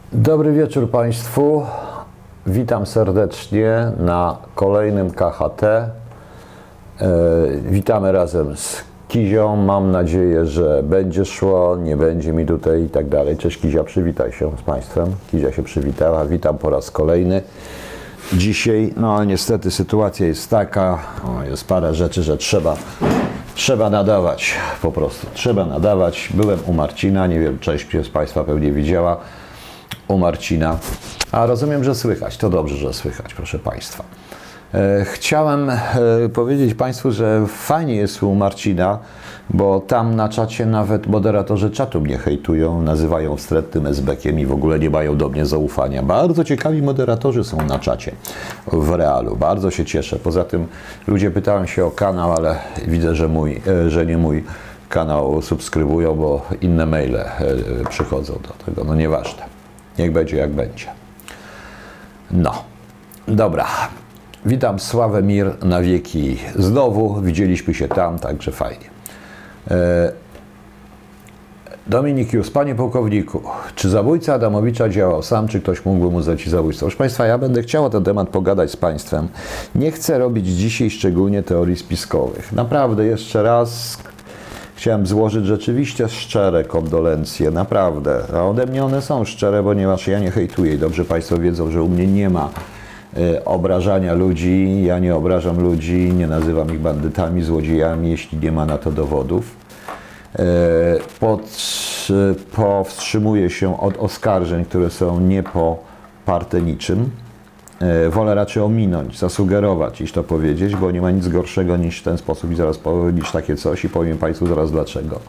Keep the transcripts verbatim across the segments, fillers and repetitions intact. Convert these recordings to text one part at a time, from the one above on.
Dobry wieczór Państwu. Witam serdecznie na kolejnym K H T. Witamy razem z Kizią. Mam nadzieję, że będzie szło, nie będzie mi tutaj i tak dalej. Cześć Kizia, przywitaj się z Państwem. Kizia się przywitała. Witam po raz kolejny. Dzisiaj, no niestety sytuacja jest taka, o, jest parę rzeczy, że trzeba, trzeba nadawać po prostu. Trzeba nadawać. Byłem u Marcina, nie wiem, część z Państwa pewnie widziała. U Marcina, a rozumiem, że słychać, to dobrze, że słychać, proszę Państwa. E, chciałem e, powiedzieć Państwu, że fajnie jest u Marcina, bo tam na czacie nawet moderatorzy czatu mnie hejtują, nazywają wstrętnym esbekiem i w ogóle nie mają do mnie zaufania. Bardzo ciekawi moderatorzy są na czacie w realu, bardzo się cieszę. Poza tym ludzie pytają się o kanał, ale widzę, że, mój, e, że nie mój kanał subskrybują, bo inne maile e, przychodzą do tego, no nieważne. Niech będzie jak będzie. No, dobra. Witam Sławomir na wieki znowu. Widzieliśmy się tam, także fajnie. E, Dominik Jus, panie pułkowniku, czy zabójca Adamowicza działał sam, czy ktoś mógłby mu zlecić zabójstwo? Proszę Państwa, ja będę chciał o ten temat pogadać z Państwem. Nie chcę robić dzisiaj szczególnie teorii spiskowych. Naprawdę, jeszcze raz chciałem złożyć rzeczywiście szczere kondolencje, naprawdę. A ode mnie one są szczere, ponieważ ja nie hejtuję i dobrze Państwo wiedzą, że u mnie nie ma y, obrażania ludzi, ja nie obrażam ludzi, nie nazywam ich bandytami, złodziejami, jeśli nie ma na to dowodów. Y, pod, y, powstrzymuję się od oskarżeń, które są niepoparte niczym. Wolę raczej ominąć, zasugerować, iż to powiedzieć, bo nie ma nic gorszego niż w ten sposób i zaraz powiem, niż takie coś i powiem Państwu zaraz dlaczego.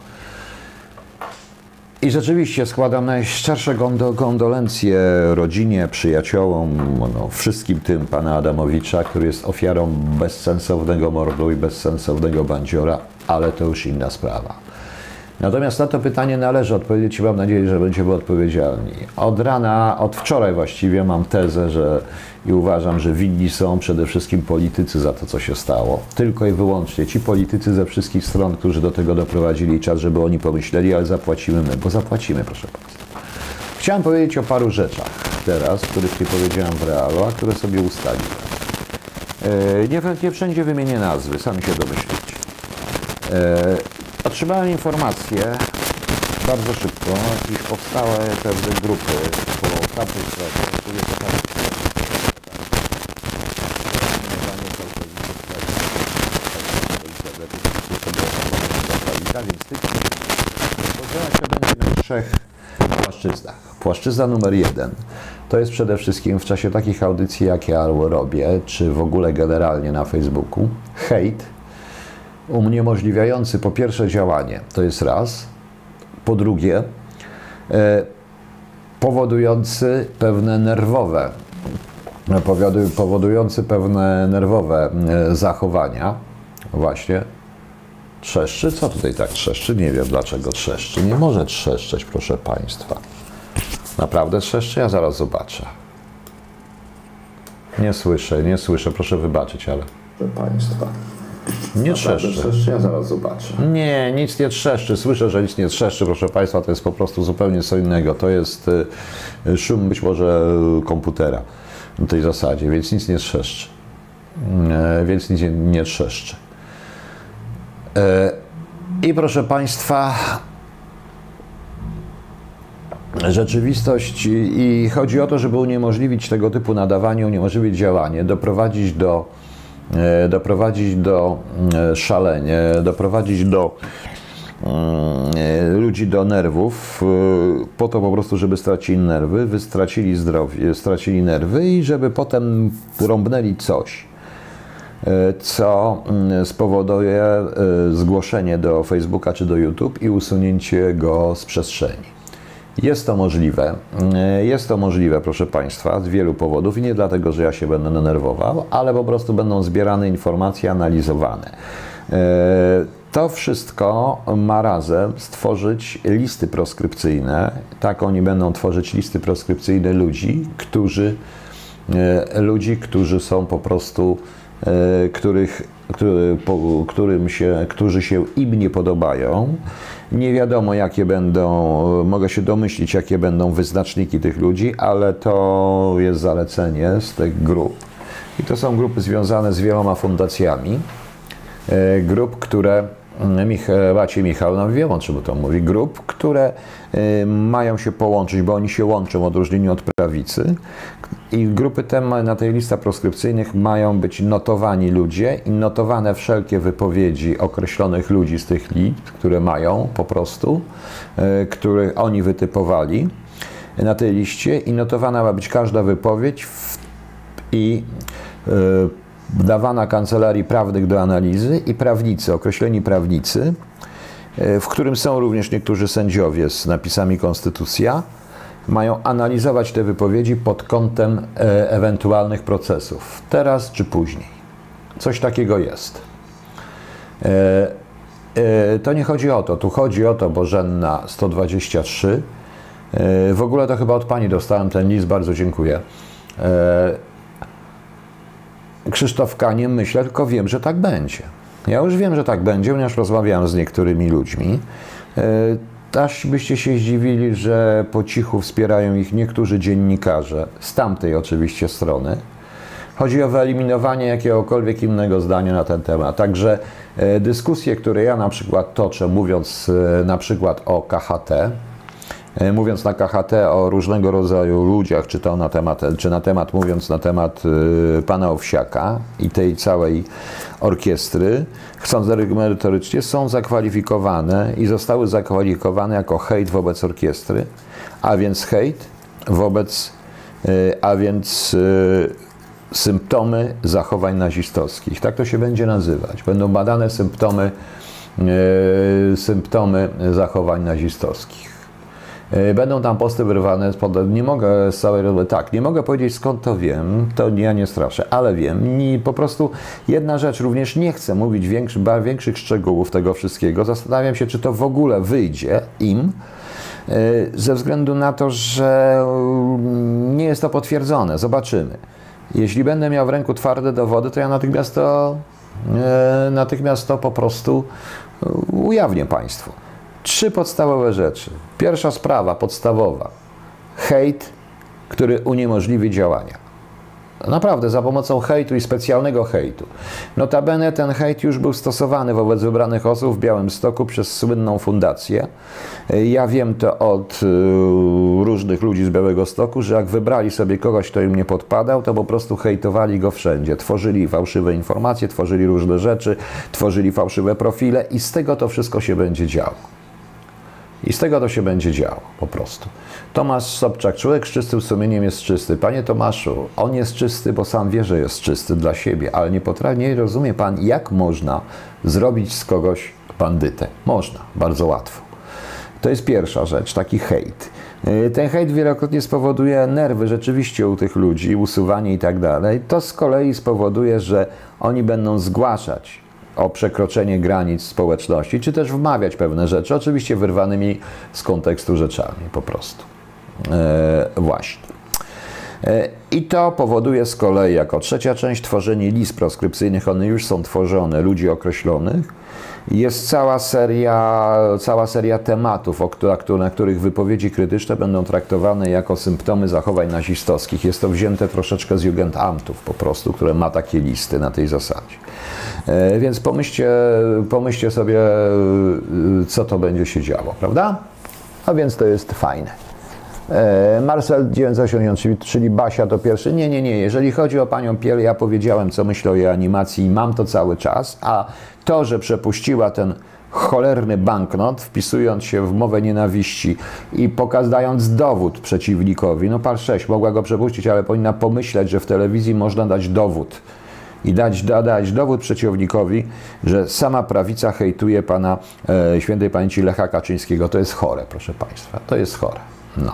I rzeczywiście składam najszczersze kondolencje rodzinie, przyjaciołom, no, wszystkim tym pana Adamowicza, który jest ofiarą bezsensownego mordu i bezsensownego bandziora, ale to już inna sprawa. Natomiast na to pytanie należy odpowiedzieć i mam nadzieję, że będziemy odpowiedzialni. Od rana, od wczoraj właściwie mam tezę, że i uważam, że winni są przede wszystkim politycy za to, co się stało. Tylko i wyłącznie ci politycy ze wszystkich stron, którzy do tego doprowadzili, czas, żeby oni pomyśleli, ale zapłacimy my, bo zapłacimy, proszę Państwa. Chciałem powiedzieć o paru rzeczach teraz, których nie powiedziałem w realu, a które sobie ustaliłem. Yy, nie, nie wszędzie wymienię nazwy, sami się domyślicie. Yy, Otrzymałem informację bardzo szybko, iż powstały pewne grupy po tamtej stronie, które to więc tych podzielać się będzie na trzech płaszczyznach. Płaszczyzna numer jeden to jest przede wszystkim w czasie takich audycji, jakie ja robię, czy w ogóle generalnie na Facebooku, hejt uniemożliwiający po pierwsze działanie, to jest raz, po drugie e, powodujący pewne nerwowe, powodujący pewne nerwowe e, zachowania, właśnie, trzeszczy, co tutaj tak trzeszczy? Nie wiem dlaczego trzeszczy, nie może trzeszczeć, proszę Państwa. Naprawdę trzeszczy? Ja zaraz zobaczę. Nie słyszę, nie słyszę, proszę wybaczyć, ale... Proszę Państwa. Nie trzeszczy. trzeszczy. Ja zaraz zobaczę. Nie, nic nie trzeszczy. Słyszę, że nic nie trzeszczy, proszę Państwa, to jest po prostu zupełnie co innego. To jest y, szum być może komputera na tej zasadzie, więc nic nie trzeszczy. E, więc nic nie, nie trzeszczy. E, I proszę Państwa, rzeczywistość i, i chodzi o to, żeby uniemożliwić tego typu nadawanie, uniemożliwić działanie, doprowadzić do doprowadzić do szalenia, doprowadzić do ludzi do nerwów, po to po prostu, żeby stracili nerwy, wy stracili zdrowie, stracili nerwy i żeby potem rąbnęli coś, co spowoduje zgłoszenie do Facebooka czy do YouTube i usunięcie go z przestrzeni. Jest to możliwe, jest to możliwe, proszę Państwa, z wielu powodów i nie dlatego, że ja się będę denerwował, ale po prostu będą zbierane informacje, analizowane. To wszystko ma razem stworzyć listy proskrypcyjne, tak oni będą tworzyć listy proskrypcyjne ludzi, którzy, ludzi, którzy są po prostu, których który, po, którym się, którzy się im nie podobają. Nie wiadomo, jakie będą, mogę się domyślić, jakie będą wyznaczniki tych ludzi, ale to jest zalecenie z tych grup. I to są grupy związane z wieloma fundacjami. Grup, które Maciej Michał nam wie, o czym to mówi, grup, które mają się połączyć, bo oni się łączą w odróżnieniu od prawicy i grupy te na tej listach proskrypcyjnych mają być notowani ludzie i notowane wszelkie wypowiedzi określonych ludzi z tych list, które mają po prostu, które oni wytypowali na tej liście i notowana ma być każda wypowiedź w, i dawana Kancelarii Prawnych do analizy i prawnicy, określeni prawnicy, w którym są również niektórzy sędziowie z napisami Konstytucja, mają analizować te wypowiedzi pod kątem e, ewentualnych procesów, teraz czy później. Coś takiego jest. E, e, to nie chodzi o to, tu chodzi o to, Bożenna sto dwadzieścia trzy, e, w ogóle to chyba od Pani dostałem ten list, bardzo dziękuję. E, Krzysztof Kanie, myślę, tylko wiem, że tak będzie. Ja już wiem, że tak będzie, ponieważ rozmawiałem z niektórymi ludźmi. Aż byście się zdziwili, że po cichu wspierają ich niektórzy dziennikarze, z tamtej oczywiście strony. Chodzi o wyeliminowanie jakiegokolwiek innego zdania na ten temat. Także dyskusje, które ja na przykład toczę, mówiąc na przykład o K H T, mówiąc na K H T o różnego rodzaju ludziach, czy to na temat, czy na temat, mówiąc na temat y, pana Owsiaka i tej całej orkiestry, chcąc merytorycznie, są zakwalifikowane i zostały zakwalifikowane jako hejt wobec orkiestry, a więc hejt wobec, y, a więc y, symptomy zachowań nazistowskich. Tak to się będzie nazywać. Będą badane symptomy, y, symptomy zachowań nazistowskich. Będą tam posty wyrwane spod... Nie mogę z całej... Tak, nie mogę powiedzieć, skąd to wiem, to ja nie straszę, ale wiem. Nie, po prostu jedna rzecz, również nie chcę mówić większy, większych szczegółów tego wszystkiego. Zastanawiam się, czy to w ogóle wyjdzie im, ze względu na to, że nie jest to potwierdzone. Zobaczymy. Jeśli będę miał w ręku twarde dowody, to ja natychmiast to, natychmiast to po prostu ujawnię Państwu. Trzy podstawowe rzeczy. Pierwsza sprawa, podstawowa. Hejt, który uniemożliwi działania. Naprawdę, za pomocą hejtu i specjalnego hejtu. Notabene ten hejt już był stosowany wobec wybranych osób w Białymstoku przez słynną fundację. Ja wiem to od różnych ludzi z Białegostoku, że jak wybrali sobie kogoś, kto im nie podpadał, to po prostu hejtowali go wszędzie. Tworzyli fałszywe informacje, tworzyli różne rzeczy, tworzyli fałszywe profile i z tego to wszystko się będzie działo. I z tego to się będzie działo, po prostu. Tomasz Sobczak, człowiek z czystym sumieniem jest czysty. Panie Tomaszu, on jest czysty, bo sam wie, że jest czysty dla siebie, ale nie potrafi, nie rozumie Pan, jak można zrobić z kogoś bandytę. Można, bardzo łatwo. To jest pierwsza rzecz, taki hejt. Ten hejt wielokrotnie spowoduje nerwy rzeczywiście u tych ludzi, usuwanie i tak dalej. To z kolei spowoduje, że oni będą zgłaszać o przekroczenie granic społeczności, czy też wmawiać pewne rzeczy, oczywiście wyrwanymi z kontekstu rzeczami, po prostu. E, właśnie. E, I to powoduje z kolei, jako trzecia część, tworzenie list proskrypcyjnych. One już są tworzone, ludzi określonych. Jest cała seria, cała seria tematów, o, na których wypowiedzi krytyczne będą traktowane jako symptomy zachowań nazistowskich. Jest to wzięte troszeczkę z Jugendamtów po prostu, które ma takie listy na tej zasadzie. E, więc pomyślcie, pomyślcie sobie, co to będzie się działo, prawda? A więc to jest fajne. E, Marcel dziewięćset osiemdziesiąt, czyli Basia to pierwszy. Nie, nie, nie. Jeżeli chodzi o panią Piel, ja powiedziałem, co myślę o jej animacji i mam to cały czas, a to, że przepuściła ten cholerny banknot, wpisując się w mowę nienawiści i pokazując dowód przeciwnikowi, no par sześć, mogła go przepuścić, ale powinna pomyśleć, że w telewizji można dać dowód i dać, dać dowód przeciwnikowi, że sama prawica hejtuje pana e, świętej pamięci Lecha Kaczyńskiego. To jest chore, proszę państwa, to jest chore. No.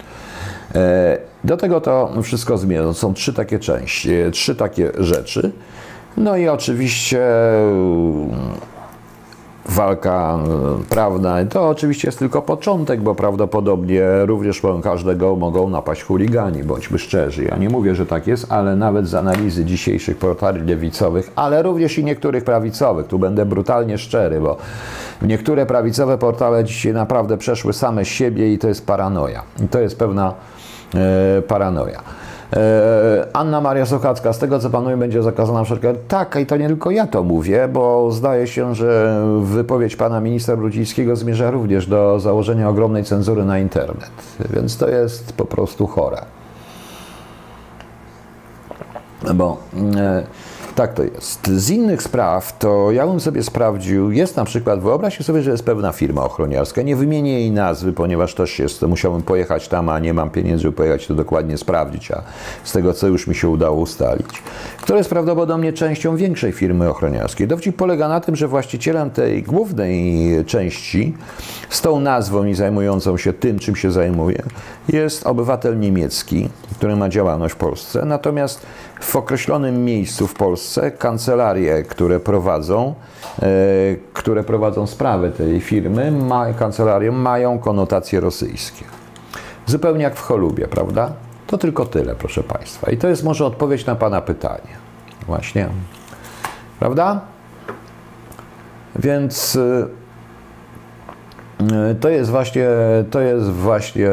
E, do tego to wszystko zmierza. Są trzy takie części, trzy takie rzeczy. No i oczywiście walka prawna, to oczywiście jest tylko początek, bo prawdopodobnie również każdego mogą napaść chuligani, bądźmy szczerzy. Ja nie mówię, że tak jest, ale nawet z analizy dzisiejszych portali lewicowych, ale również i niektórych prawicowych, tu będę brutalnie szczery, bo niektóre prawicowe portale dzisiaj naprawdę przeszły same siebie i to jest paranoja. I to jest pewna e, paranoja. Anna Maria Sochacka, z tego co panuje, będzie zakazana wszelka... Tak, i to nie tylko ja to mówię, bo zdaje się, że wypowiedź pana ministra Brudzińskiego zmierza również do założenia ogromnej cenzury na internet. Więc to jest po prostu chore. Bo e, tak to jest. Z innych spraw to ja bym sobie sprawdził, jest na przykład, wyobraźcie sobie, że jest pewna firma ochroniarska, nie wymienię jej nazwy, ponieważ też jest, musiałbym pojechać tam, a nie mam pieniędzy, żeby pojechać to dokładnie sprawdzić, a z tego co już mi się udało ustalić, która jest prawdopodobnie częścią większej firmy ochroniarskiej. Dowcip polega na tym, że właścicielem tej głównej części z tą nazwą i zajmującą się tym, czym się zajmuje, jest obywatel niemiecki, który ma działalność w Polsce, natomiast w określonym miejscu w Polsce kancelarie, które prowadzą, e, które prowadzą sprawę tej firmy, ma, kancelarie mają konotacje rosyjskie. Zupełnie jak w Cholubie, prawda? To tylko tyle, proszę Państwa. I to jest może odpowiedź na Pana pytanie. Właśnie. Prawda? Więc e, to jest właśnie, to jest właśnie,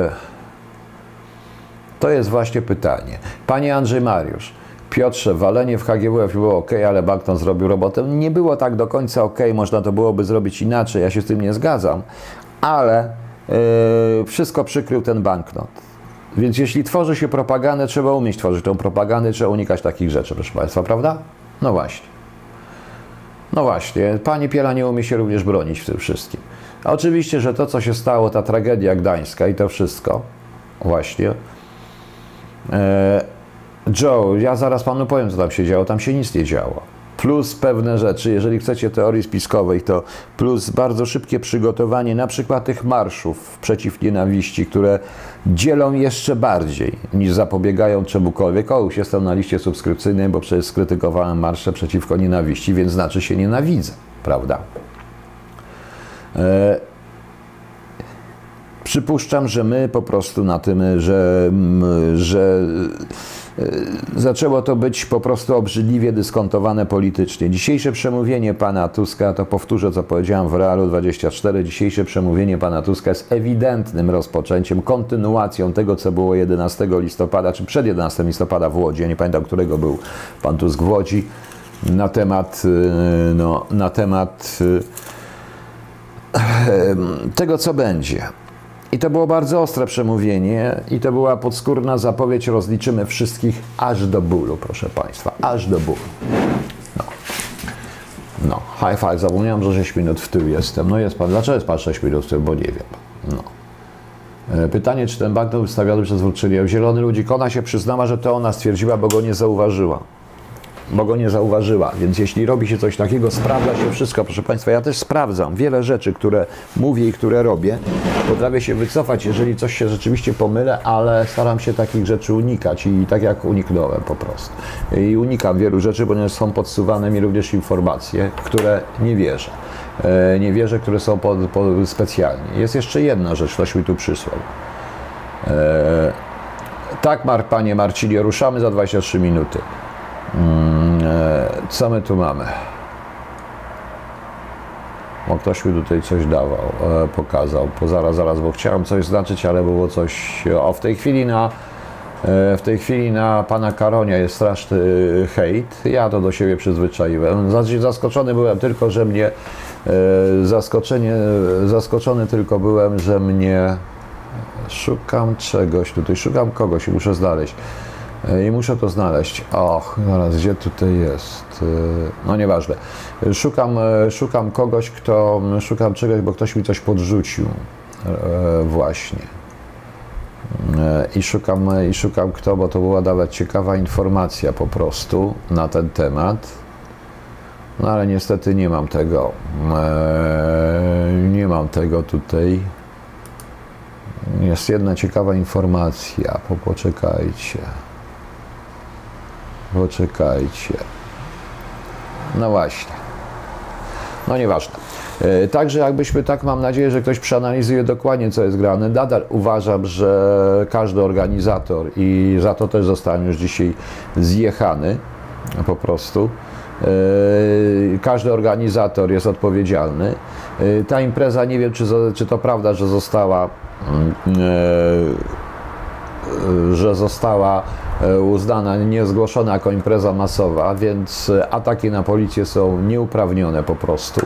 to jest właśnie pytanie. Panie Andrzej Mariusz, Piotrze, walenie w H G W F było ok, ale Banknot zrobił robotę. Nie było tak do końca ok, można to byłoby zrobić inaczej, ja się z tym nie zgadzam, ale yy, wszystko przykrył ten Banknot. Więc jeśli tworzy się propagandę, trzeba umieć tworzyć tą propagandę, trzeba unikać takich rzeczy, proszę Państwa, prawda? No właśnie. No właśnie, pani Piela nie umie się również bronić w tym wszystkim. A oczywiście, że to, co się stało, ta tragedia gdańska i to wszystko, właśnie, yy, Joe, ja zaraz panu powiem, co tam się działo. Tam się nic nie działo. Plus pewne rzeczy, jeżeli chcecie teorii spiskowej, to plus bardzo szybkie przygotowanie na przykład tych marszów przeciw nienawiści, które dzielą jeszcze bardziej niż zapobiegają czemukolwiek. O, już jestem na liście subskrypcyjnej, bo przecież skrytykowałem marsze przeciwko nienawiści, więc znaczy się nienawidzę, prawda? E Przypuszczam, że my po prostu na tym, że, że zaczęło to być po prostu obrzydliwie dyskontowane politycznie. Dzisiejsze przemówienie pana Tuska, to powtórzę, co powiedziałem w Realu dwadzieścia cztery, dzisiejsze przemówienie pana Tuska jest ewidentnym rozpoczęciem, kontynuacją tego, co było jedenastego listopada, czy przed jedenastego listopada w Łodzi, ja nie pamiętam, którego był pan Tusk w Łodzi, na temat, no, na temat tego, co będzie. I to było bardzo ostre przemówienie i to była podskórna zapowiedź, rozliczymy wszystkich aż do bólu, proszę Państwa, aż do bólu. No, no. High five, zapomniałem, że sześć minut w tył jestem. No jest pan, dlaczego jest pan sześć minut w tył, bo nie wiem. No. Pytanie, czy ten banknot wystawiony przez Włóczynię. Zielony Ludzik, ona się przyznała, że to ona stwierdziła, bo go nie zauważyła. Bo go nie zauważyła, więc jeśli robi się coś takiego, sprawdza się wszystko, proszę Państwa. Ja też sprawdzam wiele rzeczy, które mówię i które robię. Potrafię się wycofać, jeżeli coś się rzeczywiście pomylę, ale staram się takich rzeczy unikać i tak jak uniknąłem po prostu. I unikam wielu rzeczy, ponieważ są podsuwane mi również informacje, w które nie wierzę. Nie wierzę, które są pod, pod specjalnie. Jest jeszcze jedna rzecz, ktoś mi tu przysłał. E, tak, Mar, Panie Marcinie, ruszamy za dwadzieścia trzy minuty. Co my tu mamy? Bo ktoś mi tutaj coś dawał, pokazał. Bo zaraz, zaraz, bo chciałem coś znaczyć, ale było coś... O, w tej chwili na... W tej chwili na pana Karonia jest straszny hejt. Ja to do siebie przyzwyczaiłem. Zaskoczony byłem tylko, że mnie... Zaskoczenie, zaskoczony tylko byłem, że mnie... Szukam czegoś tutaj, szukam kogoś i muszę znaleźć. I muszę to znaleźć. Och, zaraz, gdzie tutaj jest? No nieważne. Szukam, szukam kogoś, kto... Szukam czegoś, bo ktoś mi coś podrzucił. Właśnie. I szukam, i szukam kto, bo to była nawet ciekawa informacja po prostu na ten temat. No ale niestety nie mam tego. Nie mam tego tutaj. Jest jedna ciekawa informacja. Poczekajcie. Poczekajcie. No właśnie. No nieważne. Także jakbyśmy tak, mam nadzieję, że ktoś przeanalizuje dokładnie, co jest grane. Nadal uważam, że każdy organizator, i za to też zostałem już dzisiaj zjechany po prostu, każdy organizator jest odpowiedzialny. Ta impreza, nie wiem, czy, czy to prawda, że została że została uznana, niezgłoszona jako impreza masowa, więc ataki na policję są nieuprawnione po prostu.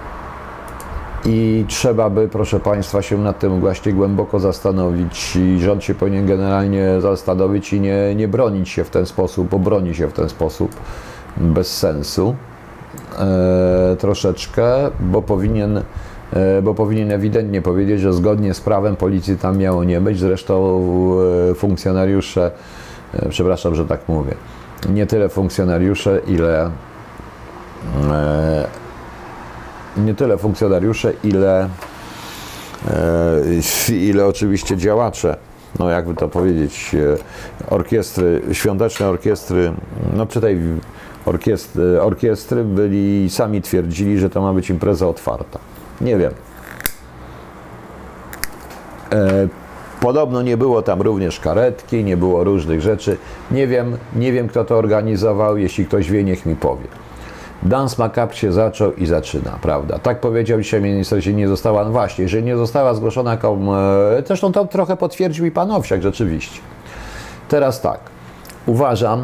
I trzeba by, proszę Państwa, się nad tym właśnie głęboko zastanowić i rząd się powinien generalnie zastanowić i nie, nie bronić się w ten sposób, bo broni się w ten sposób bez sensu e, troszeczkę, bo powinien, e, bo powinien ewidentnie powiedzieć, że zgodnie z prawem policji tam miało nie być. Zresztą e, funkcjonariusze, e, przepraszam, że tak mówię, nie tyle funkcjonariusze, ile e, nie tyle funkcjonariusze, ile, e, ile oczywiście działacze, no jakby to powiedzieć, orkiestry, świąteczne orkiestry, no czy tej orkiestry, orkiestry byli, sami twierdzili, że to ma być impreza otwarta. Nie wiem. E, podobno nie było tam również karetki, nie było różnych rzeczy. Nie wiem, nie wiem kto to organizował, jeśli ktoś wie, niech mi powie. Dance Macabre się zaczął i zaczyna, prawda? Tak powiedział dzisiaj minister, że nie została, no właśnie, że nie została zgłoszona jako, e, zresztą to trochę potwierdził i pan Owsiak, rzeczywiście. Teraz tak, uważam,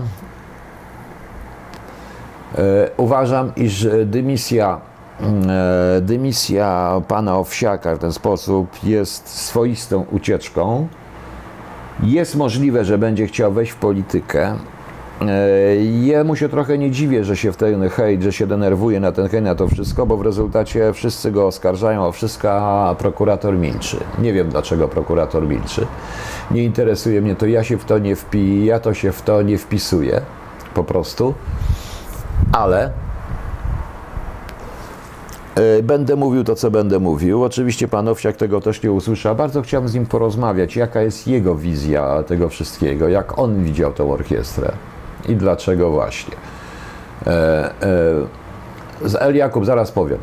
e, uważam, iż dymisja, e, dymisja pana Owsiaka w ten sposób jest swoistą ucieczką. Jest możliwe, że będzie chciał wejść w politykę. Jemu się trochę nie dziwię, że się w ten hejt, że się denerwuje na ten hejt, na to wszystko, bo w rezultacie wszyscy go oskarżają o wszystko, a prokurator milczy. Nie wiem, dlaczego prokurator milczy. Nie interesuje mnie to, ja się w to nie wpi, ja to się w to nie wpisuję, po prostu, ale będę mówił to, co będę mówił. Oczywiście pan Owsiak tego też nie usłyszy, bardzo chciałem z nim porozmawiać, jaka jest jego wizja tego wszystkiego, jak on widział tą orkiestrę. I dlaczego właśnie. E, e, z El Jakub zaraz powiem.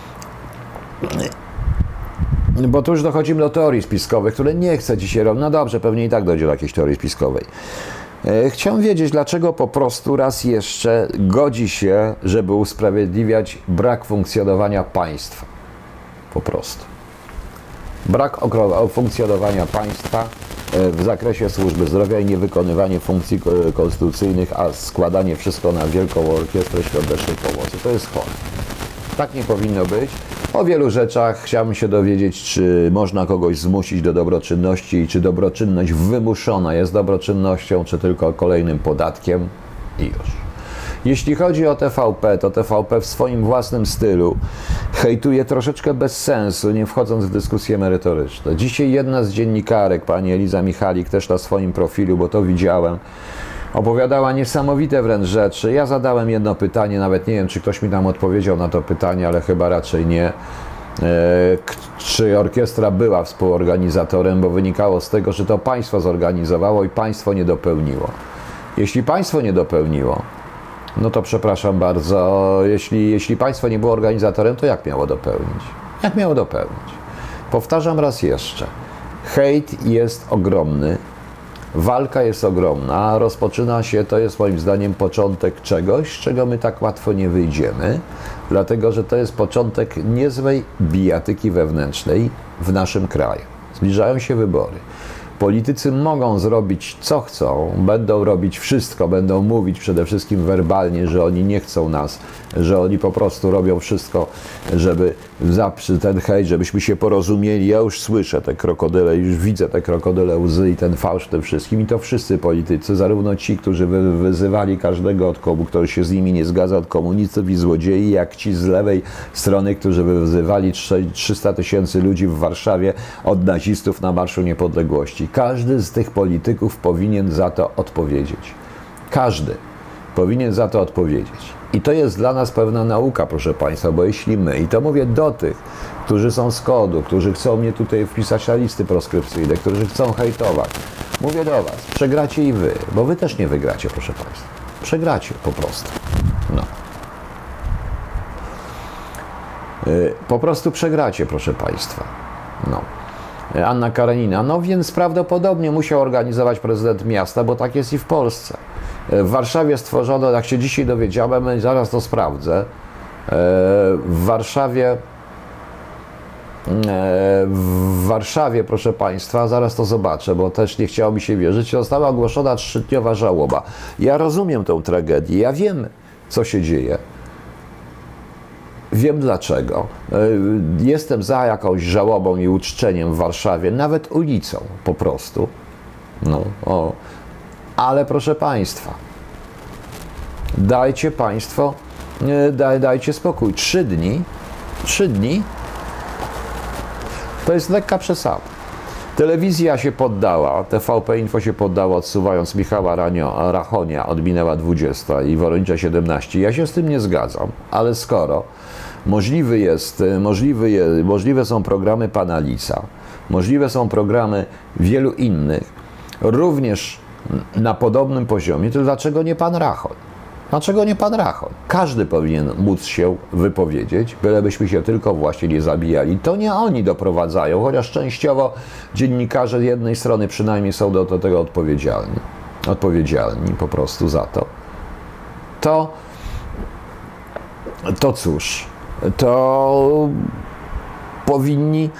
Bo tu już dochodzimy do teorii spiskowych, które nie chcę dzisiaj robić. No dobrze, pewnie i tak dojdzie do jakiejś teorii spiskowej. E, chciałem wiedzieć, dlaczego po prostu raz jeszcze godzi się, żeby usprawiedliwiać brak funkcjonowania państwa. Po prostu. Brak funkcjonowania państwa w zakresie służby zdrowia i niewykonywanie funkcji konstytucyjnych, a składanie wszystko na Wielką Orkiestrę Świątecznej Pomocy. To jest chore. Tak nie powinno być. O wielu rzeczach chciałbym się dowiedzieć, czy można kogoś zmusić do dobroczynności i czy dobroczynność wymuszona jest dobroczynnością, czy tylko kolejnym podatkiem i już. Jeśli chodzi o T V P, to T V P w swoim własnym stylu hejtuje troszeczkę bez sensu, nie wchodząc w dyskusje merytoryczne. Dzisiaj jedna z dziennikarek, pani Eliza Michalik, też na swoim profilu, bo to widziałem, opowiadała niesamowite wręcz rzeczy. Ja zadałem jedno pytanie, nawet nie wiem, czy ktoś mi tam odpowiedział na to pytanie, ale chyba raczej nie. E, czy orkiestra była współorganizatorem, bo wynikało z tego, że to państwo zorganizowało i państwo nie dopełniło. Jeśli państwo nie dopełniło, no to przepraszam bardzo, jeśli, jeśli państwo nie było organizatorem, to jak miało dopełnić? Jak miało dopełnić? Powtarzam raz jeszcze. Hejt jest ogromny, walka jest ogromna, rozpoczyna się, to jest moim zdaniem początek czegoś, z czego my tak łatwo nie wyjdziemy, dlatego że to jest początek niezłej bijatyki wewnętrznej w naszym kraju. Zbliżają się wybory. Politycy mogą zrobić co chcą, będą robić wszystko, będą mówić przede wszystkim werbalnie, że oni nie chcą nas, że oni po prostu robią wszystko, żeby zaprzy ten hejt, żebyśmy się porozumieli. Ja już słyszę te krokodyle, już widzę te krokodyle łzy i ten fałsz w tym wszystkim i to wszyscy politycy, zarówno ci, którzy wy, wyzywali każdego od komu, kto się z nimi nie zgadza, od komunistów i złodziei, jak ci z lewej strony, którzy wyzywali trzysta tysięcy ludzi w Warszawie od nazistów na Marszu Niepodległości. Każdy z tych polityków powinien za to odpowiedzieć. Każdy powinien za to odpowiedzieć. I to jest dla nas pewna nauka, proszę Państwa, bo jeśli my, i to mówię do tych, którzy są z kodu, którzy chcą mnie tutaj wpisać na listy proskrypcyjne, którzy chcą hejtować, mówię do Was, przegracie i Wy, bo Wy też nie wygracie, proszę Państwa. Przegracie po prostu. No. Po prostu przegracie, proszę Państwa. No. Anna Karenina, no więc prawdopodobnie musiał organizować prezydent miasta, bo tak jest i w Polsce. W Warszawie stworzono, jak się dzisiaj dowiedziałem, zaraz to sprawdzę, w Warszawie w Warszawie, proszę Państwa, zaraz to zobaczę, bo też nie chciało mi się wierzyć, została ogłoszona trzydniowa żałoba. Ja rozumiem tę tragedię, ja wiem, co się dzieje. Wiem dlaczego. Jestem za jakąś żałobą i uczczeniem w Warszawie, nawet ulicą po prostu. No, o. Ale proszę Państwa, dajcie Państwo, daj, dajcie spokój. Trzy dni, trzy dni to jest lekka przesada. Telewizja się poddała, T V P Info się poddała, odsuwając Michała Ranio, Rachonia od minęła dwudziesta i Woronicza siedemnaście. Ja się z tym nie zgadzam, ale skoro możliwy jest, możliwy jest, możliwe są programy pana Lica, możliwe są programy wielu innych, również na podobnym poziomie, to dlaczego nie pan Rachoń? Dlaczego nie pan Rachoń? Każdy powinien móc się wypowiedzieć, bylebyśmy się tylko właśnie nie zabijali. To nie oni doprowadzają, chociaż częściowo dziennikarze z jednej strony przynajmniej są do, do tego odpowiedzialni. Odpowiedzialni po prostu za to. To, to cóż, to powinni...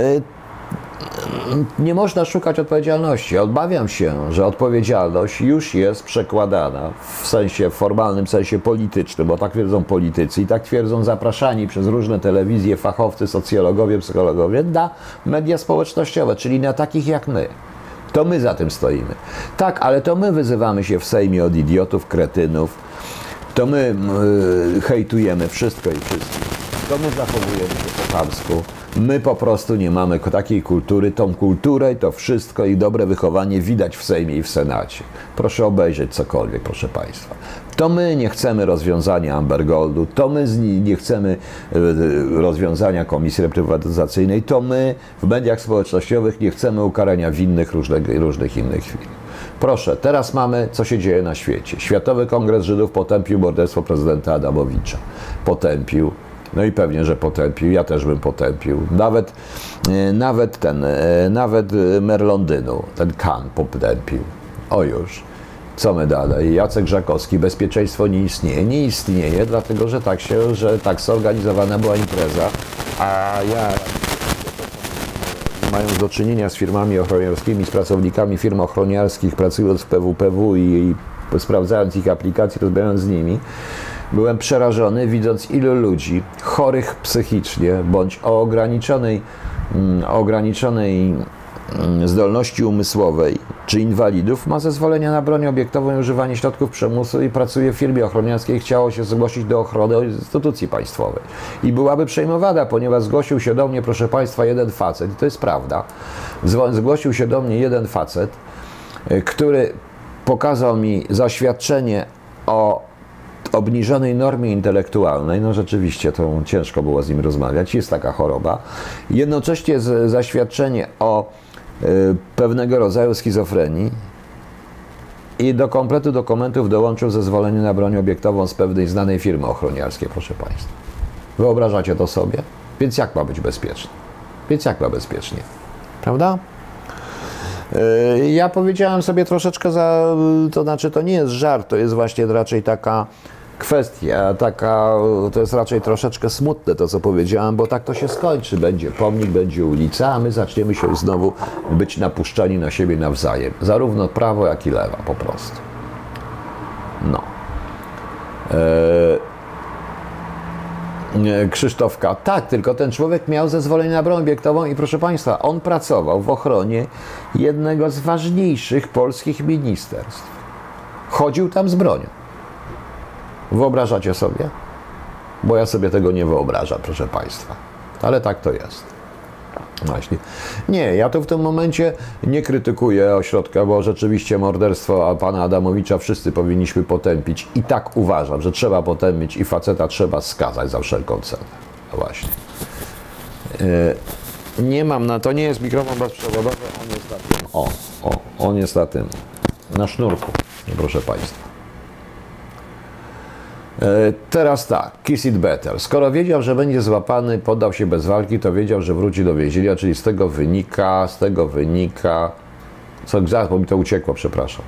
Nie można szukać odpowiedzialności. Odmawiam się, że odpowiedzialność już jest przekładana w sensie w formalnym, sensie politycznym, bo tak twierdzą politycy i tak twierdzą zapraszani przez różne telewizje, fachowcy, socjologowie, psychologowie na media społecznościowe, czyli na takich jak my. To my za tym stoimy. Tak, ale to my wyzywamy się w Sejmie od idiotów, kretynów, to my yy, hejtujemy wszystko i wszystkich, to my zachowujemy się po chamsku. My po prostu nie mamy takiej kultury, tą kulturę i to wszystko i dobre wychowanie widać w Sejmie i w Senacie. Proszę obejrzeć cokolwiek, proszę Państwa. To my nie chcemy rozwiązania Amber Goldu, to my nie chcemy rozwiązania Komisji Reprywatyzacyjnej, to my w mediach społecznościowych nie chcemy ukarania winnych różnych, różnych innych firm. Proszę, teraz mamy, co się dzieje na świecie. Światowy Kongres Żydów potępił morderstwo prezydenta Adamowicza. Potępił. No i pewnie, że potępił, ja też bym potępił. Nawet, nawet ten, nawet mer Londynu, ten Khan potępił. O już. Co my dalej? Jacek Żakowski, bezpieczeństwo nie istnieje. Nie istnieje, dlatego że tak się, że tak zorganizowana była impreza, a ja mając do czynienia z firmami ochroniarskimi, z pracownikami firm ochroniarskich, pracując w P W P W i, i sprawdzając ich aplikacje, rozmawiając z nimi, byłem przerażony, widząc ilu ludzi chorych psychicznie, bądź o ograniczonej, o ograniczonej zdolności umysłowej, czy inwalidów, ma zezwolenie na broń obiektową i używanie środków przymusu i pracuje w firmie ochroniarskiej, chciało się zgłosić do ochrony instytucji państwowej. I byłaby przejmowana, ponieważ zgłosił się do mnie, proszę Państwa, jeden facet, i to jest prawda, zgłosił się do mnie jeden facet, który pokazał mi zaświadczenie o obniżonej normie intelektualnej, no rzeczywiście to ciężko było z nim rozmawiać, jest taka choroba. Jednocześnie z, zaświadczenie o y, pewnego rodzaju schizofrenii i do kompletu dokumentów dołączył zezwolenie na broń obiektową z pewnej znanej firmy ochroniarskiej, proszę Państwa. Wyobrażacie to sobie? Więc jak ma być bezpiecznie? Więc jak ma bezpiecznie? Prawda? Ja powiedziałem sobie troszeczkę za, to znaczy to nie jest żart, to jest właśnie raczej taka kwestia, taka, to jest raczej troszeczkę smutne to, co powiedziałem, bo tak to się skończy. Będzie pomnik, będzie ulica, a my zaczniemy się znowu być napuszczani na siebie nawzajem. Zarówno prawo, jak i lewa po prostu. No. Eee... Krzysztofka, tak, tylko ten człowiek miał zezwolenie na broń obiektową i proszę Państwa, on pracował w ochronie jednego z ważniejszych polskich ministerstw. Chodził tam z bronią. Wyobrażacie sobie? Bo ja sobie tego nie wyobrażam, proszę Państwa. Ale tak to jest. Właśnie. Nie, ja to w tym momencie nie krytykuję ośrodka, bo rzeczywiście morderstwo pana Adamowicza wszyscy powinniśmy potępić. I tak uważam, że trzeba potępić i faceta trzeba skazać za wszelką cenę. No właśnie. Yy, nie mam na to, nie jest mikrofon bezprzewodowy, on jest na tym. O, o, on jest na tym. Na sznurku, proszę Państwa. Teraz tak, kiss it better. Skoro wiedział, że będzie złapany, poddał się bez walki, to wiedział, że wróci do więzienia, czyli z tego wynika, z tego wynika, co zaraz, bo mi to uciekło, przepraszam,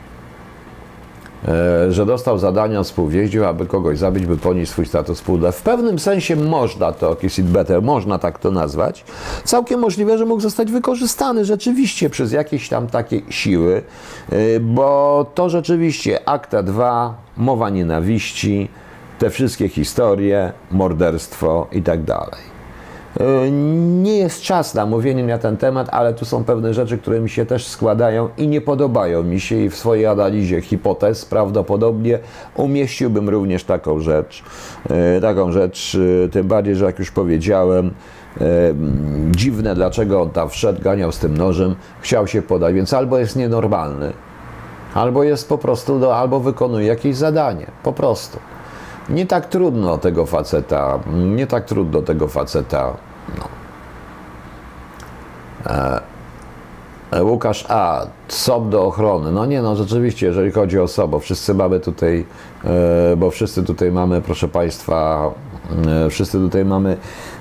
że dostał zadanie od współwięźniów, aby kogoś zabić, by ponieść swój status współda. W pewnym sensie można to, kiss it better, można tak to nazwać. Całkiem możliwe, że mógł zostać wykorzystany rzeczywiście przez jakieś tam takie siły, bo to rzeczywiście akta dwa, mowa nienawiści, te wszystkie historie, morderstwo i tak dalej. Nie jest czas na mówienie na ten temat, ale tu są pewne rzeczy, które mi się też składają i nie podobają mi się i w swojej analizie hipotez prawdopodobnie umieściłbym również taką rzecz. Taką rzecz, tym bardziej, że jak już powiedziałem, dziwne, dlaczego on tam wszedł, ganiał z tym nożem, chciał się podać, więc albo jest nienormalny, albo jest po prostu, no, albo wykonuje jakieś zadanie, po prostu. Nie tak trudno tego faceta, nie tak trudno tego faceta, no. E, Łukasz A. S O B do ochrony. No nie, no rzeczywiście, jeżeli chodzi o S O B, bo wszyscy mamy tutaj, e, bo wszyscy tutaj mamy, proszę Państwa, e, wszyscy tutaj mamy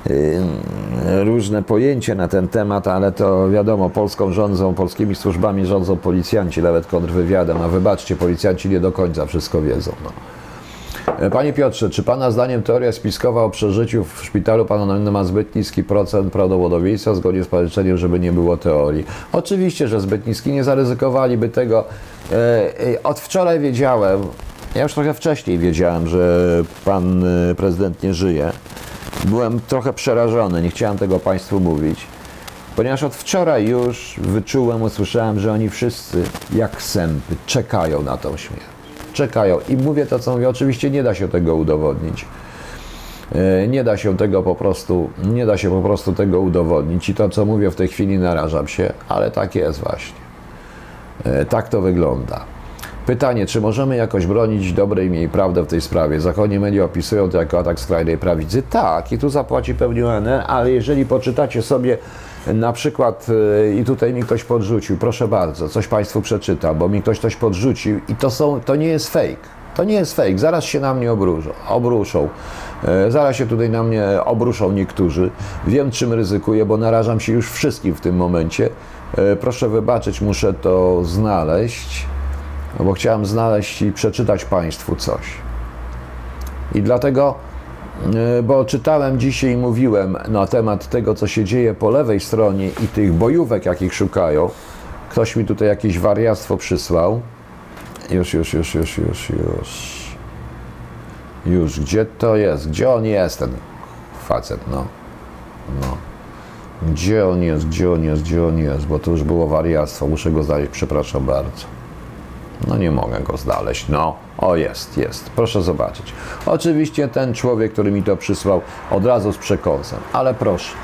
e, różne pojęcie na ten temat, ale to wiadomo, Polską rządzą, polskimi służbami rządzą policjanci, nawet kontrwywiadem, a wybaczcie, policjanci nie do końca wszystko wiedzą, no. Panie Piotrze, czy Pana zdaniem teoria spiskowa o przeżyciu w szpitalu Pana ma zbyt niski procent prawdopodobieństwa zgodnie z pożyczeniem, żeby nie było teorii? Oczywiście, że zbyt niski, nie zaryzykowaliby tego. Od wczoraj wiedziałem, ja już trochę wcześniej wiedziałem, że Pan Prezydent nie żyje. Byłem trochę przerażony, nie chciałem tego Państwu mówić, ponieważ od wczoraj już wyczułem, usłyszałem, że oni wszyscy jak sępy czekają na tą śmierć. Czekają i mówię to, co mówię, oczywiście nie da się tego udowodnić. Nie da się tego po prostu, nie da się po prostu tego udowodnić i to, co mówię w tej chwili, narażam się, ale tak jest właśnie. Tak to wygląda. Pytanie, czy możemy jakoś bronić dobrej miej prawdy w tej sprawie? Zachodnie media opisują to jako atak skrajnej prawicy. Tak, i tu zapłaci pewnie O N R, ale jeżeli poczytacie sobie na przykład, i tutaj mi ktoś podrzucił, proszę bardzo, coś Państwu przeczytam, bo mi ktoś coś podrzucił i to, są, to nie jest fake. To nie jest fake, zaraz się na mnie obruszą, obruszą. Zaraz się tutaj na mnie obruszą niektórzy. Wiem, czym ryzykuję, bo narażam się już wszystkim w tym momencie. Proszę wybaczyć, muszę to znaleźć, bo chciałem znaleźć i przeczytać Państwu coś. I dlatego, bo czytałem dzisiaj i mówiłem na temat tego, co się dzieje po lewej stronie i tych bojówek, jakich szukają. Ktoś mi tutaj jakieś wariactwo przysłał. Już, już, już, już, już, już. Już, gdzie to jest? Gdzie on jest, ten facet, no. No. Gdzie on jest, gdzie on jest, gdzie on jest? Bo to już było wariactwo, muszę go znaleźć, przepraszam bardzo. No nie mogę go znaleźć, no. O, jest, jest. Proszę zobaczyć. Oczywiście ten człowiek, który mi to przysłał, od razu z przekąsem, ale proszę.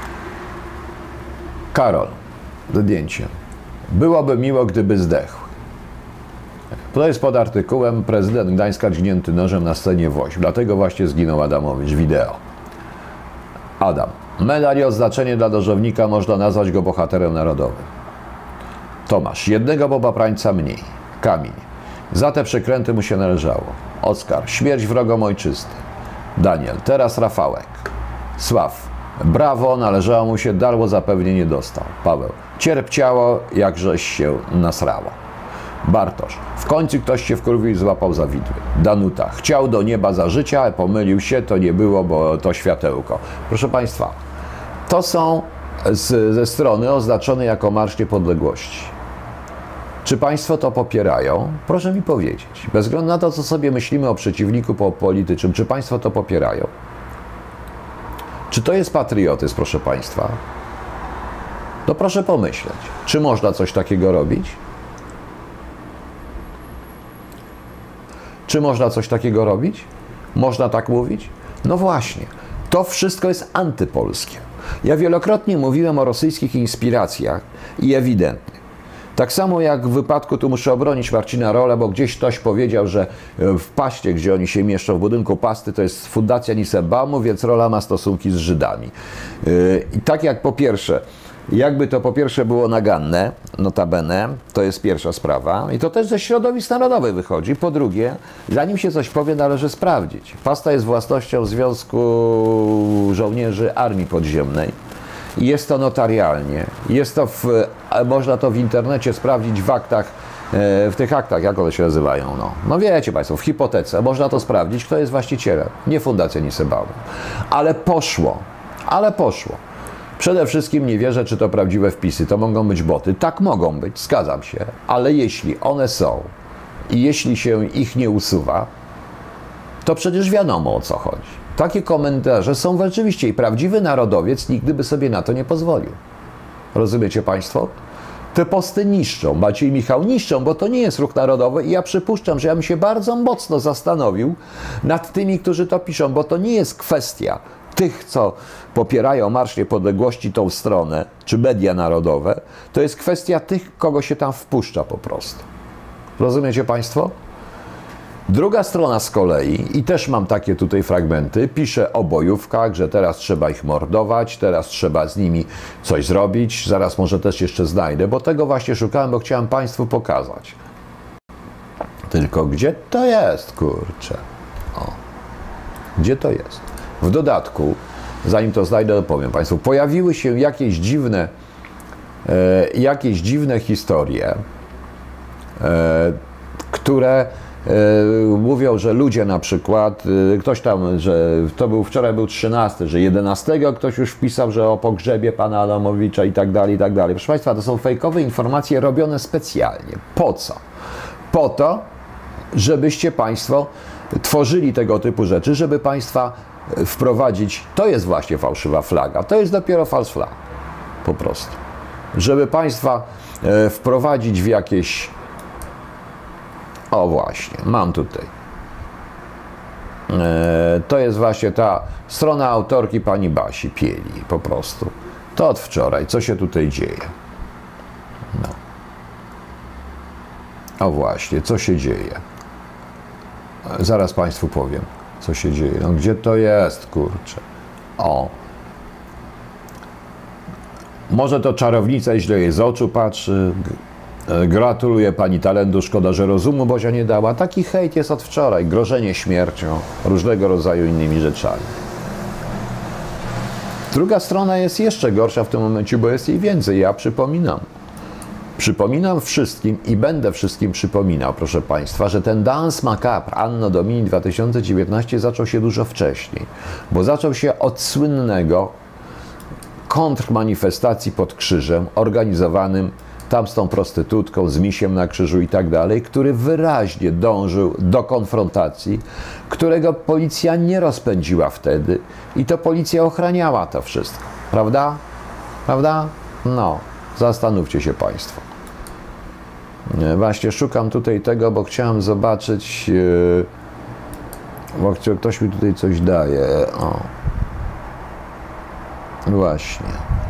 Karol, zdjęcie. Byłoby miło, gdyby zdechł. To jest pod artykułem prezydent Gdańska dźgnięty nożem na scenie Woźb. Dlatego właśnie zginął Adamowicz. Wideo. Adam. Medal i odznaczenie dla nożownika, można nazwać go bohaterem narodowym. Tomasz. Jednego Boba Prańca mniej. Kamień. Za te przekręty mu się należało. Oskar. Śmierć wrogom ojczysty. Daniel. Teraz Rafałek. Sław. Brawo, należało mu się, darło zapewnie nie dostał. Paweł. Cierpciało, jakżeś się nasrało. Bartosz. W końcu ktoś się wkurwił i złapał za widły. Danuta. Chciał do nieba za życia, ale pomylił się, to nie było, bo to światełko. Proszę Państwa, to są z, ze strony oznaczone jako Marsz Niepodległości. Czy Państwo to popierają? Proszę mi powiedzieć. Bez względu na to, co sobie myślimy o przeciwniku politycznym, czy Państwo to popierają? Czy to jest patriotyzm, proszę Państwa? No proszę pomyśleć. Czy można coś takiego robić? Czy można coś takiego robić? Można tak mówić? No właśnie. To wszystko jest antypolskie. Ja wielokrotnie mówiłem o rosyjskich inspiracjach i ewidentnie. Tak samo jak w wypadku, tu muszę obronić Marcina Rolla, bo gdzieś ktoś powiedział, że w Paście, gdzie oni się mieszczą, w budynku Pasty, to jest fundacja Nisebaumu, więc Rolla ma stosunki z Żydami. I tak jak po pierwsze, jakby to po pierwsze było naganne, notabene, to jest pierwsza sprawa i to też ze środowisk narodowych wychodzi. Po drugie, zanim się coś powie, należy sprawdzić. Pasta jest własnością Związku Żołnierzy Armii Podziemnej. Jest to notarialnie, jest to w, można to w internecie sprawdzić w aktach, w tych aktach, jak one się nazywają, no, no wiecie Państwo, w hipotece, można to sprawdzić, kto jest właścicielem, nie Fundacja Nisebauer. Ale poszło, ale poszło. Przede wszystkim nie wierzę, czy to prawdziwe wpisy, to mogą być boty, tak mogą być, zgadzam się, ale jeśli one są i jeśli się ich nie usuwa, to przecież wiadomo, o co chodzi. Takie komentarze są rzeczywiście i prawdziwy narodowiec nigdy by sobie na to nie pozwolił. Rozumiecie Państwo? Te posty niszczą, Maciej Michał niszczą, bo to nie jest ruch narodowy i ja przypuszczam, że ja bym się bardzo mocno zastanowił nad tymi, którzy to piszą, bo to nie jest kwestia tych, co popierają Marsz Niepodległości, tą stronę, czy media narodowe, to jest kwestia tych, kogo się tam wpuszcza po prostu. Rozumiecie Państwo? Druga strona z kolei, i też mam takie tutaj fragmenty, pisze o bojówkach, że teraz trzeba ich mordować, teraz trzeba z nimi coś zrobić, zaraz może też jeszcze znajdę, bo tego właśnie szukałem, bo chciałem Państwu pokazać. Tylko gdzie to jest, kurczę? O. Gdzie to jest? W dodatku, zanim to znajdę, to powiem Państwu, pojawiły się jakieś dziwne, e, jakieś dziwne historie, e, które mówią, że ludzie na przykład, ktoś tam, że to był wczoraj był trzynasty, że jedenastego ktoś już wpisał, że o pogrzebie pana Adamowicza i tak dalej, i tak dalej. Proszę Państwa, to są fejkowe informacje robione specjalnie. Po co? Po to, żebyście Państwo tworzyli tego typu rzeczy, żeby Państwa wprowadzić, to jest właśnie fałszywa flaga, to jest dopiero false flag, po prostu. Żeby Państwa wprowadzić w jakieś. O właśnie, mam tutaj. E, to jest właśnie ta strona autorki pani Basi Pieli, po prostu. To od wczoraj, co się tutaj dzieje. No. O właśnie, co się dzieje. E, zaraz Państwu powiem, co się dzieje. No gdzie to jest, kurczę. O. Może to czarownica źle jej z oczu patrzy. Gratuluję pani talentu, szkoda, że rozumu Bozia nie dała. Taki hejt jest od wczoraj, grożenie śmiercią, różnego rodzaju innymi rzeczami. Druga strona jest jeszcze gorsza w tym momencie, bo jest jej więcej. Ja przypominam. Przypominam wszystkim i będę wszystkim przypominał, proszę Państwa, że ten Dance Macabre Anno Domini dwa tysiące dziewiętnaście zaczął się dużo wcześniej, bo zaczął się od słynnego kontrmanifestacji pod krzyżem, organizowanym tam z tą prostytutką, z misiem na krzyżu i tak dalej, który wyraźnie dążył do konfrontacji, którego policja nie rozpędziła wtedy i to policja ochraniała to wszystko. Prawda? Prawda? No, zastanówcie się Państwo. Właśnie szukam tutaj tego, bo chciałem zobaczyć, yy, bo ktoś mi tutaj coś daje. O. Właśnie.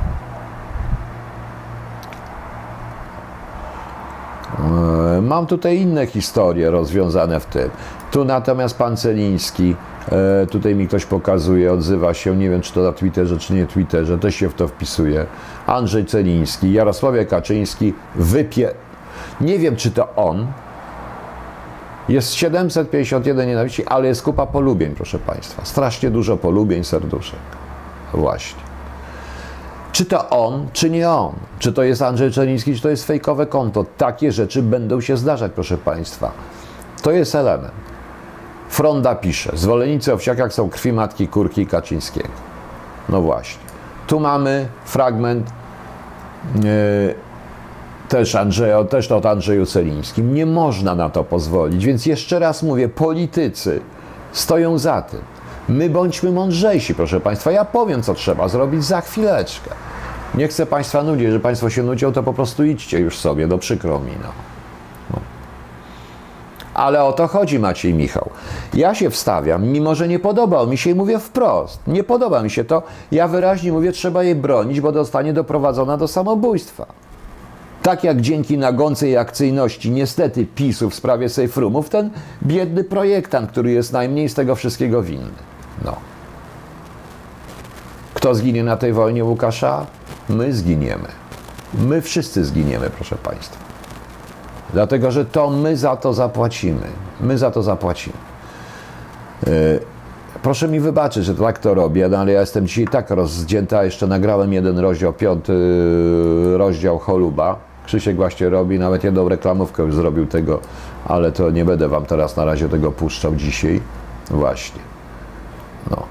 Mam tutaj inne historie rozwiązane w tym. Tu natomiast pan Celiński, tutaj mi ktoś pokazuje, odzywa się, nie wiem czy to na Twitterze, czy nie Twitterze, też się w to wpisuje. Andrzej Celiński, Jarosławie Kaczyński, wypie... Nie wiem czy to on. Jest siedemset pięćdziesiąt jeden nienawiści, ale jest kupa polubień, proszę Państwa. Strasznie dużo polubień, serduszek. Właśnie. Czy to on, czy nie on? Czy to jest Andrzej Czerniński, czy to jest fejkowe konto? Takie rzeczy będą się zdarzać, proszę Państwa. To jest element. Fronda pisze, zwolennicy Owsiaka są krwi matki Kurki i Kaczyńskiego. No właśnie. Tu mamy fragment yy, też Andrzeja, też to od Andrzeju Celińskim. Nie można na to pozwolić, więc jeszcze raz mówię, politycy stoją za tym. My bądźmy mądrzejsi, proszę Państwa. Ja powiem, co trzeba zrobić za chwileczkę. Nie chcę Państwa nudzić. Jeżeli Państwo się nudzą, to po prostu idźcie już sobie, no przykro mi. No. No. Ale o to chodzi, Maciej Michał. Ja się wstawiam, mimo że nie podobał mi się i mówię wprost. Nie podoba mi się to. Ja wyraźnie mówię, trzeba jej bronić, bo zostanie doprowadzona do samobójstwa. Tak jak dzięki nagoncej akcyjności niestety PiSu w sprawie safe roomów, ten biedny projektant, który jest najmniej z tego wszystkiego winny. No. Kto zginie na tej wojnie Łukasza? my zginiemy. My wszyscy zginiemy, proszę Państwa. Dlatego, że to my za to zapłacimy. My za to zapłacimy. Yy, proszę mi wybaczyć, że tak to robię, no ale ja jestem dzisiaj tak rozdzięta. Jeszcze nagrałem jeden rozdział, piąty rozdział Choluba. Krzysiek właśnie robi, nawet jedną reklamówkę już zrobił tego, ale to nie będę Wam teraz na razie tego puszczał dzisiaj. Właśnie. No.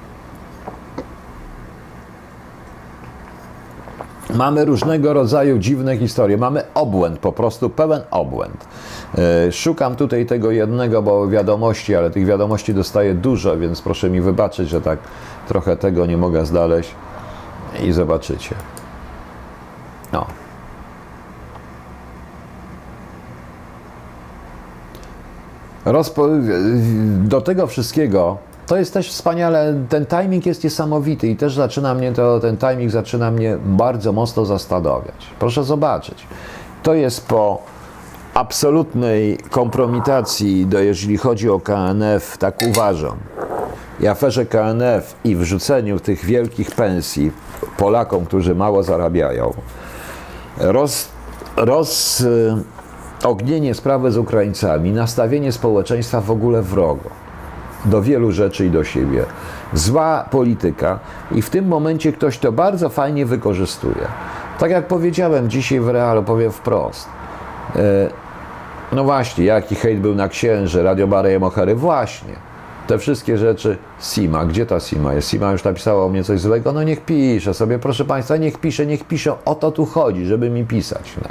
Mamy różnego rodzaju dziwne historie. Mamy obłęd, po prostu pełen obłęd. Yy, szukam tutaj tego jednego, bo wiadomości, ale tych wiadomości dostaję dużo, więc proszę mi wybaczyć, że tak trochę tego nie mogę znaleźć. I zobaczycie. No. Rozpo... Do tego wszystkiego to jest też wspaniale, ten timing jest niesamowity i też zaczyna mnie to, ten timing zaczyna mnie bardzo mocno zastanawiać. Proszę zobaczyć, to jest po absolutnej kompromitacji, do, jeżeli chodzi o K N F, tak uważam, i aferze K N F i wrzuceniu tych wielkich pensji Polakom, którzy mało zarabiają, roz... roz ognienie sprawy z Ukraińcami, nastawienie społeczeństwa w ogóle wrogo do wielu rzeczy i do siebie. Zła polityka i w tym momencie ktoś to bardzo fajnie wykorzystuje. Tak jak powiedziałem dzisiaj w Realu, powiem wprost. No właśnie, jaki hejt był na księży, Radio Maryja Mohery, właśnie. Te wszystkie rzeczy. Sima, gdzie ta Sima jest? Sima już napisała o mnie coś złego? No niech pisze sobie, proszę Państwa, niech pisze, niech pisze. O to tu chodzi, żeby mi pisać. No.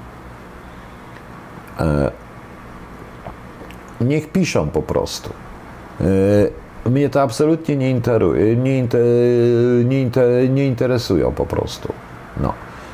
Niech piszą po prostu. Mnie to absolutnie nie, interesuje, nie, inter, nie, inter, nie interesują po prostu. No.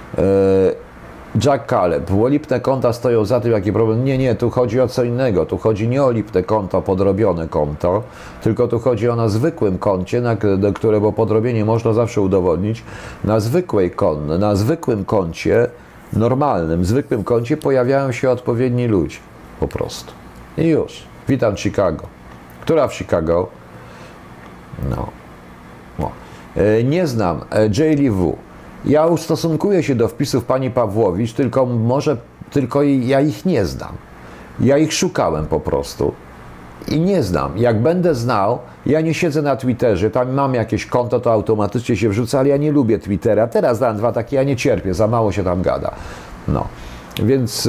Jack Caleb. Lipne konta stoją za tym, jaki problem. Nie, nie, tu chodzi o co innego. Tu chodzi nie o lipne konto, podrobione konto, tylko tu chodzi o na zwykłym koncie, na które, bo podrobienie można zawsze udowodnić, na zwykłej kon, na zwykłym koncie, normalnym, zwykłym koncie pojawiają się odpowiedni ludzie. Po prostu. I już. Witam Chicago. Która w Chicago? No. no. Nie znam J L W. Ja ustosunkuję się do wpisów pani Pawłowicz, tylko może, tylko ja ich nie znam. Ja ich szukałem po prostu. I nie znam. Jak będę znał, ja nie siedzę na Twitterze, tam mam jakieś konto, to automatycznie się wrzuca, ale ja nie lubię Twittera. Teraz dałem dwa takie, ja nie cierpię, za mało się tam gada. No. Więc...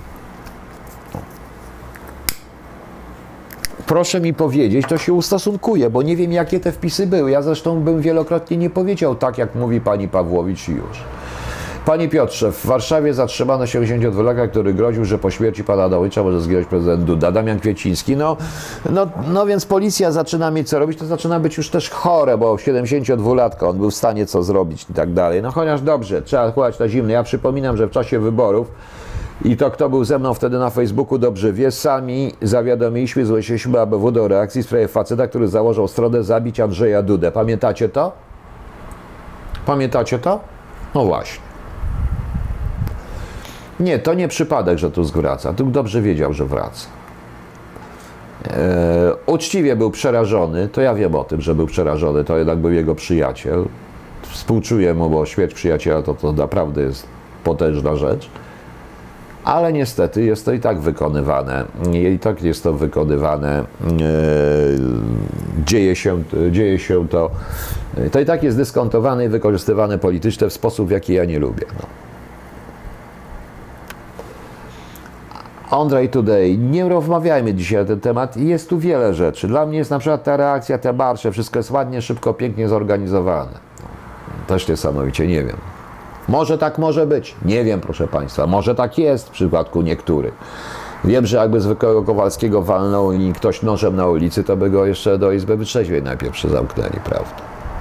Proszę mi powiedzieć, to się ustosunkuje, bo nie wiem, jakie te wpisy były. Ja zresztą bym wielokrotnie nie powiedział tak, jak mówi pani Pawłowicz i już. Panie Piotrze, w Warszawie zatrzymano siedemdziesięciodwulatka, który groził, że po śmierci pana Adamowicza może zginąć prezydent Duda. Damian Kwieciński. No, no, no więc policja zaczyna mieć co robić, to zaczyna być już też chore, bo siedemdziesięciodwulatka, on był w stanie co zrobić i tak dalej. No chociaż dobrze, trzeba kładać na zimne. Ja przypominam, że w czasie wyborów i to, kto był ze mną wtedy na Facebooku, dobrze wie, sami zawiadomiliśmy, zgłosiliśmy A B W do reakcji w sprawie faceta, który założył stronę zabić Andrzeja Dudę. Pamiętacie to? Pamiętacie to? No właśnie. Nie, to nie przypadek, że tu zwraca. Tu dobrze wiedział, że wraca. Eee, uczciwie był przerażony, to ja wiem o tym, że był przerażony, to jednak był jego przyjaciel. Współczuję mu, bo śmierć przyjaciela to, to naprawdę jest potężna rzecz. Ale niestety jest to i tak wykonywane, i tak jest to wykonywane, e, dzieje się, dzieje się to, to i tak jest dyskontowane i wykorzystywane politycznie w sposób, w jaki ja nie lubię. No. Andrzej Today, nie rozmawiajmy dzisiaj na ten temat, jest tu wiele rzeczy. Dla mnie jest na przykład ta reakcja, te marsze, wszystko jest ładnie, szybko, pięknie zorganizowane. No. Też niesamowicie, nie wiem. Może tak może być. Nie wiem, proszę Państwa. Może tak jest w przypadku niektórych. Wiem, że jakby zwykłego Kowalskiego walnął i ktoś nożem na ulicy, to by go jeszcze do Izby Wytrzeźwień najpierw zamknęli, prawda?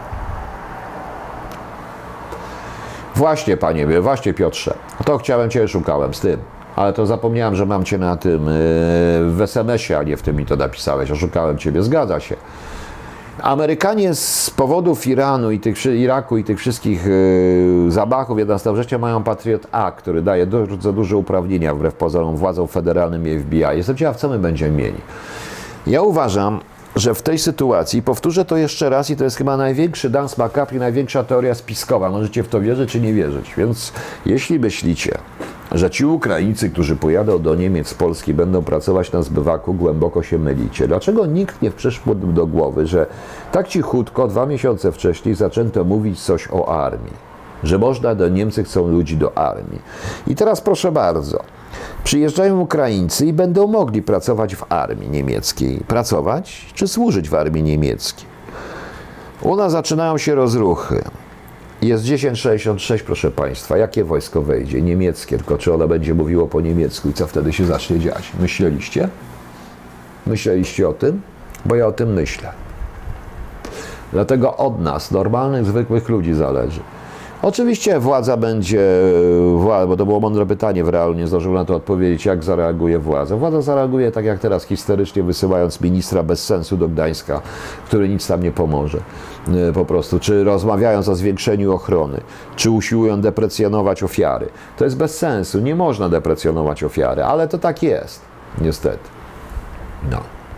Właśnie, Panie, właśnie Piotrze. To chciałem Cię, szukałem z tym. Ale to zapomniałem, że mam Cię na tym w es em esie, a nie w tym mi to napisałeś. Oszukałem Ciebie. Zgadza się. Amerykanie z powodów Iranu i tych, Iraku i tych wszystkich yy, zamachów jedenastego września mają Patriot Act, który daje bardzo duże uprawnienia wbrew pozorom władzom federalnym i F B I. Jestem ciekaw, co my będziemy mieli. Ja uważam, że w tej sytuacji, powtórzę to jeszcze raz i to jest chyba największy dance macabre i największa teoria spiskowa, możecie w to wierzyć czy nie wierzyć, więc jeśli myślicie, że ci Ukraińcy, którzy pojadą do Niemiec z Polski, będą pracować na zbywaku, głęboko się mylicie. Dlaczego nikt nie przyszło do głowy, że tak cichutko, dwa miesiące wcześniej zaczęto mówić coś o armii, że można, do Niemcy chcą ludzi do armii. I teraz proszę bardzo, przyjeżdżają Ukraińcy i będą mogli pracować w armii niemieckiej. Pracować czy służyć w armii niemieckiej? U nas zaczynają się rozruchy. Jest dziesięć sześćdziesiąt sześć, proszę Państwa. Jakie wojsko wejdzie? Niemieckie. Tylko czy ono będzie mówiło po niemiecku i co wtedy się zacznie dziać? Myśleliście? Myśleliście o tym? Bo ja o tym myślę. Dlatego od nas, normalnych, zwykłych ludzi zależy. Oczywiście władza będzie, bo to było mądre pytanie, w realu nie zdążył na to odpowiedzieć, jak zareaguje władza. Władza zareaguje tak jak teraz, histerycznie wysyłając ministra bez sensu do Gdańska, który nic tam nie pomoże. Po prostu, czy rozmawiając o zwiększeniu ochrony, czy usiłują deprecjonować ofiary. To jest bez sensu, nie można deprecjonować ofiary, ale to tak jest, niestety. No.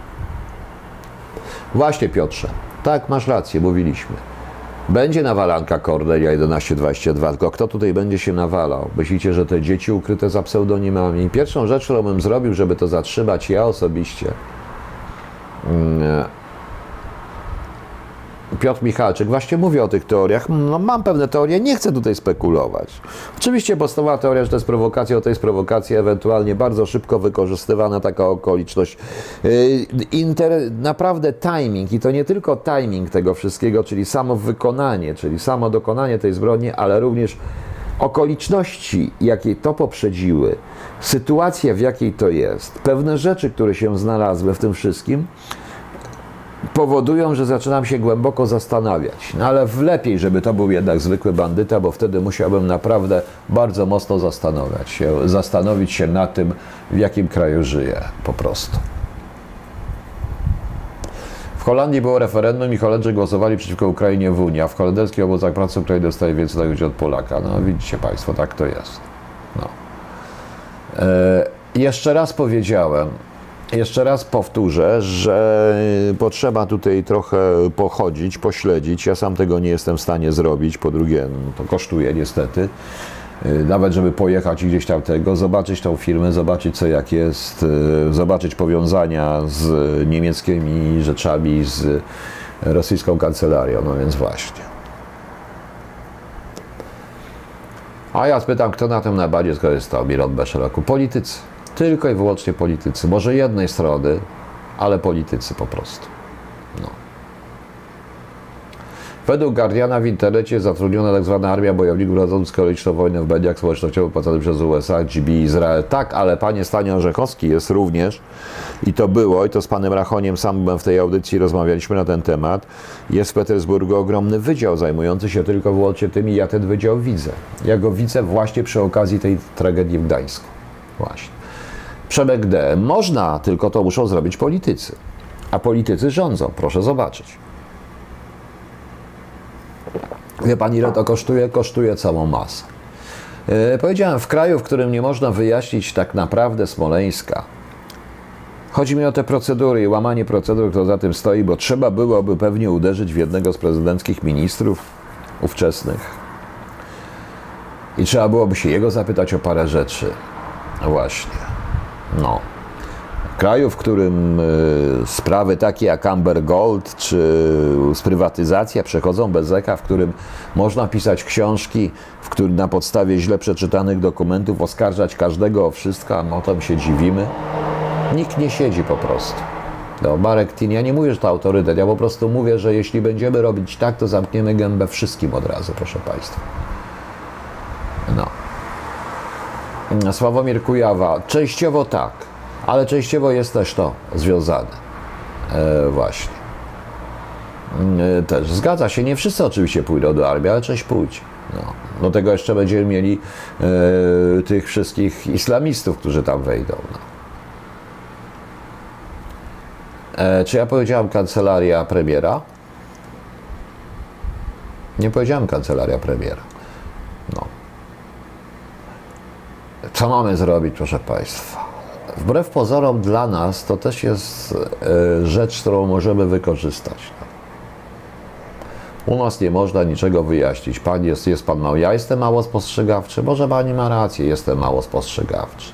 Właśnie, Piotrze, tak, masz rację, mówiliśmy. Będzie nawalanka Kornelia jedenaście dwadzieścia dwa, tylko kto tutaj będzie się nawalał? Myślicie, że te dzieci ukryte za pseudonimami? Pierwszą rzecz, którą bym zrobił, żeby to zatrzymać, ja osobiście, Piotr Michalczyk, właśnie mówię o tych teoriach, no mam pewne teorie, nie chcę tutaj spekulować. Oczywiście podstawowa teoria, że to jest prowokacja, to jest prowokacja, ewentualnie bardzo szybko wykorzystywana taka okoliczność. Inter, naprawdę timing, i to nie tylko timing tego wszystkiego, czyli samo wykonanie, czyli samo dokonanie tej zbrodni, ale również okoliczności, jakie to poprzedziły, sytuacja, w jakiej to jest, pewne rzeczy, które się znalazły w tym wszystkim, powodują, że zaczynam się głęboko zastanawiać. No ale lepiej, żeby to był jednak zwykły bandyta, bo wtedy musiałbym naprawdę bardzo mocno zastanawiać się, zastanowić się na tym, w jakim kraju żyję, po prostu. W Holandii było referendum i Holendrzy głosowali przeciwko Ukrainie w Unii, a w holenderskich obozach pracy Ukraina dostaje więcej ludzi od Polaka. No widzicie Państwo, tak to jest. No. E, jeszcze raz powiedziałem, Jeszcze raz powtórzę, że potrzeba tutaj trochę pochodzić, pośledzić. Ja sam tego nie jestem w stanie zrobić. Po drugie, no, to kosztuje niestety. Nawet żeby pojechać i gdzieś tam tego, zobaczyć tą firmę, zobaczyć co jak jest, zobaczyć powiązania z niemieckimi rzeczami, z rosyjską kancelarią. No więc właśnie. A ja spytam, kto na tym najbardziej skorzystał? Miron B. Szeroku. Politycy. Tylko i wyłącznie politycy. Może jednej strony, ale politycy po prostu. No. Według Guardiana w internecie zatrudniona tak zwana armia bojowników prowadzących skandaliczną wojnę w mediach społecznościowych opłacanych przez U S A, G B, Izrael. Tak, ale panie Stanion Orzechowski jest również, i to było, i to z panem Rachoniem sam byłem w tej audycji, rozmawialiśmy na ten temat, jest w Petersburgu ogromny wydział zajmujący się tylko wyłącznie tym i ja ten wydział widzę. Ja go widzę właśnie przy okazji tej tragedii w Gdańsku. Właśnie. Przemek D. Można, tylko to muszą zrobić politycy. A politycy rządzą, proszę zobaczyć. Wie pan, ile to kosztuje? Kosztuje całą masę. Yy, powiedziałem, w kraju, w którym nie można wyjaśnić tak naprawdę Smoleńska. Chodzi mi o te procedury i łamanie procedur, które za tym stoi, bo trzeba byłoby pewnie uderzyć w jednego z prezydenckich ministrów ówczesnych. I trzeba byłoby się jego zapytać o parę rzeczy. Właśnie. No. W kraju, w którym y, sprawy takie jak Amber Gold czy sprywatyzacja przechodzą bez echa, w którym można pisać książki, w którym na podstawie źle przeczytanych dokumentów oskarżać każdego o wszystko, a potem się dziwimy. Nikt nie siedzi po prostu. No, Marek Tin, ja nie mówię, że to autorytet, ja po prostu mówię, że jeśli będziemy robić tak, to zamkniemy gębę wszystkim od razu, proszę Państwa. No. Sławomir Kujawa, częściowo tak, ale częściowo jest też to związane. E, właśnie. E, też zgadza się, nie wszyscy oczywiście pójdą do armii, ale część pójdzie. No. Do tego jeszcze będziemy mieli e, tych wszystkich islamistów, którzy tam wejdą. No. E, czy ja powiedziałem kancelaria premiera? Nie powiedziałem kancelaria premiera. No. Co mamy zrobić, proszę Państwa? wbrew pozorom dla nas to też jest rzecz, którą możemy wykorzystać. U nas nie można niczego wyjaśnić. Pan jest, jest pan mały. Ja jestem mało spostrzegawczy. Może pani ma rację, jestem mało spostrzegawczy.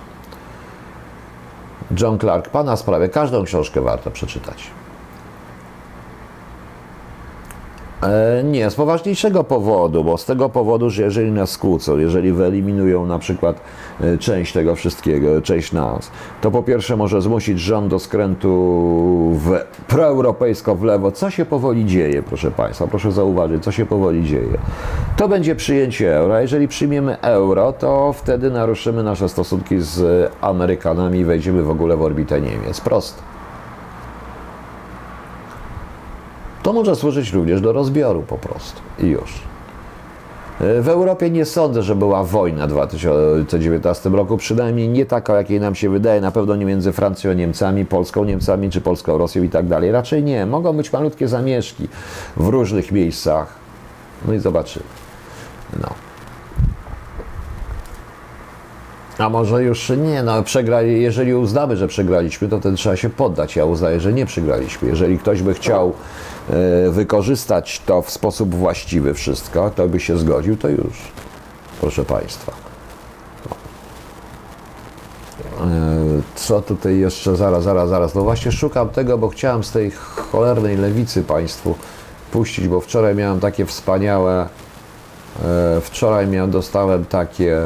John Clark, pana sprawę. Każdą książkę warto przeczytać. E, nie, z poważniejszego powodu, bo z tego powodu, że jeżeli nas skłócą, jeżeli wyeliminują na przykład e, część tego wszystkiego, część nas, to po pierwsze może zmusić rząd do skrętu w proeuropejsko w lewo, co się powoli dzieje, proszę Państwa, proszę zauważyć, co się powoli dzieje. To będzie przyjęcie euro, a jeżeli przyjmiemy euro, to wtedy naruszymy nasze stosunki z Amerykanami i wejdziemy w ogóle w orbitę Niemiec. Proste. To może służyć również do rozbioru po prostu i już. W Europie nie sądzę, że była wojna w dwa tysiące dziewiętnastym roku, przynajmniej nie taka, jakiej nam się wydaje, na pewno nie między Francją a Niemcami, Polską Niemcami czy Polską Rosją i tak dalej. Raczej nie. Mogą być malutkie zamieszki w różnych miejscach. No i zobaczymy. No. A może już nie, no przegrali, jeżeli uznamy, że przegraliśmy, to wtedy trzeba się poddać. Ja uznaję, że nie przegraliśmy. Jeżeli ktoś by chciał e, wykorzystać to w sposób właściwy wszystko, to by się zgodził, to już, proszę Państwa. E, co tutaj jeszcze, zaraz, zaraz, zaraz, no właśnie szukam tego, bo chciałem z tej cholernej lewicy Państwu puścić, bo wczoraj miałem takie wspaniałe, e, wczoraj miałem, dostałem takie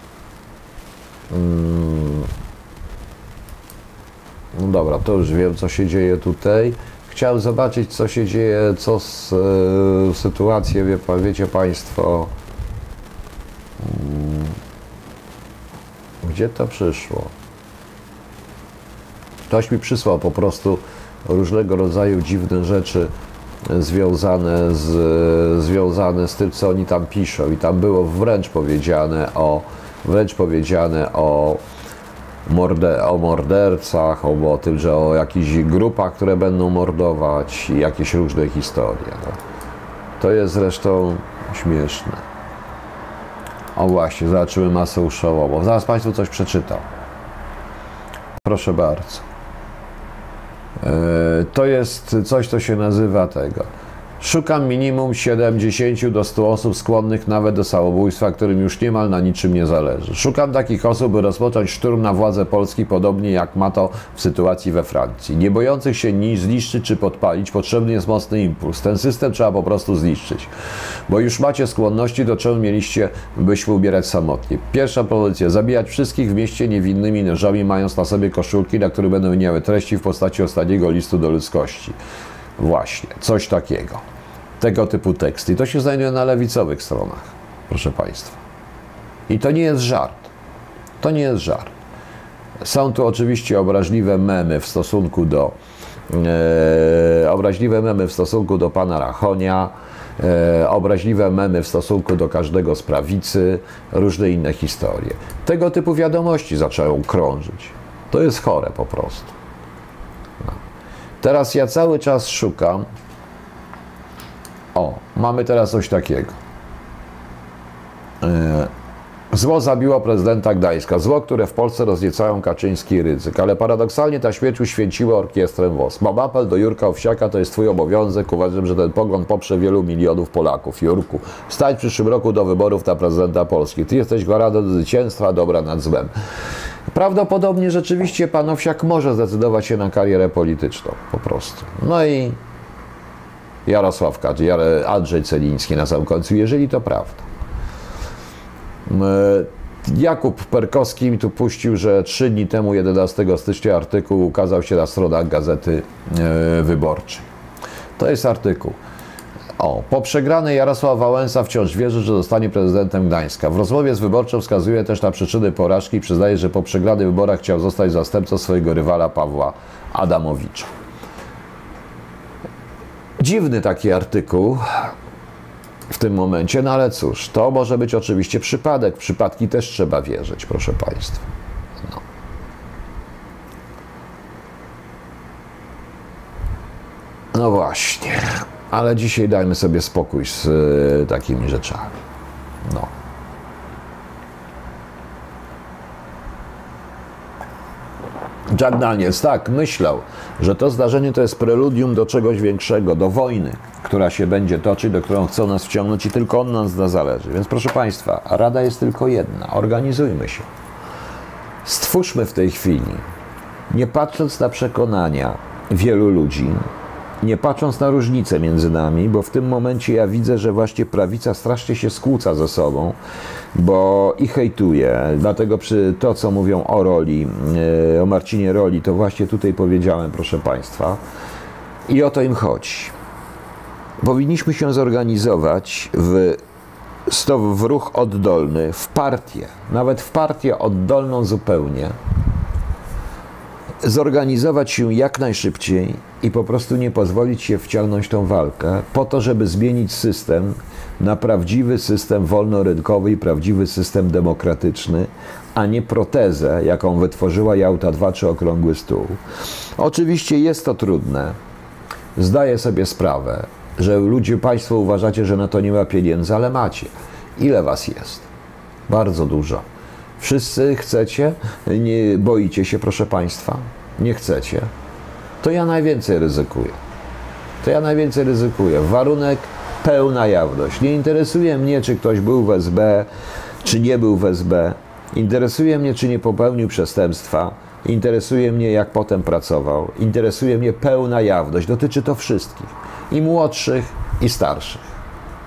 no dobra, to już wiem, co się dzieje tutaj. Chciałem zobaczyć, co się dzieje, co z e, sytuacją, wie, wiecie Państwo, gdzie to przyszło? Ktoś mi przysłał po prostu różnego rodzaju dziwne rzeczy związane z, związane z tym, co oni tam piszą. I tam było wręcz powiedziane o wręcz powiedziane o, morde, o mordercach, o, o tym, że o jakichś grupach, które będą mordować i jakieś różne historie. No. To jest zresztą śmieszne. O właśnie, zobaczymy masę uszołową. Zaraz Państwu coś przeczytam. Proszę bardzo. Yy, to jest coś, co się nazywa tego. Szukam minimum siedemdziesięciu do stu osób skłonnych nawet do samobójstwa, którym już niemal na niczym nie zależy. Szukam takich osób, by rozpocząć szturm na władze Polski, podobnie jak ma to w sytuacji we Francji. Nie bojących się nic zniszczyć czy podpalić, potrzebny jest mocny impuls. Ten system trzeba po prostu zniszczyć. Bo już macie skłonności, do czego mieliście byśmy ubierać samotnie. Pierwsza propozycja. Zabijać wszystkich w mieście niewinnymi nożami, mając na sobie koszulki, na których będą miały treści w postaci ostatniego listu do ludzkości. Właśnie, coś takiego. Tego typu teksty. I to się znajduje na lewicowych stronach, proszę Państwa. I to nie jest żart. To nie jest żart. Są tu oczywiście obraźliwe memy w stosunku do e, obraźliwe memy w stosunku do pana Rachonia, e, obraźliwe memy w stosunku do każdego z prawicy, różne inne historie. Tego typu wiadomości zaczęły krążyć. To jest chore po prostu. No. Teraz ja cały czas szukam. O, mamy teraz coś takiego. Zło zabiło prezydenta Gdańska. Zło, które w Polsce rozniecają Kaczyński i Rydzyk. Ale paradoksalnie ta śmierć uświęciła orkiestrę W O S. Mam apel do Jurka Owsiaka, to jest twój obowiązek. Uważam, że ten pogląd poprze wielu milionów Polaków. Jurku, wstań w przyszłym roku do wyborów na prezydenta Polski. Ty jesteś gwarantem zwycięstwa dobra nad złem. Prawdopodobnie rzeczywiście pan Owsiak może zdecydować się na karierę polityczną. Po prostu. No i Jarosław Kaczyński, Andrzej Celiński na samym końcu, jeżeli to prawda. Jakub Perkowski mi tu puścił, że trzy dni temu, jedenastego stycznia, artykuł ukazał się na stronach Gazety Wyborczej. To jest artykuł. O, po przegranej Jarosław Wałęsa wciąż wierzy, że zostanie prezydentem Gdańska. W rozmowie z Wyborczą wskazuje też na przyczyny porażki i przyznaje, że po przegranych wyborach chciał zostać zastępcą swojego rywala Pawła Adamowicza. Dziwny taki artykuł w tym momencie, no ale cóż, to może być oczywiście przypadek. W przypadki też trzeba wierzyć, proszę Państwa. No. No właśnie, ale dzisiaj dajmy sobie spokój z y, takimi rzeczami. No. Jack Daniels, tak, myślał, że to zdarzenie to jest preludium do czegoś większego, do wojny, która się będzie toczyć, do którą chcą nas wciągnąć i tylko od nas zależy. Więc proszę Państwa, rada jest tylko jedna. Organizujmy się. Stwórzmy w tej chwili, nie patrząc na przekonania wielu ludzi, nie patrząc na różnice między nami, bo w tym momencie ja widzę, że właśnie prawica strasznie się skłóca ze sobą, bo i hejtuje, dlatego przy to, co mówią o Roli, o Marcinie Roli, to właśnie tutaj powiedziałem, proszę Państwa, i o to im chodzi. Powinniśmy się zorganizować w, w ruch oddolny, w partię, nawet w partię oddolną zupełnie, zorganizować się jak najszybciej i po prostu nie pozwolić się wciągnąć w tą walkę po to, żeby zmienić system na prawdziwy system wolnorynkowy i prawdziwy system demokratyczny, a nie protezę, jaką wytworzyła Jałta dwa czy Okrągły Stół. Oczywiście jest to trudne. Zdaję sobie sprawę, że ludzie, Państwo uważacie, że na to nie ma pieniędzy, ale macie. Ile Was jest? Bardzo dużo. Wszyscy chcecie? Nie boicie się, proszę Państwa? Nie chcecie? To ja najwięcej ryzykuję. To ja najwięcej ryzykuję. Warunek pełna jawność. Nie interesuje mnie, czy ktoś był w S B, czy nie był w S B. Interesuje mnie, czy nie popełnił przestępstwa. Interesuje mnie, jak potem pracował. Interesuje mnie pełna jawność. Dotyczy to wszystkich. I młodszych, i starszych.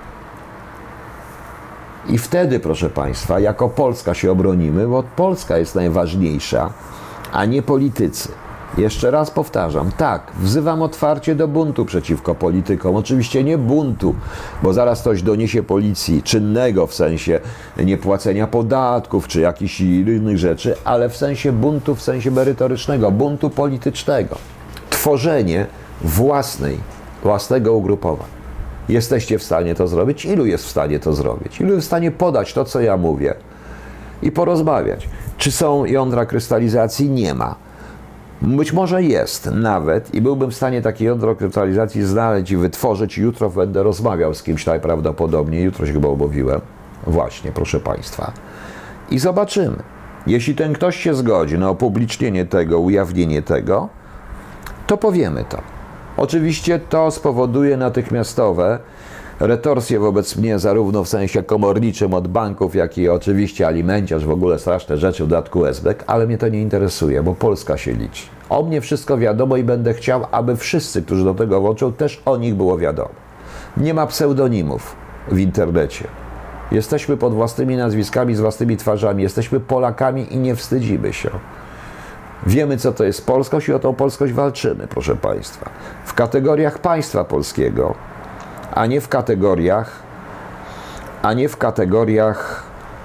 I wtedy, proszę Państwa, jako Polska się obronimy, bo Polska jest najważniejsza, a nie politycy. Jeszcze raz powtarzam, tak, wzywam otwarcie do buntu przeciwko politykom. Oczywiście nie buntu, bo zaraz ktoś doniesie policji czynnego w sensie niepłacenia podatków czy jakichś innych rzeczy, ale w sensie buntu, w sensie merytorycznego, buntu politycznego. Tworzenie własnej, własnego ugrupowania. Jesteście w stanie to zrobić? Ilu jest w stanie to zrobić? Ilu jest w stanie podać to, co ja mówię i porozmawiać? Czy są jądra krystalizacji? Nie ma. Być może jest nawet i byłbym w stanie takie jądro krystalizacji znaleźć i wytworzyć. Jutro będę rozmawiał z kimś najprawdopodobniej. Jutro się chyba umówiłem. Właśnie, proszę Państwa. I zobaczymy. Jeśli ten ktoś się zgodzi na upublicznienie tego, ujawnienie tego, to powiemy to. Oczywiście to spowoduje natychmiastowe retorsje wobec mnie, zarówno w sensie komorniczym od banków, jak i oczywiście alimenciarz, w ogóle straszne rzeczy, w dodatku S B E K, ale mnie to nie interesuje, bo Polska się liczy. O mnie wszystko wiadomo i będę chciał, aby wszyscy, którzy do tego włączą, też o nich było wiadomo. Nie ma pseudonimów w internecie. Jesteśmy pod własnymi nazwiskami, z własnymi twarzami, jesteśmy Polakami i nie wstydzimy się. Wiemy, co to jest polskość i o tą polskość walczymy, proszę Państwa. W kategoriach państwa polskiego, a nie w kategoriach, a nie w kategoriach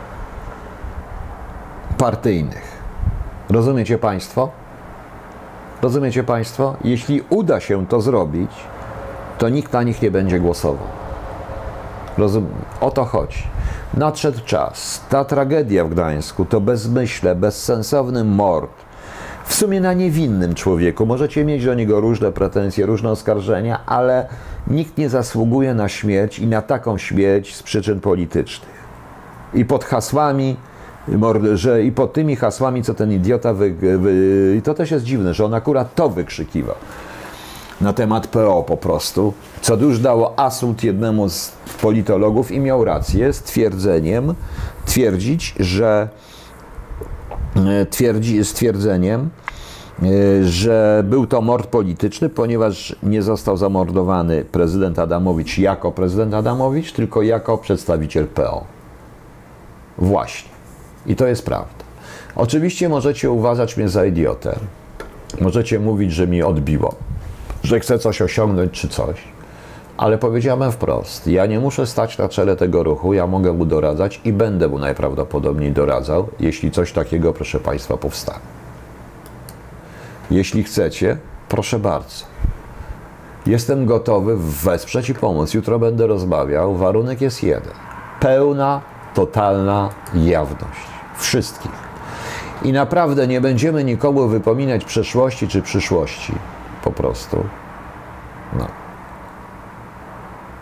partyjnych. Rozumiecie Państwo? Rozumiecie Państwo? Jeśli uda się to zrobić, to nikt na nich nie będzie głosował. Rozum... O to chodzi. Nadszedł czas. Ta tragedia w Gdańsku to bezmyślne, bezsensowny mord. W sumie na niewinnym człowieku. Możecie mieć do niego różne pretensje, różne oskarżenia, ale nikt nie zasługuje na śmierć i na taką śmierć z przyczyn politycznych. I pod hasłami, że i pod tymi hasłami, co ten idiota wy, wy, i to też jest dziwne, że on akurat to wykrzykiwał na temat P O po prostu, co już dało asumpt jednemu z politologów i miał rację z twierdzeniem, twierdzić, że twierdzi, stwierdzeniem, że był to mord polityczny, ponieważ nie został zamordowany prezydent Adamowicz jako prezydent Adamowicz, tylko jako przedstawiciel P O. Właśnie. I to jest prawda. Oczywiście możecie uważać mnie za idiotę. Możecie mówić, że mi odbiło, że chcę coś osiągnąć czy coś. Ale powiedziałem wprost, ja nie muszę stać na czele tego ruchu, ja mogę mu doradzać i będę mu najprawdopodobniej doradzał, jeśli coś takiego, proszę Państwa, powstanie. Jeśli chcecie, proszę bardzo. Jestem gotowy wesprzeć i pomóc. Jutro będę rozmawiał. Warunek jest jeden. Pełna, totalna jawność. Wszystkich. I naprawdę nie będziemy nikomu wypominać przeszłości czy przyszłości. Po prostu. No.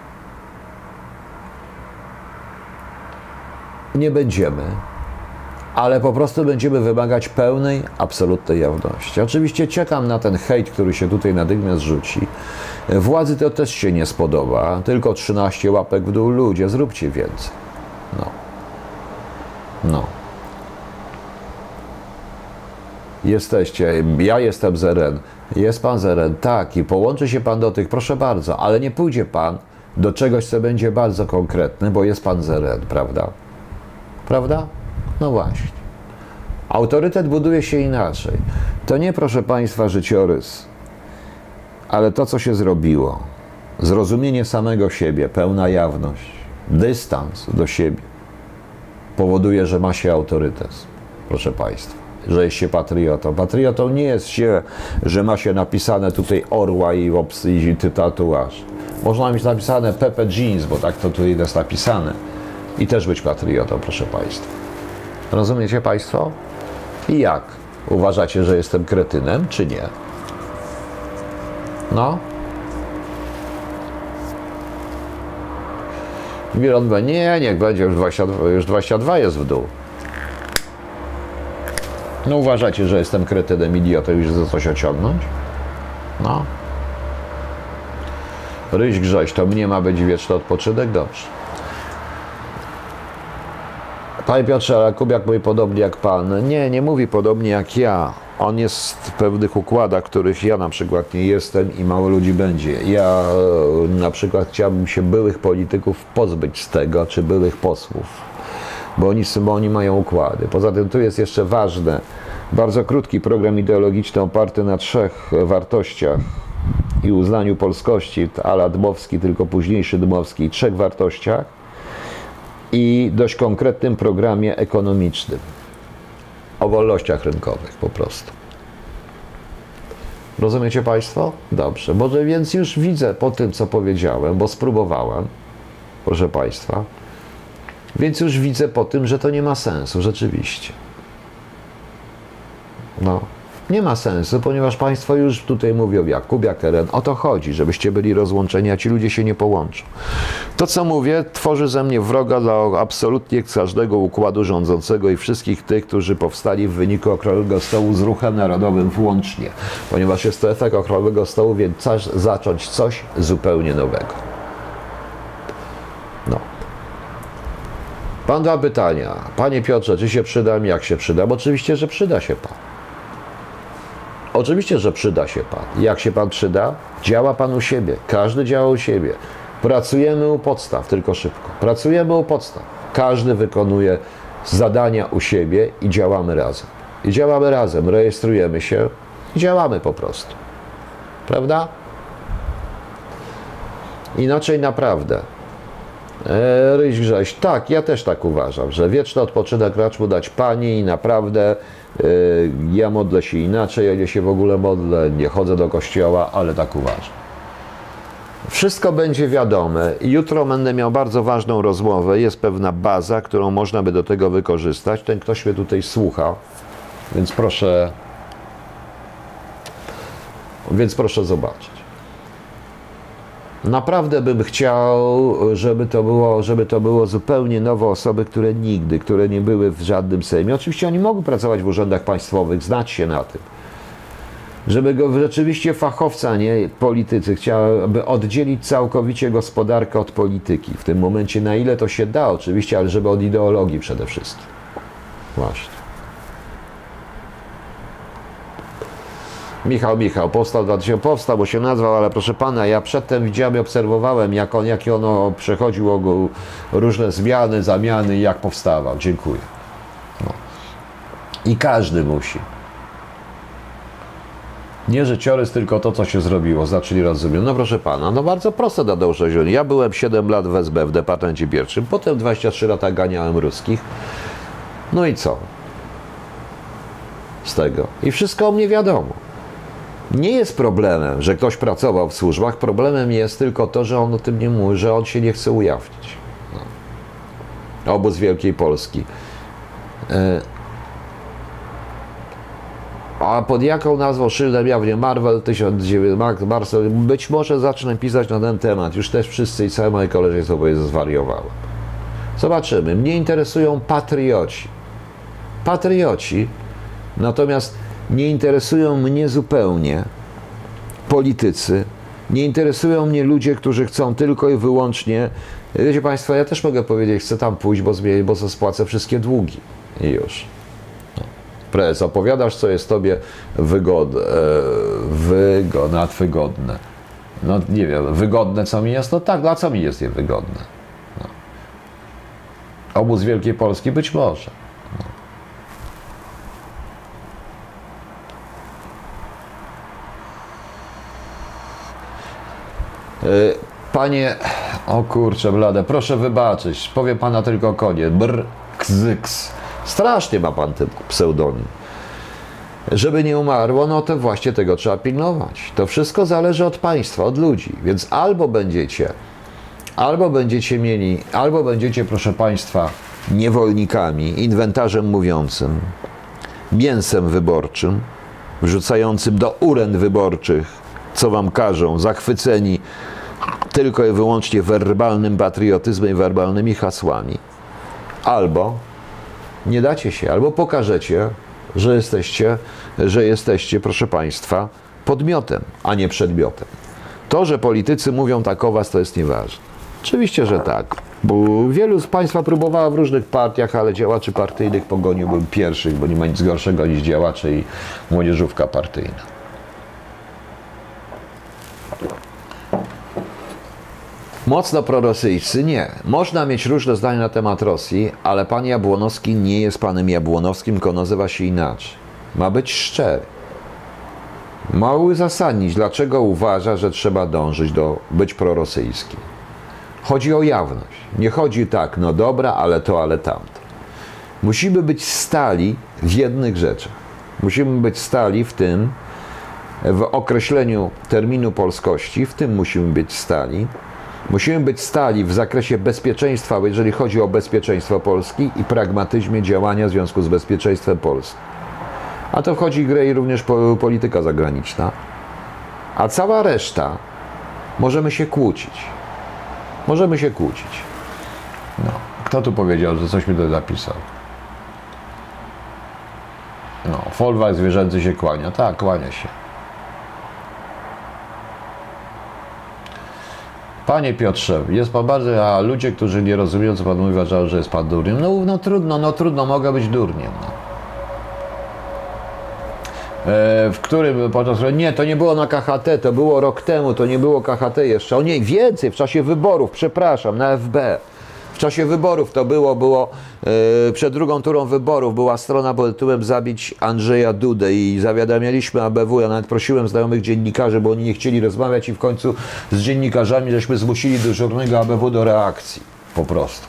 Nie będziemy. ale po prostu będziemy wymagać pełnej, absolutnej jawności. Oczywiście czekam na ten hejt, który się tutaj natychmiast rzuci. Władzy to też się nie spodoba, tylko trzynaście łapek w dół. Ludzie, zróbcie więcej. No. No. Jesteście, ja jestem z R N. Jest pan z R N, tak, i połączy się pan do tych, proszę bardzo, ale nie pójdzie pan do czegoś, co będzie bardzo konkretne, bo jest pan z R N, prawda? Prawda? No właśnie. Autorytet buduje się inaczej. To nie, proszę państwa, życiorys, ale to, co się zrobiło, zrozumienie samego siebie, pełna jawność, dystans do siebie powoduje, że ma się autorytet, proszę państwa, że jest się patriotą. Patriotą nie jest się, że ma się napisane tutaj orła i, i tatuaż. Można mieć napisane Pepe Jeans, bo tak to tutaj jest napisane. I też być patriotą, proszę państwa. Rozumiecie państwo? I jak? Uważacie, że jestem kretynem, czy nie? No? Miron B. Nie, niech będzie, już dwadzieścia dwa, już dwadzieścia dwa jest w dół. No uważacie, że jestem kretynem, idiotą i że za coś ociągnąć? No. Ryś Grześ, to mnie ma być wieczny odpoczynek? Dobrze. Panie Piotrze, ale Kubiak mówi podobnie jak pan. Nie, nie mówi podobnie jak ja. On jest w pewnych układach, których ja na przykład nie jestem i mało ludzi będzie. Ja na przykład chciałbym się byłych polityków pozbyć z tego, czy byłych posłów, bo oni, bo oni mają układy. Poza tym tu jest jeszcze ważne, bardzo krótki program ideologiczny oparty na trzech wartościach i uznaniu polskości, a la Dmowski, tylko późniejszy Dmowski, trzech wartościach i dość konkretnym programie ekonomicznym o wolnościach rynkowych po prostu. Rozumiecie państwo? Dobrze, może więc już widzę po tym, co powiedziałem, bo spróbowałem, proszę państwa, więc już widzę po tym, że to nie ma sensu, rzeczywiście. No, nie ma sensu, ponieważ państwo już tutaj mówią jak Kubiak, R N. O to chodzi, żebyście byli rozłączeni, a ci ludzie się nie połączą. To, co mówię, tworzy ze mnie wroga dla absolutnie każdego układu rządzącego i wszystkich tych, którzy powstali w wyniku Okrągłego Stołu z Ruchem Narodowym włącznie. Ponieważ jest to efekt Okrągłego Stołu, więc czas zacząć coś zupełnie nowego. No. Pan dwa pytania. Panie Piotrze, czy się przydam? Jak się przydam? Oczywiście, że przyda się pan. Oczywiście, że przyda się pan. Jak się pan przyda? Działa pan u siebie. Każdy działa u siebie. Pracujemy u podstaw, tylko szybko. Pracujemy u podstaw. Każdy wykonuje zadania u siebie i działamy razem. I działamy razem. Rejestrujemy się i działamy po prostu. Prawda? Inaczej naprawdę. E, Ryś Grześ, tak, ja też tak uważam, że wieczny odpoczynek racz mu dać Pani i naprawdę e, ja modlę się inaczej, ja nie się w ogóle modlę, nie chodzę do kościoła, ale tak uważam. Wszystko będzie wiadome. Jutro będę miał bardzo ważną rozmowę, jest pewna baza, którą można by do tego wykorzystać. Ten ktoś mnie tutaj słucha, więc proszę, więc proszę zobaczyć. Naprawdę bym chciał, żeby to było, żeby to było zupełnie nowe osoby, które nigdy, które nie były w żadnym Sejmie. Oczywiście oni mogą pracować w urzędach państwowych, znać się na tym. Żeby go rzeczywiście fachowca, a nie politycy, chciałaby oddzielić całkowicie gospodarkę od polityki. W tym momencie, na ile to się da oczywiście, ale żeby od ideologii przede wszystkim. Właśnie. Michał, Michał, powstał dwa tysiące, powstał, bo się nazwał, ale proszę pana, ja przedtem widziałem i obserwowałem, jak on, jakie ono przechodziło różne zmiany, zamiany i jak powstawał. Dziękuję. No. I każdy musi. Nie życiorys, tylko to, co się zrobiło, zaczęli rozumieć. No proszę pana, no bardzo proste na dążenie. Ja byłem siedem lat w S B w Departamencie Pierwszym, potem dwadzieścia trzy lata ganiałem ruskich. No i co? Z tego. I wszystko o mnie wiadomo. Nie jest problemem, że ktoś pracował w służbach, problemem jest tylko to, że on o tym nie mówi, że on się nie chce ujawnić. No. Obóz Wielkiej Polski. E A pod jaką nazwą szyldem jawnie Marvel tysiąc dziewięćset, Marcel, być może zacznę pisać na ten temat. Już też wszyscy i całe moje koleżeństwo zwariowały. Zobaczymy. Mnie interesują patrioci. patrioci, natomiast nie interesują mnie zupełnie politycy, nie interesują mnie ludzie, którzy chcą tylko i wyłącznie, wiecie Państwo, ja też mogę powiedzieć, chcę tam pójść, bo, zmienię, bo spłacę wszystkie długi i już. No. Prezes, opowiadasz, co jest Tobie wygodne, wygodne, nadwygodne. No nie wiem, wygodne co mi jest? No tak, a co mi jest niewygodne? No. Obóz Wielkiej Polski? Być może. No. Panie, o kurczę blade, proszę wybaczyć, powiem Pana tylko koniec, brr, kzyks. Strasznie ma Pan ten pseudonim. Żeby nie umarło, no to właśnie tego trzeba pilnować. To wszystko zależy od państwa, od ludzi. Więc albo będziecie, albo będziecie mieli, albo będziecie, proszę Państwa, niewolnikami, inwentarzem mówiącym, mięsem wyborczym, wrzucającym do urn wyborczych, co Wam każą, zachwyceni tylko i wyłącznie werbalnym patriotyzmem i werbalnymi hasłami. Albo nie dacie się, albo pokażecie, że jesteście, że jesteście, proszę Państwa, podmiotem, a nie przedmiotem. To, że politycy mówią tak o Was, to jest nieważne. Oczywiście, że tak, bo wielu z Państwa próbowało w różnych partiach, ale działaczy partyjnych pogoniłbym pierwszych, bo nie ma nic gorszego niż działacze i młodzieżówka partyjna. Mocno prorosyjscy? Nie. Można mieć różne zdania na temat Rosji, ale pan Jabłonowski nie jest panem Jabłonowskim, tylko nazywa się inaczej. Ma być szczery. Ma uzasadnić, dlaczego uważa, że trzeba dążyć do być prorosyjskim. Chodzi o jawność. Nie chodzi tak, no dobra, ale to, ale tamto. Musimy być stali w jednych rzeczach. Musimy być stali w tym, w określeniu terminu polskości, w tym musimy być stali. Musimy być stali w zakresie bezpieczeństwa, jeżeli chodzi o bezpieczeństwo Polski i pragmatyzmie działania w związku z bezpieczeństwem Polski. A to wchodzi w grę i również polityka zagraniczna. A cała reszta możemy się kłócić. Możemy się kłócić. No. Kto tu powiedział, że coś mi to zapisał? No, folwark zwierzęcy się kłania. Tak, kłania się. Panie Piotrze, jest pan bardzo, a ludzie, którzy nie rozumieją, co pan mówi, uważają, że jest pan durniem. No, no trudno, no trudno, mogę być durniem. No. E, w którym podczas, nie, to nie było na K H T, to było rok temu, to nie było K H T jeszcze. O nie, więcej, w czasie wyborów, przepraszam, na F B. W czasie wyborów to było, było e, przed drugą turą wyborów była strona pod tytułem Zabić Andrzeja Dudę i zawiadamialiśmy A B W, ja nawet prosiłem znajomych dziennikarzy, bo oni nie chcieli rozmawiać i w końcu z dziennikarzami żeśmy zmusili dyżurnego A B W do reakcji, po prostu.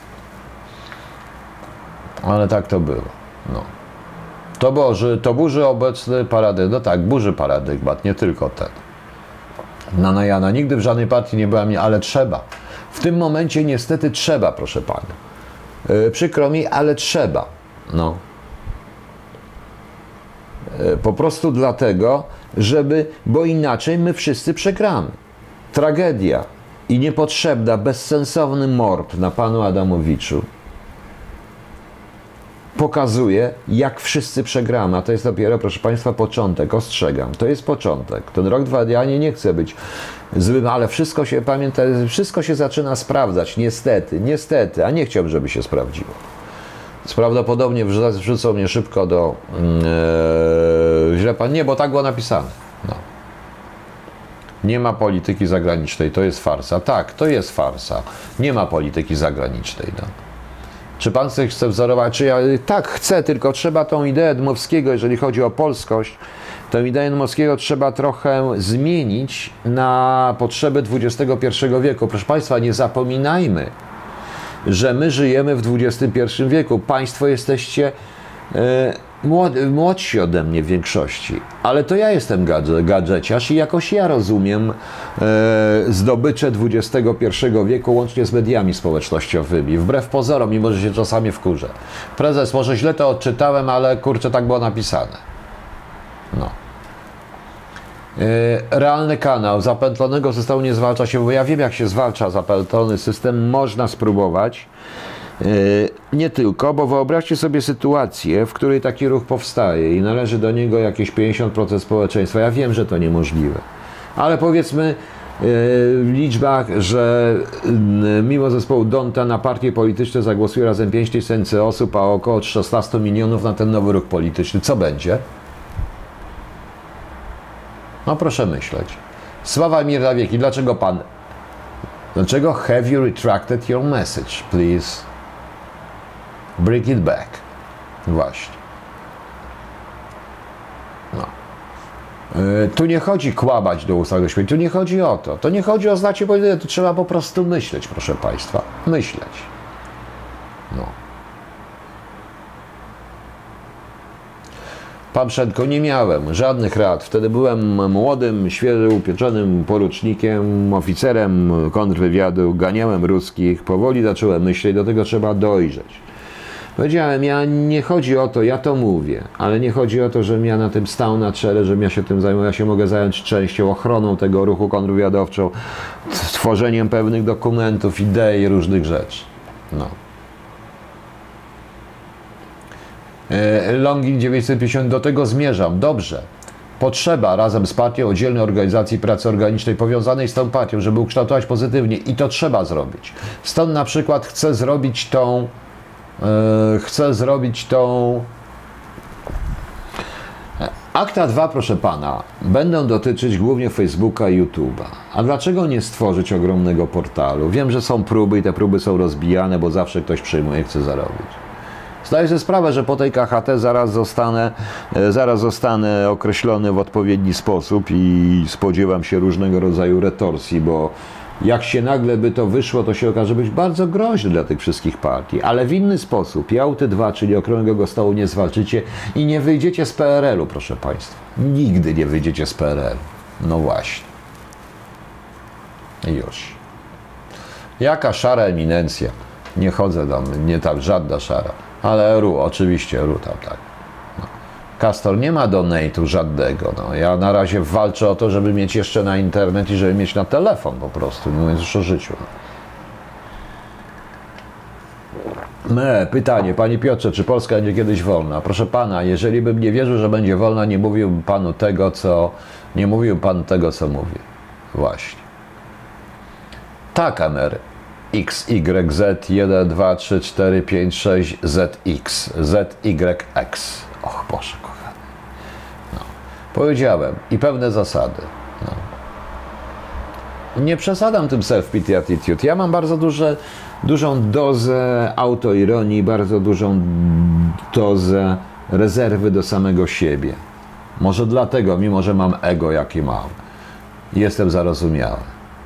Ale tak to było, no. To, burzy, to burzy obecny paradygmat, no tak, burzy paradygmat, nie tylko ten. Nana Jana, nigdy w żadnej partii nie była mnie, ale trzeba. W tym momencie niestety trzeba, proszę pana. Yy, przykro mi, ale trzeba. No. Yy, po prostu dlatego, żeby, bo inaczej my wszyscy przegramy. Tragedia i niepotrzebna, bezsensowny mord na panu Adamowiczu pokazuje, jak wszyscy przegramy, a to jest dopiero, proszę państwa, początek, ostrzegam, to jest początek. Ten rok, dwa, ja nie, nie chcę być złym, ale wszystko się, pamiętaj, wszystko się zaczyna sprawdzać, niestety, niestety, a nie chciałbym, żeby się sprawdziło. Prawdopodobnie wrzucą mnie szybko do yy, źle pan, nie, bo tak było napisane. No. Nie ma polityki zagranicznej, to jest farsa. Tak, to jest farsa. Nie ma polityki zagranicznej, no. Czy pan chce wzorować? Czy ja tak chcę, tylko trzeba tą ideę Dmowskiego, jeżeli chodzi o polskość, tę ideę Dmowskiego trzeba trochę zmienić na potrzeby dwudziestego pierwszego wieku. Proszę państwa, nie zapominajmy, że my żyjemy w dwudziestym pierwszym wieku. Państwo jesteście e, młod, młodsi ode mnie w większości, ale to ja jestem gadżeciarz i jakoś ja rozumiem e, zdobycze dwudziestego pierwszego wieku łącznie z mediami społecznościowymi. Wbrew pozorom, mimo że się czasami wkurzę. Prezes, może źle to odczytałem, ale kurczę, tak było napisane. No. E, realny kanał zapętlonego systemu nie zwalcza się, bo ja wiem, jak się zwalcza zapętlony system, można spróbować. Nie tylko, bo wyobraźcie sobie sytuację, w której taki ruch powstaje i należy do niego jakieś pięćdziesiąt procent społeczeństwa. Ja wiem, że to niemożliwe, ale powiedzmy w liczbach, że mimo zespołu Donta na partie polityczne zagłosuje razem pięć tysięcy osób, a około szesnaście milionów na ten nowy ruch polityczny. Co będzie? No proszę myśleć. Sławomir Dawieki, dlaczego pan... Dlaczego have you retracted your message? Please bring it back. Właśnie. No. Yy, tu nie chodzi kłamać do ustawego śmierci, tu nie chodzi o to. To nie chodzi o znacie polityczne, tu trzeba po prostu myśleć, proszę państwa. Myśleć. No. Pan Szenko, nie miałem żadnych rad. Wtedy byłem młodym, świeżo upieczonym porucznikiem, oficerem kontrwywiadu, ganiałem ruskich, powoli zacząłem myśleć, do tego trzeba dojrzeć. Powiedziałem, ja nie chodzi o to, ja to mówię, ale nie chodzi o to, żebym ja na tym stał na czele, żebym ja się tym zajmował. Ja się mogę zająć częścią ochroną tego ruchu kontrwywiadowczą, tworzeniem pewnych dokumentów, idei, różnych rzeczy. No. Longin dziewięćset pięćdziesiąt, do tego zmierzam. Dobrze. Potrzeba razem z partią oddzielnej organizacji pracy organicznej powiązanej z tą partią, żeby ukształtować pozytywnie i to trzeba zrobić. Stąd na przykład chcę zrobić tą yy, chcę zrobić tą Akta dwa, proszę pana, będą dotyczyć głównie Facebooka i YouTube'a. A dlaczego nie stworzyć ogromnego portalu? Wiem, że są próby i te próby są rozbijane, bo zawsze ktoś przyjmuje, chce zarobić. Zdaję sobie sprawę, że po tej K H T zaraz zostanę, zaraz zostanę określony w odpowiedni sposób i spodziewam się różnego rodzaju retorsji, bo jak się nagle by to wyszło, to się okaże być bardzo groźne dla tych wszystkich partii, ale w inny sposób. Jałty dwa, czyli Okrągłego Stołu nie zwalczycie i nie wyjdziecie z P R L u, proszę państwa. Nigdy nie wyjdziecie z P R L u. No właśnie. Już. Jaka szara eminencja. Nie chodzę tam, nie tam żadna szara. Ale R U, oczywiście R U tam, tak. No. Castor, nie ma donate'u żadnego. No. Ja na razie walczę o to, żeby mieć jeszcze na internet i żeby mieć na telefon po prostu, nie mówiąc już o życiu. Me, pytanie, panie Piotrze, czy Polska będzie kiedyś wolna? Proszę pana, jeżeli bym nie wierzył, że będzie wolna, nie mówiłbym panu tego, co... Nie mówił pan tego, co mówię. Właśnie. Tak, Amery. X, Y, Z, jeden, dwa, trzy, cztery, pięć, sześć, Z, X, Z, Y, X. Och Boże, kochany. No. Powiedziałem. I pewne zasady. No. Nie przesadzam tym self-pity attitude. Ja mam bardzo duże, dużą dozę autoironii, bardzo dużą dozę rezerwy do samego siebie. Może dlatego, mimo że mam ego, jakie mam, jestem zarozumiały.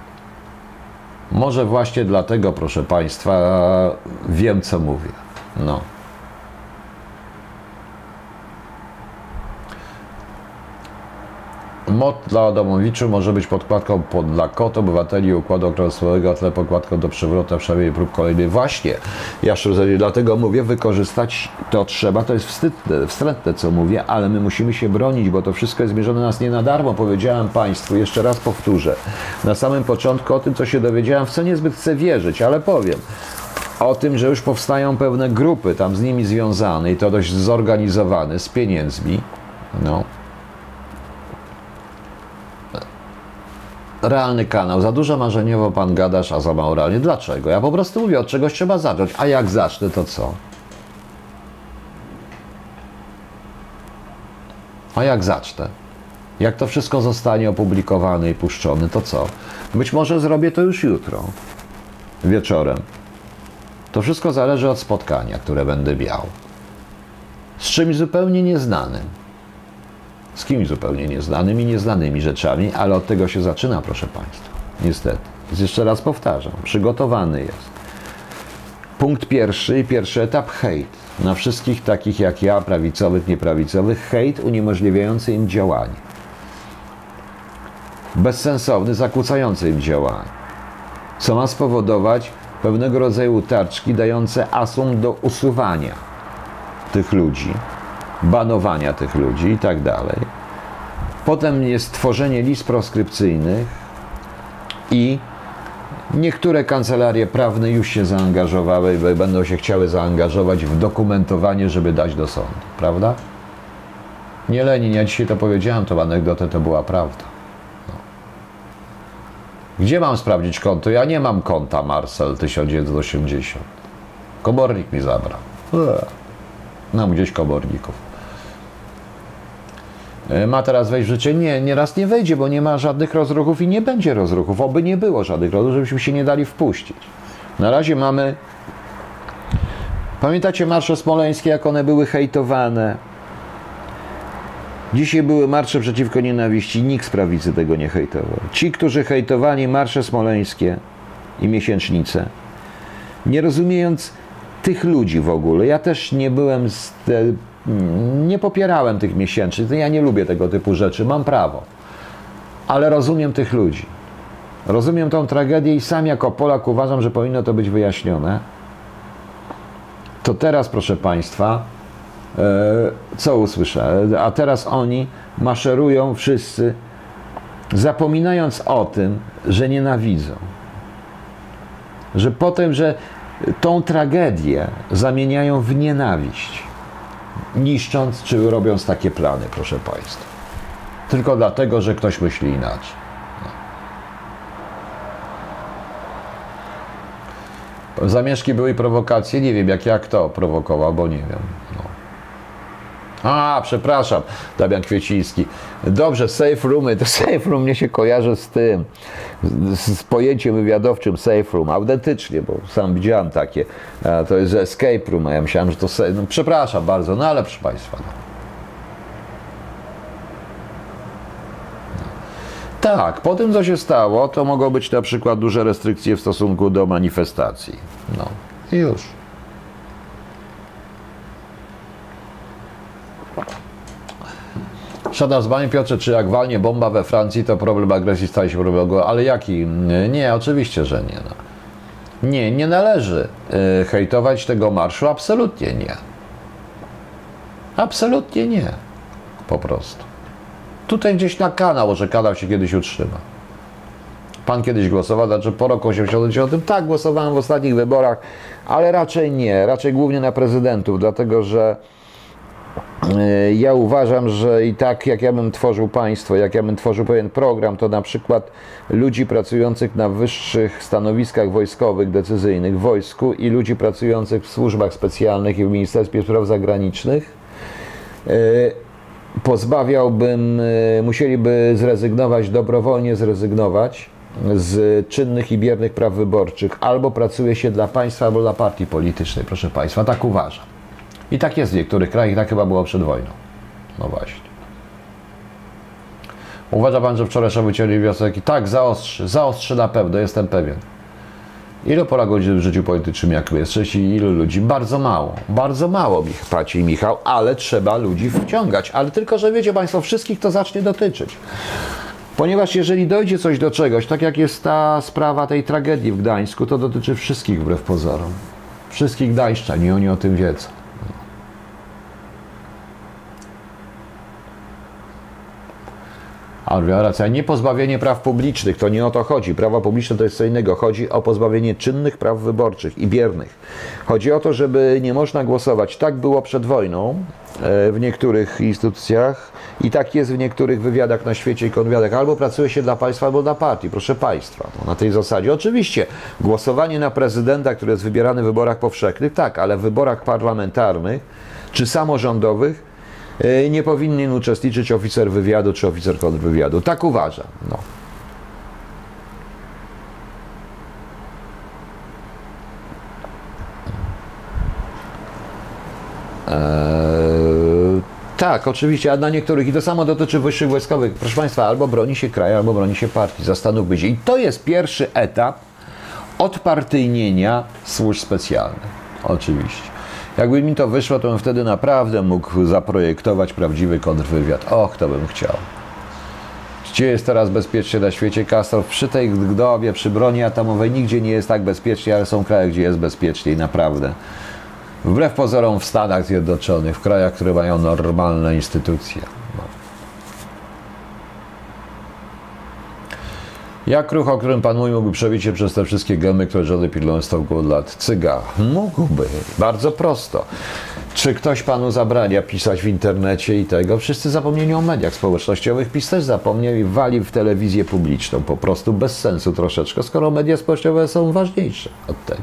Może właśnie dlatego, proszę państwa, wiem, co mówię. No. Mod dla Adamowiczu może być podkładką pod, dla kot obywateli Układu Okrągłego, a tle podkładką do przewrotu, a przynajmniej prób kolejnych. Właśnie, ja szczerze, dlatego mówię, wykorzystać to trzeba, to jest wstydne, wstrętne, co mówię, ale my musimy się bronić, bo to wszystko jest zmierzone na nas nie na darmo. Powiedziałem państwu, jeszcze raz powtórzę, na samym początku o tym, co się dowiedziałem, w co niezbyt chcę wierzyć, ale powiem. O tym, że już powstają pewne grupy tam z nimi związane i to dość zorganizowane, z pieniędzmi, no. Realny kanał. Za dużo marzeniowo pan gadasz, a za mało realnie. Dlaczego? Ja po prostu mówię, od czegoś trzeba zacząć. A jak zacznę, to co? A jak zacznę? Jak to wszystko zostanie opublikowane i puszczone, to co? Być może zrobię to już jutro. Wieczorem. To wszystko zależy od spotkania, które będę miał. Z czymś zupełnie nieznanym. Z kimś zupełnie nieznanym i nieznanymi rzeczami, ale od tego się zaczyna, proszę państwa. Niestety. Jeszcze raz powtarzam, przygotowany jest. Punkt pierwszy i pierwszy etap hejt. Na wszystkich takich jak ja, prawicowych, nieprawicowych, hejt uniemożliwiający im działanie. Bezsensowny, zakłócający im działanie. Co ma spowodować pewnego rodzaju utarczki dające asum do usuwania tych ludzi, banowania tych ludzi i tak dalej. Potem jest tworzenie list proskrypcyjnych i Niektóre kancelarie prawne już się zaangażowały i będą się chciały zaangażować w dokumentowanie, żeby dać do sądu, prawda? Nie Lenin, ja dzisiaj to powiedziałem, tą anegdotę, to była prawda. No. Gdzie mam sprawdzić konto? Ja nie mam konta Marcel tysiąc dziewięćset osiemdziesiąt. Komornik mi zabrał. Mam gdzieś komorników. Ma teraz wejść w życie? Nie, nieraz nie wejdzie, bo nie ma żadnych rozruchów i nie będzie rozruchów. Oby nie było żadnych rozruchów, żebyśmy się nie dali wpuścić. Na razie mamy... Pamiętacie marsze smoleńskie, jak one były hejtowane? Dzisiaj były marsze przeciwko nienawiści. Nikt z prawicy tego nie hejtował. Ci, którzy hejtowali marsze smoleńskie i miesięcznice, nie rozumiejąc tych ludzi w ogóle. Ja też nie byłem z te, nie popierałem tych miesięcznic. Ja nie lubię tego typu rzeczy. Mam prawo. Ale rozumiem tych ludzi. Rozumiem tą tragedię i sam jako Polak uważam, że powinno to być wyjaśnione. To teraz, proszę Państwa, co usłyszę? A teraz oni maszerują wszyscy, zapominając o tym, że nienawidzą. Że potem, że tą tragedię zamieniają w nienawiść, niszcząc czy robiąc takie plany, proszę Państwa. Tylko dlatego, że ktoś myśli inaczej. No. Zamieszki były prowokacje, nie wiem jak ja kto prowokował, bo nie wiem. No. A, przepraszam, Damian Kwieciński. Dobrze, safe roomy, to safe room mnie się kojarzy z tym, z, z pojęciem wywiadowczym safe room, autentycznie, bo sam widziałem takie, a to jest escape room, a ja myślałem, że to safe, no, przepraszam bardzo, no ale proszę Państwa. No. Tak, po tym co się stało, to mogą być na przykład duże restrykcje w stosunku do manifestacji. No i już. Szada z Bani, Piotrze, czy jak walnie bomba we Francji, to problem agresji staje się problemem, ale jaki? Nie, oczywiście, że nie. No. Nie, nie należy y, hejtować tego marszu, absolutnie nie. Absolutnie nie. Po prostu. Tutaj gdzieś na kanał, że kanał się kiedyś utrzyma. Pan kiedyś głosował, znaczy po roku osiemdziesiątym dziewiątym, tak, głosowałem w ostatnich wyborach, ale raczej nie, raczej głównie na prezydentów, dlatego że ja uważam, że i tak jak ja bym tworzył państwo, jak ja bym tworzył pewien program, to na przykład ludzi pracujących na wyższych stanowiskach wojskowych, decyzyjnych w wojsku i ludzi pracujących w służbach specjalnych i w Ministerstwie Spraw Zagranicznych pozbawiałbym, musieliby zrezygnować, dobrowolnie zrezygnować z czynnych i biernych praw wyborczych. Albo pracuje się dla państwa, albo dla partii politycznej, proszę Państwa, tak uważam. I tak jest w niektórych krajach, tak chyba było przed wojną. No właśnie. Uważa Pan, że wczoraj wyciągnęli wniosek i tak, zaostrzy, zaostrzy na pewno, jestem pewien. Ilu Polaków w życiu politycznym jak jest? Sześć i ilu ludzi? Bardzo mało. Bardzo mało, Paci i Michał, ale trzeba ludzi wciągać. Ale tylko, że wiecie Państwo, wszystkich to zacznie dotyczyć. Ponieważ jeżeli dojdzie coś do czegoś, tak jak jest ta sprawa tej tragedii w Gdańsku, to dotyczy wszystkich wbrew pozorom. Wszystkich gdańszczan i oni o tym wiedzą. Ale racja, nie pozbawienie praw publicznych, to nie o to chodzi. Prawa publiczne to jest co innego. Chodzi o pozbawienie czynnych praw wyborczych i biernych. Chodzi o to, żeby nie można głosować. Tak było przed wojną w niektórych instytucjach i tak jest w niektórych wywiadach na świecie i konwiadach. Albo pracuje się dla państwa, albo dla partii. Proszę Państwa, no na tej zasadzie. Oczywiście głosowanie na prezydenta, który jest wybierany w wyborach powszechnych, tak, ale w wyborach parlamentarnych czy samorządowych nie powinien uczestniczyć oficer wywiadu czy oficer kontrwywiadu. Tak uważam. No. Eee, tak, oczywiście, a na niektórych i to samo dotyczy wyższych wojskowych. Proszę Państwa, albo broni się kraju, albo broni się partii. Zastanówmy się. I to jest pierwszy etap odpartyjnienia służb specjalnych. Oczywiście. Jakby mi to wyszło, to bym wtedy naprawdę mógł zaprojektować prawdziwy kontrwywiad. Och, to bym chciał. Gdzie jest teraz bezpiecznie na świecie, Kastor? Przy tej Gdowie, przy broni atomowej nigdzie nie jest tak bezpiecznie, ale są kraje, gdzie jest bezpieczniej, naprawdę. Wbrew pozorom w Stanach Zjednoczonych, w krajach, które mają normalne instytucje. No. Jak ruch, o którym pan mówi, mógłby przebić się przez te wszystkie gemy, które rządy pilnują z od lat? Cyga. Mógłby. Bardzo prosto. Czy ktoś panu zabrania pisać w internecie i tego? Wszyscy zapomnieli o mediach społecznościowych. PiS też zapomniał i wali w telewizję publiczną. Po prostu bez sensu troszeczkę, skoro media społecznościowe są ważniejsze od tego.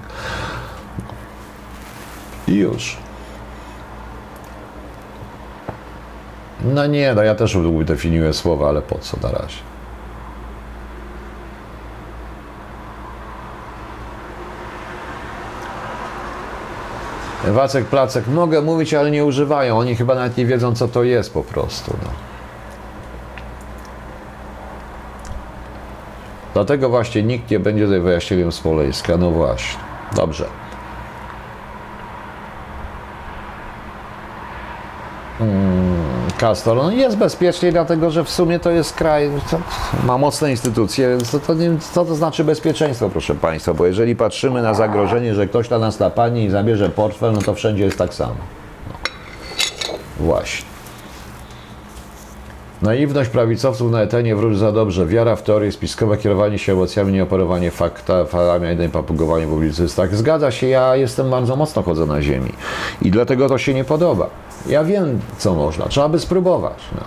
I już. No nie, no ja też definiuję słowa, ale po co na razie? Wacek, Placek, mogę mówić, ale nie używają. Oni chyba nawet nie wiedzą, co to jest po prostu. No. Dlatego właśnie nikt nie będzie tutaj wyjaśnieniem Smoleńska. No właśnie. Dobrze. Hmm, Castor, no jest bezpieczniej, dlatego że w sumie to jest kraj, to ma mocne instytucje, więc to, to nie, co to znaczy bezpieczeństwo, proszę Państwa, bo jeżeli patrzymy na zagrożenie, że ktoś na nas napadnie i zabierze portfel, no to wszędzie jest tak samo. No. Właśnie. Naiwność prawicowców na etenie wróży za dobrze. Wiara w teorię spiskowe, kierowanie się emocjami, nieoperowanie faktami, a jedynie papugowanie w publicystach. Zgadza się, ja jestem bardzo mocno chodzę na ziemi i dlatego to się nie podoba. Ja wiem, co można. Trzeba by spróbować. No.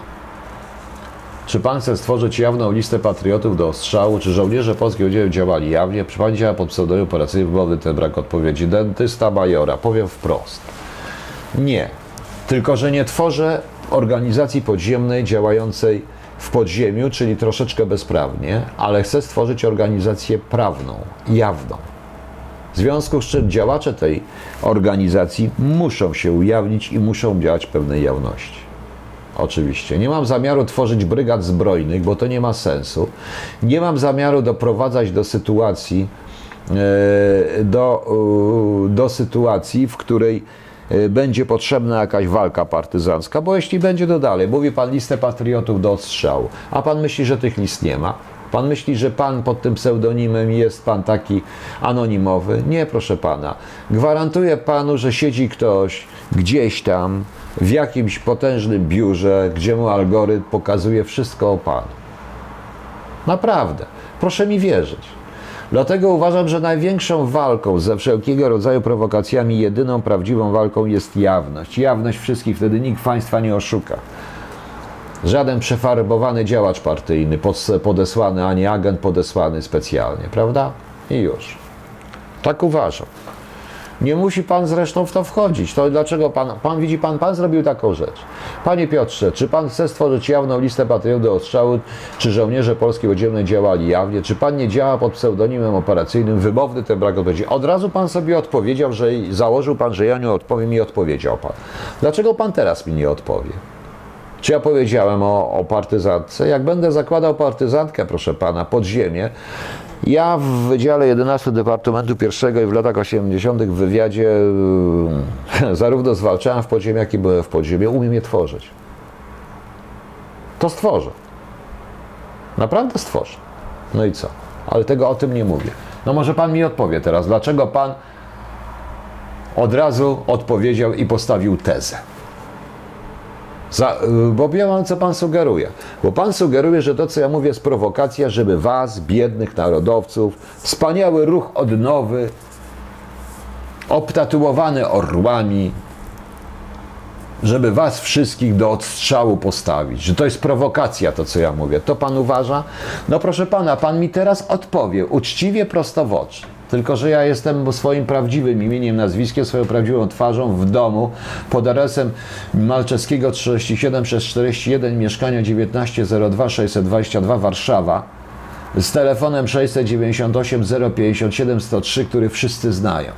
Czy pan chce stworzyć jawną listę patriotów do ostrzału? Czy żołnierze polskich oddziałów działali jawnie? Czy pan działa pod pseudonimem operacyjnym? Wywołany ten brak odpowiedzi. Dentysta majora. Powiem wprost. Nie. Tylko że nie tworzę organizacji podziemnej działającej w podziemiu, czyli troszeczkę bezprawnie, ale chcę stworzyć organizację prawną, jawną. W związku z czym działacze tej organizacji muszą się ujawnić i muszą działać w pewnej jawności. Oczywiście. Nie mam zamiaru tworzyć brygad zbrojnych, bo to nie ma sensu. Nie mam zamiaru doprowadzać do sytuacji, do, do sytuacji, w której będzie potrzebna jakaś walka partyzancka, bo jeśli będzie, to dalej. Mówi pan listę patriotów do odstrzału, a pan myśli, że tych list nie ma? Pan myśli, że pan pod tym pseudonimem jest pan taki anonimowy? Nie, proszę pana. Gwarantuję panu, że siedzi ktoś gdzieś tam w jakimś potężnym biurze, gdzie mu algorytm pokazuje wszystko o panu. Naprawdę. Proszę mi wierzyć. Dlatego uważam, że największą walką ze wszelkiego rodzaju prowokacjami, jedyną prawdziwą walką jest jawność. Jawność wszystkich, wtedy nikt państwa nie oszuka. Żaden przefarbowany działacz partyjny, podesłany, ani agent podesłany specjalnie, prawda? I już. Tak uważam. Nie musi pan zresztą w to wchodzić. To dlaczego pan, pan widzi, pan, pan zrobił taką rzecz. Panie Piotrze, czy pan chce stworzyć jawną listę patriotów do ostrzału, czy żołnierze polskiej podziemnej działali jawnie, czy pan nie działa pod pseudonimem operacyjnym, wymowny ten brak odpowiedzi. Od razu pan sobie odpowiedział, że założył pan, że ja nie odpowiem i odpowiedział pan. Dlaczego pan teraz mi nie odpowie? Czy ja powiedziałem o, o partyzantce? Jak będę zakładał partyzantkę, proszę pana, pod ziemię, ja w Wydziale jedenastym Departamentu pierwszego i w latach osiemdziesiątych w wywiadzie yy, zarówno zwalczałem w podziemiu, jak i byłem w podziemiu. Umiem je tworzyć. To stworzę. Naprawdę stworzę. No i co? Ale tego o tym nie mówię. No może pan mi odpowie teraz, dlaczego pan od razu odpowiedział i postawił tezę. Za, bo ja mam, co pan sugeruje. Bo pan sugeruje, że to, co ja mówię, jest prowokacja, żeby was, biednych narodowców, wspaniały ruch odnowy, obtatuowany orłami, żeby was wszystkich do odstrzału postawić. Że to jest prowokacja, to, co ja mówię. To pan uważa? No proszę pana, pan mi teraz odpowie, uczciwie, prosto w oczy. Tylko że ja jestem swoim prawdziwym imieniem, nazwiskiem, swoją prawdziwą twarzą w domu pod adresem Malczewskiego trzydzieści siedem przez czterdzieści jeden, mieszkania dziewiętnaście zero dwa sześćset dwadzieścia dwa Warszawa, z telefonem sześćset dziewięćdziesiąt osiem zero pięćdziesiąt siedem sto trzy, który wszyscy znają.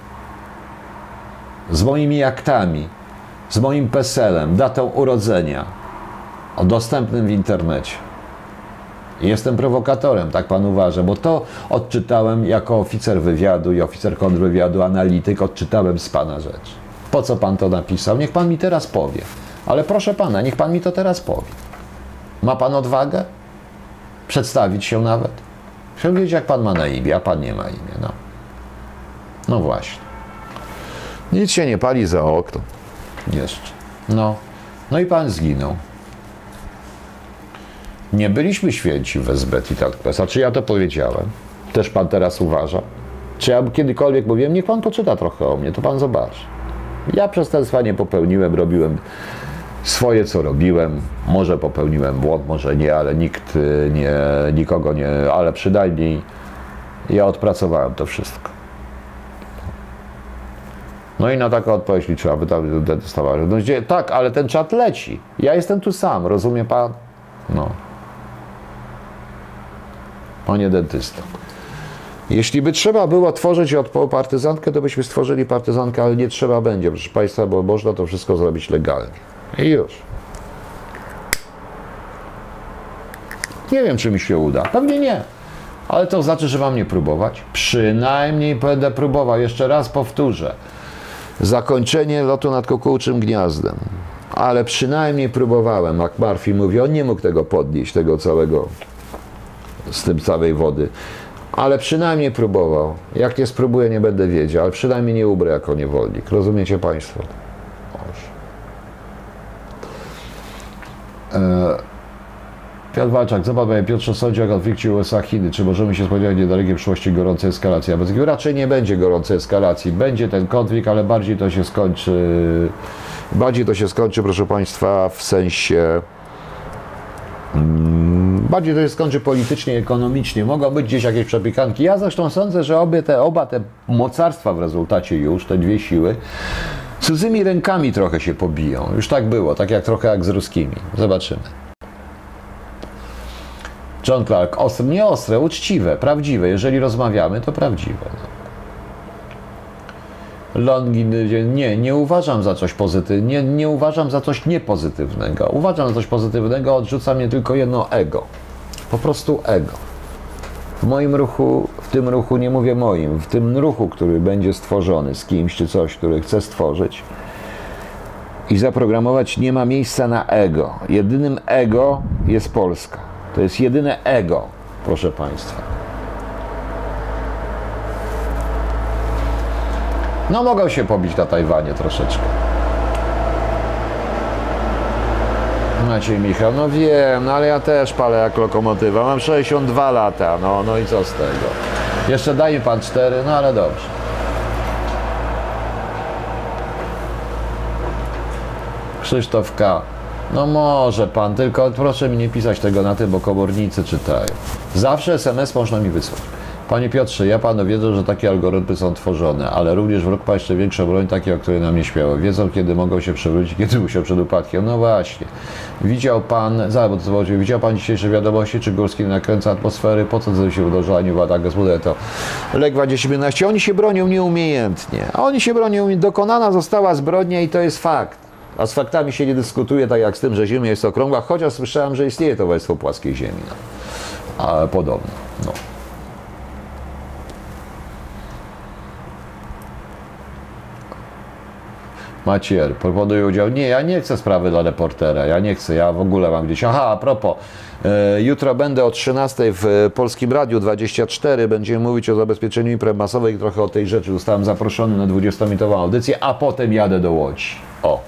Z moimi aktami, z moim peselem, datą urodzenia, o dostępnym w internecie. Jestem prowokatorem, tak pan uważa, bo to odczytałem jako oficer wywiadu i oficer kontrwywiadu, analityk, odczytałem z pana rzecz. Po co pan to napisał? Niech pan mi teraz powie. Ale proszę pana, niech pan mi to teraz powie. Ma pan odwagę? Przedstawić się nawet? Chcę wiedzieć, jak pan ma na imię, a pan nie ma imię. No, no właśnie. Nic się nie pali za okno. Jeszcze. No. No i pan zginął. Nie byliśmy święci w S B T i tak. A czy ja to powiedziałem? Też pan teraz uważa? Czy ja kiedykolwiek mówiłem, niech pan poczyta trochę o mnie, to pan zobaczy. Ja przestępstwa nie popełniłem, robiłem swoje, co robiłem. Może popełniłem błąd, może nie, ale nikt nie, nikogo nie, ale przynajmniej ja odpracowałem to wszystko. No i na taką odpowiedź liczyła, by tam dostawała. No, gdzie, tak, ale ten czat leci. Ja jestem tu sam, rozumie pan? No. Panie dentysto. Jeśli by trzeba było tworzyć od partyzantkę, to byśmy stworzyli partyzantkę, ale nie trzeba będzie, proszę państwa, bo można to wszystko zrobić legalnie. I już. Nie wiem, czy mi się uda. Pewnie nie. Ale to znaczy, że mam nie próbować? Przynajmniej będę próbował. Jeszcze raz powtórzę. Zakończenie lotu nad kukułczym gniazdem. Ale przynajmniej próbowałem. Jak Murphy mówi, on nie mógł tego podnieść, tego całego, z tym całej wody. Ale przynajmniej próbował. Jak nie spróbuję, nie będę wiedział, ale przynajmniej nie umrę jako niewolnik. Rozumiecie państwo? Eee, Piotr Walczak, zobacz, panie Piotrze, sądzi o konflikcie U S A Chiny. Czy możemy się spodziewać w niedalekiej przyszłości gorącej eskalacji? A raczej nie będzie gorącej eskalacji. Będzie ten konflikt, ale bardziej to się skończy. Bardziej to się skończy, proszę państwa, w sensie. Bardziej to się skończy politycznie i ekonomicznie. Mogą być gdzieś jakieś przepykanki. Ja zresztą sądzę, że obie te, oba te mocarstwa w rezultacie już, te dwie siły, cudzymi rękami trochę się pobiją. Już tak było, tak jak trochę jak z ruskimi. Zobaczymy. John Clark, ostre, nie ostre, uczciwe, prawdziwe. Jeżeli rozmawiamy, to prawdziwe. Longin, nie, nie uważam za coś pozytywnego, nie, nie uważam za coś niepozytywnego. Uważam za coś pozytywnego, odrzuca mnie tylko jedno ego. Po prostu ego. W moim ruchu, w tym ruchu, nie mówię moim, w tym ruchu, który będzie stworzony z kimś czy coś, który chce stworzyć i zaprogramować, nie ma miejsca na ego. Jedynym ego jest Polska. To jest jedyne ego, proszę państwa. No mogą się pobić na Tajwanie troszeczkę. Maciej Michał, no wiem, no ale ja też palę jak lokomotywa. Mam sześćdziesiąt dwa lata, no, no i co z tego? Jeszcze daje pan cztery, no ale dobrze. Krzysztof K. No może pan, tylko proszę mi nie pisać tego na tym, bo komornicy czytają. Zawsze S M S można mi wysłać. Panie Piotrze, ja panu wiedzę, że takie algorytmy są tworzone, ale również wróg ma jeszcze większą broń, takie, o której nam nie śmiało. Wiedzą, kiedy mogą się przewrócić, kiedy muszą przed upadkiem. No właśnie. Widział pan, zaraz, bo to widział pan dzisiejsze wiadomości, czy Górski nakręca atmosfery, po co to się uderzanie w atak gospodarczy? To Lek dwadzieścia siedemnaście, oni się bronią nieumiejętnie. A oni się bronią nieumiejętnie. Dokonana została zbrodnia i to jest fakt. A z faktami się nie dyskutuje, tak jak z tym, że Ziemia jest okrągła, chociaż słyszałem, że istnieje towarzystwo płaskiej Ziemi. No. Ale podobno. No. Maciej, proponuję udział. Nie, ja nie chcę sprawy dla reportera. Ja nie chcę, ja w ogóle mam gdzieś. Aha, a propos, e, jutro będę o trzynastej w Polskim Radiu dwadzieścia cztery. Będziemy mówić o zabezpieczeniu imprez masowych i trochę o tej rzeczy. Zostałem zaproszony na dwudziestominutową audycję, a potem jadę do Łodzi. O.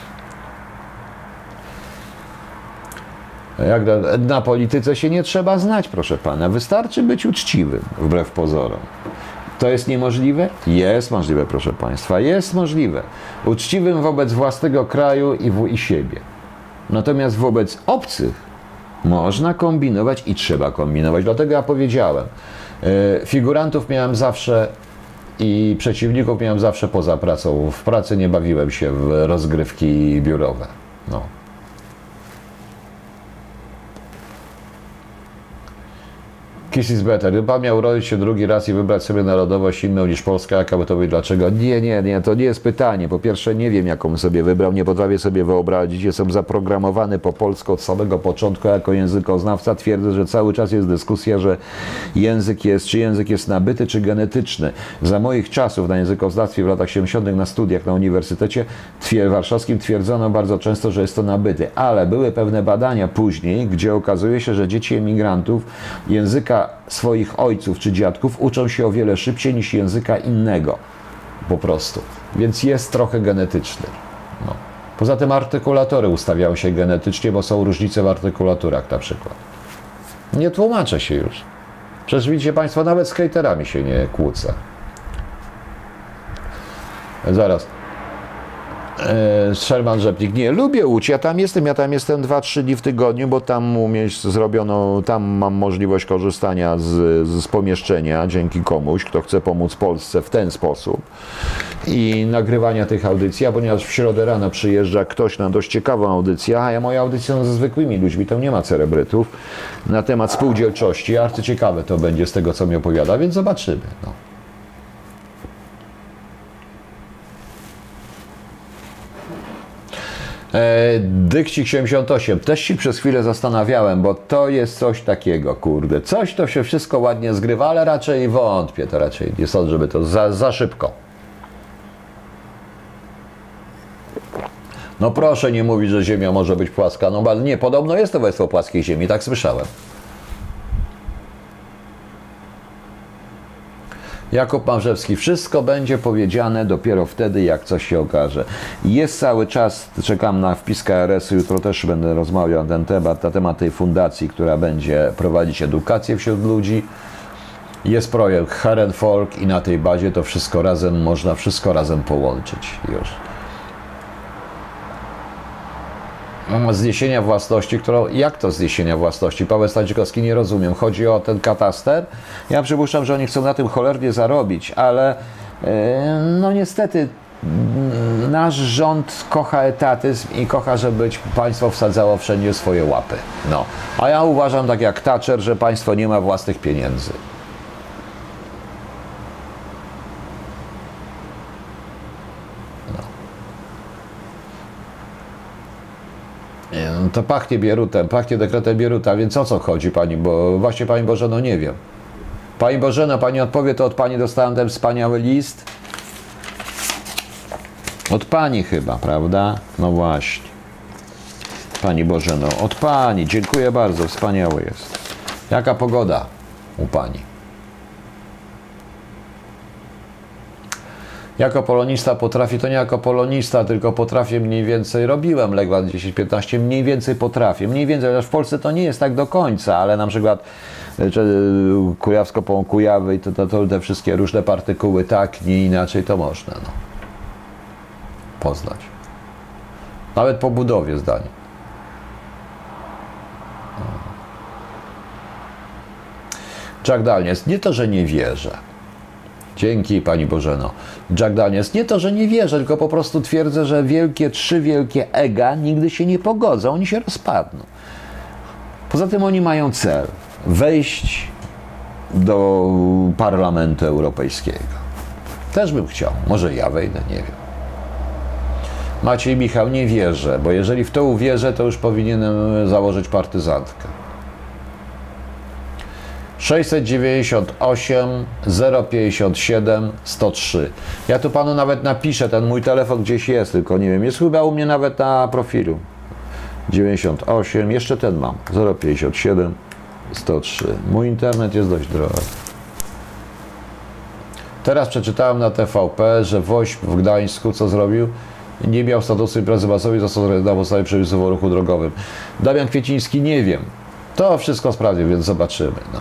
Jak na, na polityce się nie trzeba znać, proszę pana. Wystarczy być uczciwym, wbrew pozorom. To jest niemożliwe? Jest możliwe, proszę państwa. Jest możliwe. Uczciwym wobec własnego kraju i, w, i siebie. Natomiast wobec obcych można kombinować i trzeba kombinować. Dlatego ja powiedziałem, yy, figurantów miałem zawsze i przeciwników miałem zawsze poza pracą. W pracy nie bawiłem się w rozgrywki biurowe. No. Kiss is better. Gdyby pan miał urodzić się drugi raz i wybrać sobie narodowość inną niż Polska, jaka by to być? Dlaczego? Nie, nie, nie, to nie jest pytanie. Po pierwsze, nie wiem, jaką sobie wybrał, nie potrafię sobie wyobrazić. Jestem zaprogramowany po polsku od samego początku jako językoznawca. Twierdzę, że cały czas jest dyskusja, że język jest, czy język jest nabyty, czy genetyczny. Za moich czasów na językoznawstwie w latach siedemdziesiątych na studiach na Uniwersytecie Warszawskim twierdzono bardzo często, że jest to nabyty, ale były pewne badania później, gdzie okazuje się, że dzieci emigrantów języka swoich ojców czy dziadków uczą się o wiele szybciej niż języka innego, po prostu. Więc jest trochę genetyczny. No. Poza tym artykulatory ustawiają się genetycznie, bo są różnice w artykulaturach na przykład. Nie tłumaczę się już. Przecież widzicie Państwo, nawet z hejterami się nie kłócę. Zaraz. Eee, Sherman Rzepnik. Nie, lubię Łódź. Ja tam jestem, ja tam jestem dwa trzy dni w tygodniu, bo tam umieć zrobiono, tam mam możliwość korzystania z, z pomieszczenia dzięki komuś, kto chce pomóc Polsce w ten sposób i nagrywania tych audycji, a ponieważ w środę rano przyjeżdża ktoś na dość ciekawą audycję, a ja moja audycja są ze zwykłymi ludźmi, tam nie ma celebrytów, na temat spółdzielczości, arcyciekawe to będzie z tego, co mi opowiada, więc zobaczymy. No. Dykcik siedemdziesiąt osiem. Też się przez chwilę zastanawiałem, bo to jest coś takiego, kurde. Coś to się wszystko ładnie zgrywa, ale raczej wątpię, to raczej nie sądzę, żeby to za, za szybko. No proszę nie mówić, że Ziemia może być płaska. No nie, podobno jest to wojsko płaskiej Ziemi, tak słyszałem. Jakub Małżewski, wszystko będzie powiedziane dopiero wtedy, jak coś się okaże. Jest cały czas, czekam na wpis K R S-u, jutro też będę rozmawiał na ten temat, na temat tej fundacji, która będzie prowadzić edukację wśród ludzi. Jest projekt Heren Folk i na tej bazie to wszystko razem, można wszystko razem połączyć już. Zniesienia własności, którą, jak to zniesienia własności? Paweł Stańczykowski, nie rozumiem. Chodzi o ten kataster? Ja przypuszczam, że oni chcą na tym cholernie zarobić, ale yy, no niestety yy, nasz rząd kocha etatyzm i kocha, żeby państwo wsadzało wszędzie swoje łapy. No. A ja uważam, tak jak Thatcher, że państwo nie ma własnych pieniędzy. To pachnie Bierutem, pachnie dekretem Bieruta, więc o co chodzi Pani? Bo właśnie Pani Bożeno, nie wiem. Pani Bożeno, Pani odpowie, to od Pani dostałem ten wspaniały list. Od Pani chyba, prawda? No właśnie. Pani Bożeno, od Pani, dziękuję bardzo, wspaniały jest. Jaka pogoda u Pani? Jako polonista potrafię, to nie jako polonista, tylko potrafię mniej więcej, robiłem Legwand dziesięć piętnaście, mniej więcej potrafię, mniej więcej, chociaż w Polsce to nie jest tak do końca, ale na przykład Kujawsko-Kujawy i to, to, to, te wszystkie różne partykuły, tak, nie inaczej, to można no, poznać. Nawet po budowie zdanie. Jack Daniels, nie to, że nie wierzę. Dzięki Pani Bożeno. Jack Daniels, nie to, że nie wierzę, tylko po prostu twierdzę, że wielkie, trzy wielkie ega nigdy się nie pogodzą, oni się rozpadną. Poza tym oni mają cel, wejść do Parlamentu Europejskiego. Też bym chciał, może ja wejdę, nie wiem. Maciej Michał, nie wierzę, bo jeżeli w to uwierzę, to już powinienem założyć partyzantkę. sześćset dziewięćdziesiąt osiem zero pięćdziesiąt siedem sto trzy. Ja tu Panu nawet napiszę, ten mój telefon gdzieś jest, tylko nie wiem, jest chyba u mnie nawet na profilu. dziewięćdziesiąt osiem, jeszcze ten mam, zero pięćdziesiąt siedem sto trzy. Mój internet jest dość drogi. Teraz przeczytałem na T V P, że Woś w Gdańsku co zrobił? Nie miał statusu imprezy masowej, został na podstawie przepisów o ruchu drogowym. Damian Kwieciński, nie wiem. To wszystko sprawdzę, więc zobaczymy. No.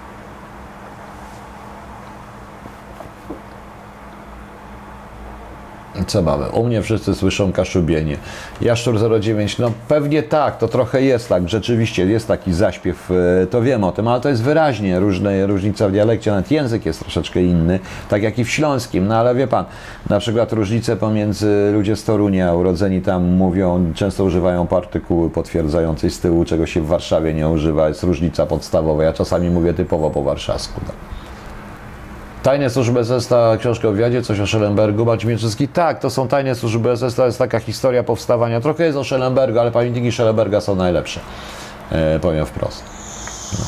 Co mamy? U mnie wszyscy słyszą kaszubienie. Jaszczur zero dziewięć, no pewnie tak, to trochę jest tak, rzeczywiście jest taki zaśpiew, to wiem o tym, ale to jest wyraźnie różne różnice w dialekcie, nawet język jest troszeczkę inny, tak jak i w śląskim, no ale wie Pan, na przykład różnice pomiędzy ludzie z Torunia, urodzeni tam mówią, często używają partykuły potwierdzającej z tyłu, czego się w Warszawie nie używa, jest różnica podstawowa, ja czasami mówię typowo po warszawsku. No. Tajne służby S S, ta książka o wywiadzie, coś o Schellenbergu, Marcin Mieczyński. Tak, to są tajne służby S S, to jest taka historia powstawania. Trochę jest o Schellenbergu, ale pamiętniki Schellenberga są najlepsze. E, powiem wprost. No.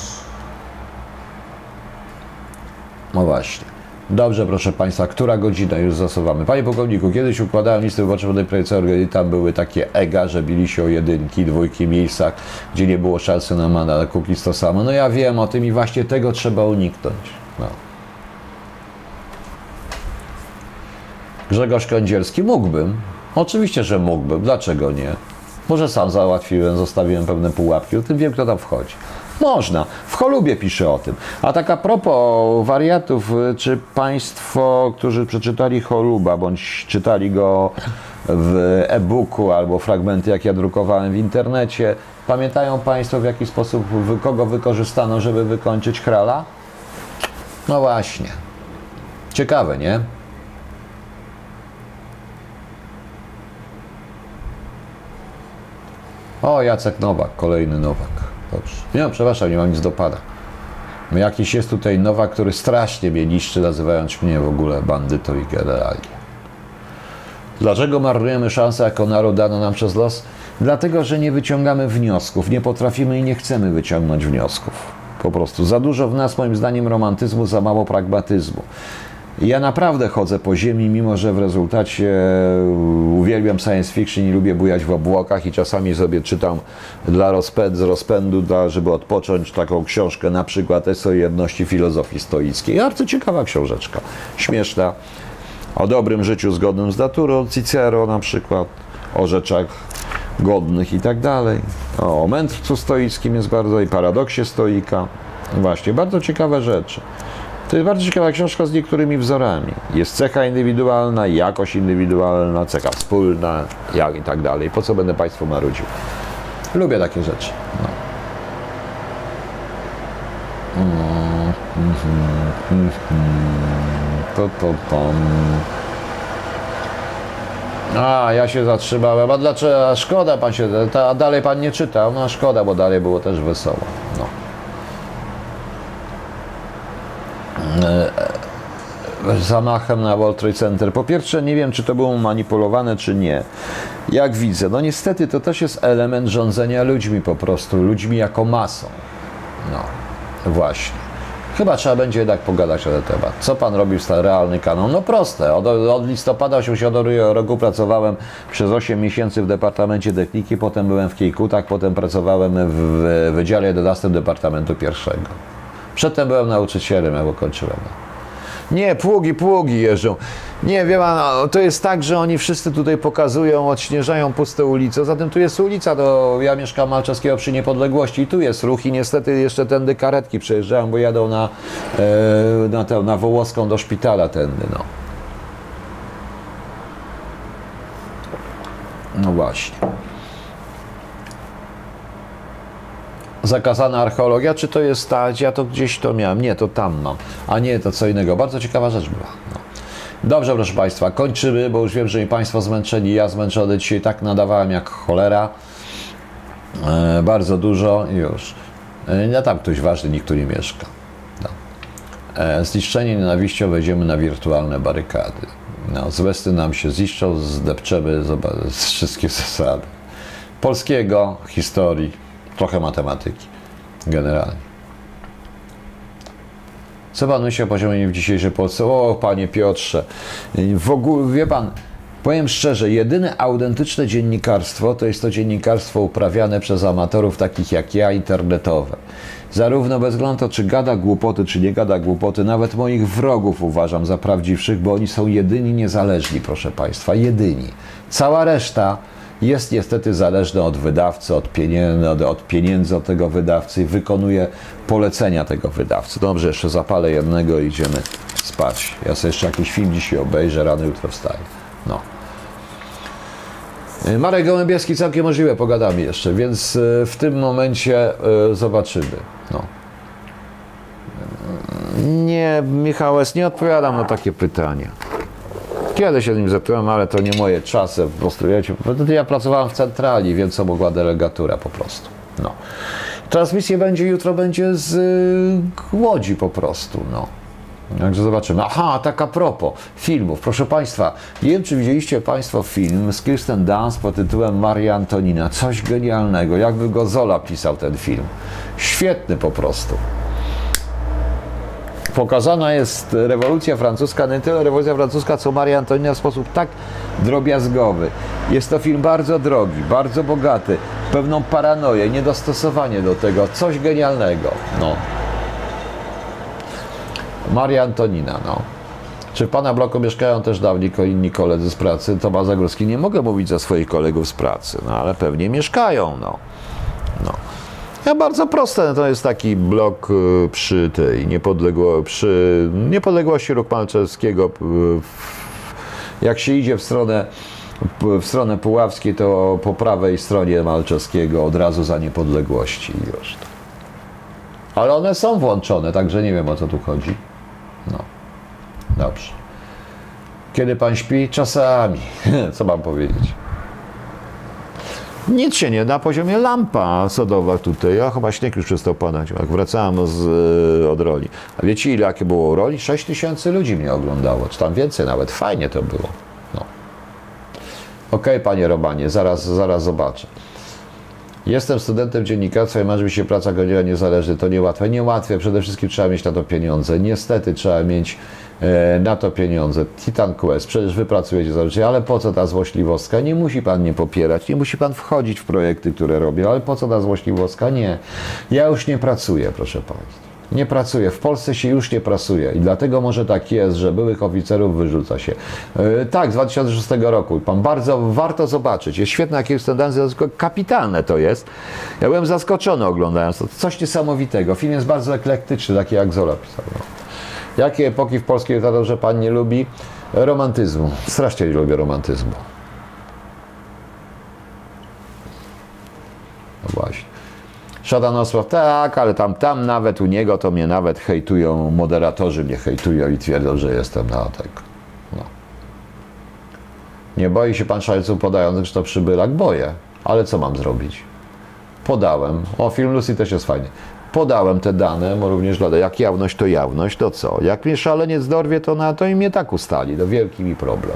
no właśnie. Dobrze, proszę Państwa, która godzina już zasuwamy? Panie pułkowniku, kiedyś układałem listy wyborcze w tej projekcie i tam były takie ega, że bili się o jedynki, dwójki miejscach, gdzie nie było szansy na mandat, Kukiz to samo. No ja wiem o tym i właśnie tego trzeba uniknąć. No. Grzegorz Kędzierski, mógłbym. Oczywiście, że mógłbym. Dlaczego nie? Może sam załatwiłem, zostawiłem pewne pułapki. O tym wiem, kto tam wchodzi. Można. W Cholubie pisze o tym. A tak a propos wariatów, czy Państwo, którzy przeczytali Choluba, bądź czytali go w e-booku albo fragmenty, jak ja drukowałem w internecie, pamiętają Państwo, w jaki sposób, kogo wykorzystano, żeby wykończyć Hrala? No właśnie. Ciekawe, nie? O, Jacek Nowak, kolejny Nowak. Dobrze. Nie, przepraszam, nie mam nic do pana. Jakiś jest tutaj Nowak, który strasznie mnie niszczy, nazywając mnie w ogóle bandytą i generalnie. Dlaczego marnujemy szansę, jako naród dano nam przez los? Dlatego, że nie wyciągamy wniosków, nie potrafimy i nie chcemy wyciągnąć wniosków. Po prostu. Za dużo w nas, moim zdaniem, romantyzmu, za mało pragmatyzmu. Ja naprawdę chodzę po ziemi, mimo że w rezultacie uwielbiam science fiction i lubię bujać w obłokach i czasami sobie czytam dla rozpęd, z rozpędu, dla, żeby odpocząć, taką książkę, na przykład o jedności filozofii stoickiej. Bardzo ciekawa książeczka, śmieszna, o dobrym życiu zgodnym z naturą, Cicero na przykład, o rzeczach godnych i tak dalej. O mędrcu stoickim jest bardzo i paradoksie stoika. Właśnie, bardzo ciekawe rzeczy. To jest bardzo ciekawa książka z niektórymi wzorami. Jest cecha indywidualna, jakość indywidualna, cecha wspólna, jak i tak dalej. Po co będę Państwu marudził? Lubię takie rzeczy. No. Mm, mm, mm, mm, to, to, to. A, ja się zatrzymałem. A dlaczego? A szkoda, pan się. A dalej pan nie czytał. No, szkoda, bo dalej było też wesoło. No. Zamachem na World Trade Center. Po pierwsze, nie wiem, czy to było manipulowane, czy nie. Jak widzę, no niestety to też jest element rządzenia ludźmi po prostu, ludźmi jako masą. No, właśnie. Chyba trzeba będzie jednak pogadać o ten temat. Co pan robił w realny kanon? No proste. Od, od listopada osiemdziesiątego roku pracowałem przez osiem miesięcy w Departamencie Techniki, potem byłem w Kiejkutach, potem pracowałem w Wydziale jedenastym Departamentu Pierwszego. Przedtem byłem nauczycielem, jak kończyłem. Nie, pługi, pługi jeżdżą. Nie, wie pan, to jest tak, że oni wszyscy tutaj pokazują, odśnieżają puste ulice. Zatem tu jest ulica, do, ja mieszkam Malczewskiego przy Niepodległości i tu jest ruch i niestety jeszcze tędy karetki przejeżdżają, bo jadą na, e, na, tę, na Wołoską do szpitala tędy, no. No właśnie. Zakazana archeologia, czy to jest ta, ja to gdzieś to miałem, nie, to tam mam, a nie, to co innego. Bardzo ciekawa rzecz była. No. Dobrze, proszę Państwa, kończymy, bo już wiem, że mi Państwo zmęczeni, ja zmęczony dzisiaj tak nadawałem jak cholera. E, bardzo dużo i już. E, ja tam ktoś ważny, nikt tu nie mieszka. No. E, zniszczenie nienawiścią wejdziemy na wirtualne barykady. No, z Westy nam się ziszczą, zdepczemy z wszystkie zasady. Polskiego, historii. Trochę matematyki, generalnie. Co pan myśli o poziomie w dzisiejszej Polsce? O, panie Piotrze, w ogóle, wie pan, powiem szczerze, jedyne autentyczne dziennikarstwo to jest to dziennikarstwo uprawiane przez amatorów takich jak ja, internetowe. Zarówno bez względu na to, czy gada głupoty, czy nie gada głupoty, nawet moich wrogów uważam za prawdziwszych, bo oni są jedyni niezależni, proszę państwa, jedyni. Cała reszta jest niestety zależny od wydawcy, od pieniędzy, od, od pieniędzy od tego wydawcy i wykonuje polecenia tego wydawcy. Dobrze, jeszcze zapalę jednego i idziemy spać. Ja sobie jeszcze jakiś film dzisiaj obejrzę, rano jutro wstaję. No. Marek Gołębieski, całkiem możliwe, pogadamy jeszcze, więc w tym momencie zobaczymy. No. Nie, Michał S., nie odpowiadam na takie pytania. Kiedyś się z nim zeptyłem, ale to nie moje czasy, po prostu, wiecie, ja pracowałem w centrali, więc co mogła delegatura po prostu, no. Transmisja będzie, jutro będzie z y, Łodzi po prostu, no. Także zobaczymy. Aha, tak a propos filmów, proszę Państwa, nie wiem, czy widzieliście Państwo film z Kirsten Dunst pod tytułem Maria Antonina, coś genialnego, jakby go Zola pisał ten film, świetny po prostu. Pokazana jest rewolucja francuska, nie tyle rewolucja francuska, co Maria Antonina w sposób tak drobiazgowy. Jest to film bardzo drogi, bardzo bogaty, pewną paranoję, niedostosowanie do tego, coś genialnego. No. Maria Antonina, no. Czy w Pana bloku mieszkają też dawni inni koledzy z pracy? Tomasz Zagórski, nie mogę mówić za swoich kolegów z pracy, no ale pewnie mieszkają, no. No. Ja, bardzo proste, to jest taki blok przy tej niepodległo, przy niepodległości ruchu Malczewskiego. Jak się idzie w stronę, w stronę Puławskiej, to po prawej stronie Malczewskiego, od razu za niepodległości już. Ale one są włączone, także nie wiem, o co tu chodzi. No, dobrze. Kiedy pan śpi? Czasami. Co mam powiedzieć? Nic się nie, na poziomie lampa sodowa tutaj, a chyba śnieg już przestał padać, jak wracałem z, od roli. A wiecie, ile jakie było roli? sześć tysięcy ludzi mnie oglądało, czy tam więcej nawet, fajnie to było. No. Okej, okay, panie Romanie, zaraz, zaraz zobaczę. Jestem studentem dziennikarstwa i marzy mi się praca godzina niezależna, to niełatwe. Niełatwe, przede wszystkim trzeba mieć na to pieniądze. Niestety trzeba mieć e, na to pieniądze. Titan Quest, przecież wy pracujecie za, ale po co ta złośliwostka? Nie musi pan mnie popierać, nie musi pan wchodzić w projekty, które robię, ale po co ta złośliwostka? Nie. Ja już nie pracuję, proszę państwa. Nie pracuję. W Polsce się już nie pracuje i dlatego może tak jest, że byłych oficerów wyrzuca się. Yy, tak, z dwa tysiące szóstego roku. Pan bardzo warto zobaczyć. Jest świetne, jakie jest tendencje, kapitalne to jest. Ja byłem zaskoczony oglądając to. Coś niesamowitego. Film jest bardzo eklektyczny, taki jak Zola pisał. No. Jakie epoki w polskiej literaturze pan nie lubi? Romantyzmu. Strasznie nie lubię romantyzmu. No właśnie. Szadanowsław, tak, ale tam, tam nawet u niego to mnie nawet hejtują, moderatorzy mnie hejtują i twierdzą, że jestem na tego. No. Nie boi się pan szaleńców podających, że to przybylak? Boję, ale co mam zrobić? Podałem, o, film Lucy też jest fajny. Podałem te dane, bo również dla, jak jawność to jawność, to co? Jak mnie szaleniec dorwie, to na to i mnie tak ustali, to wielki mi problem.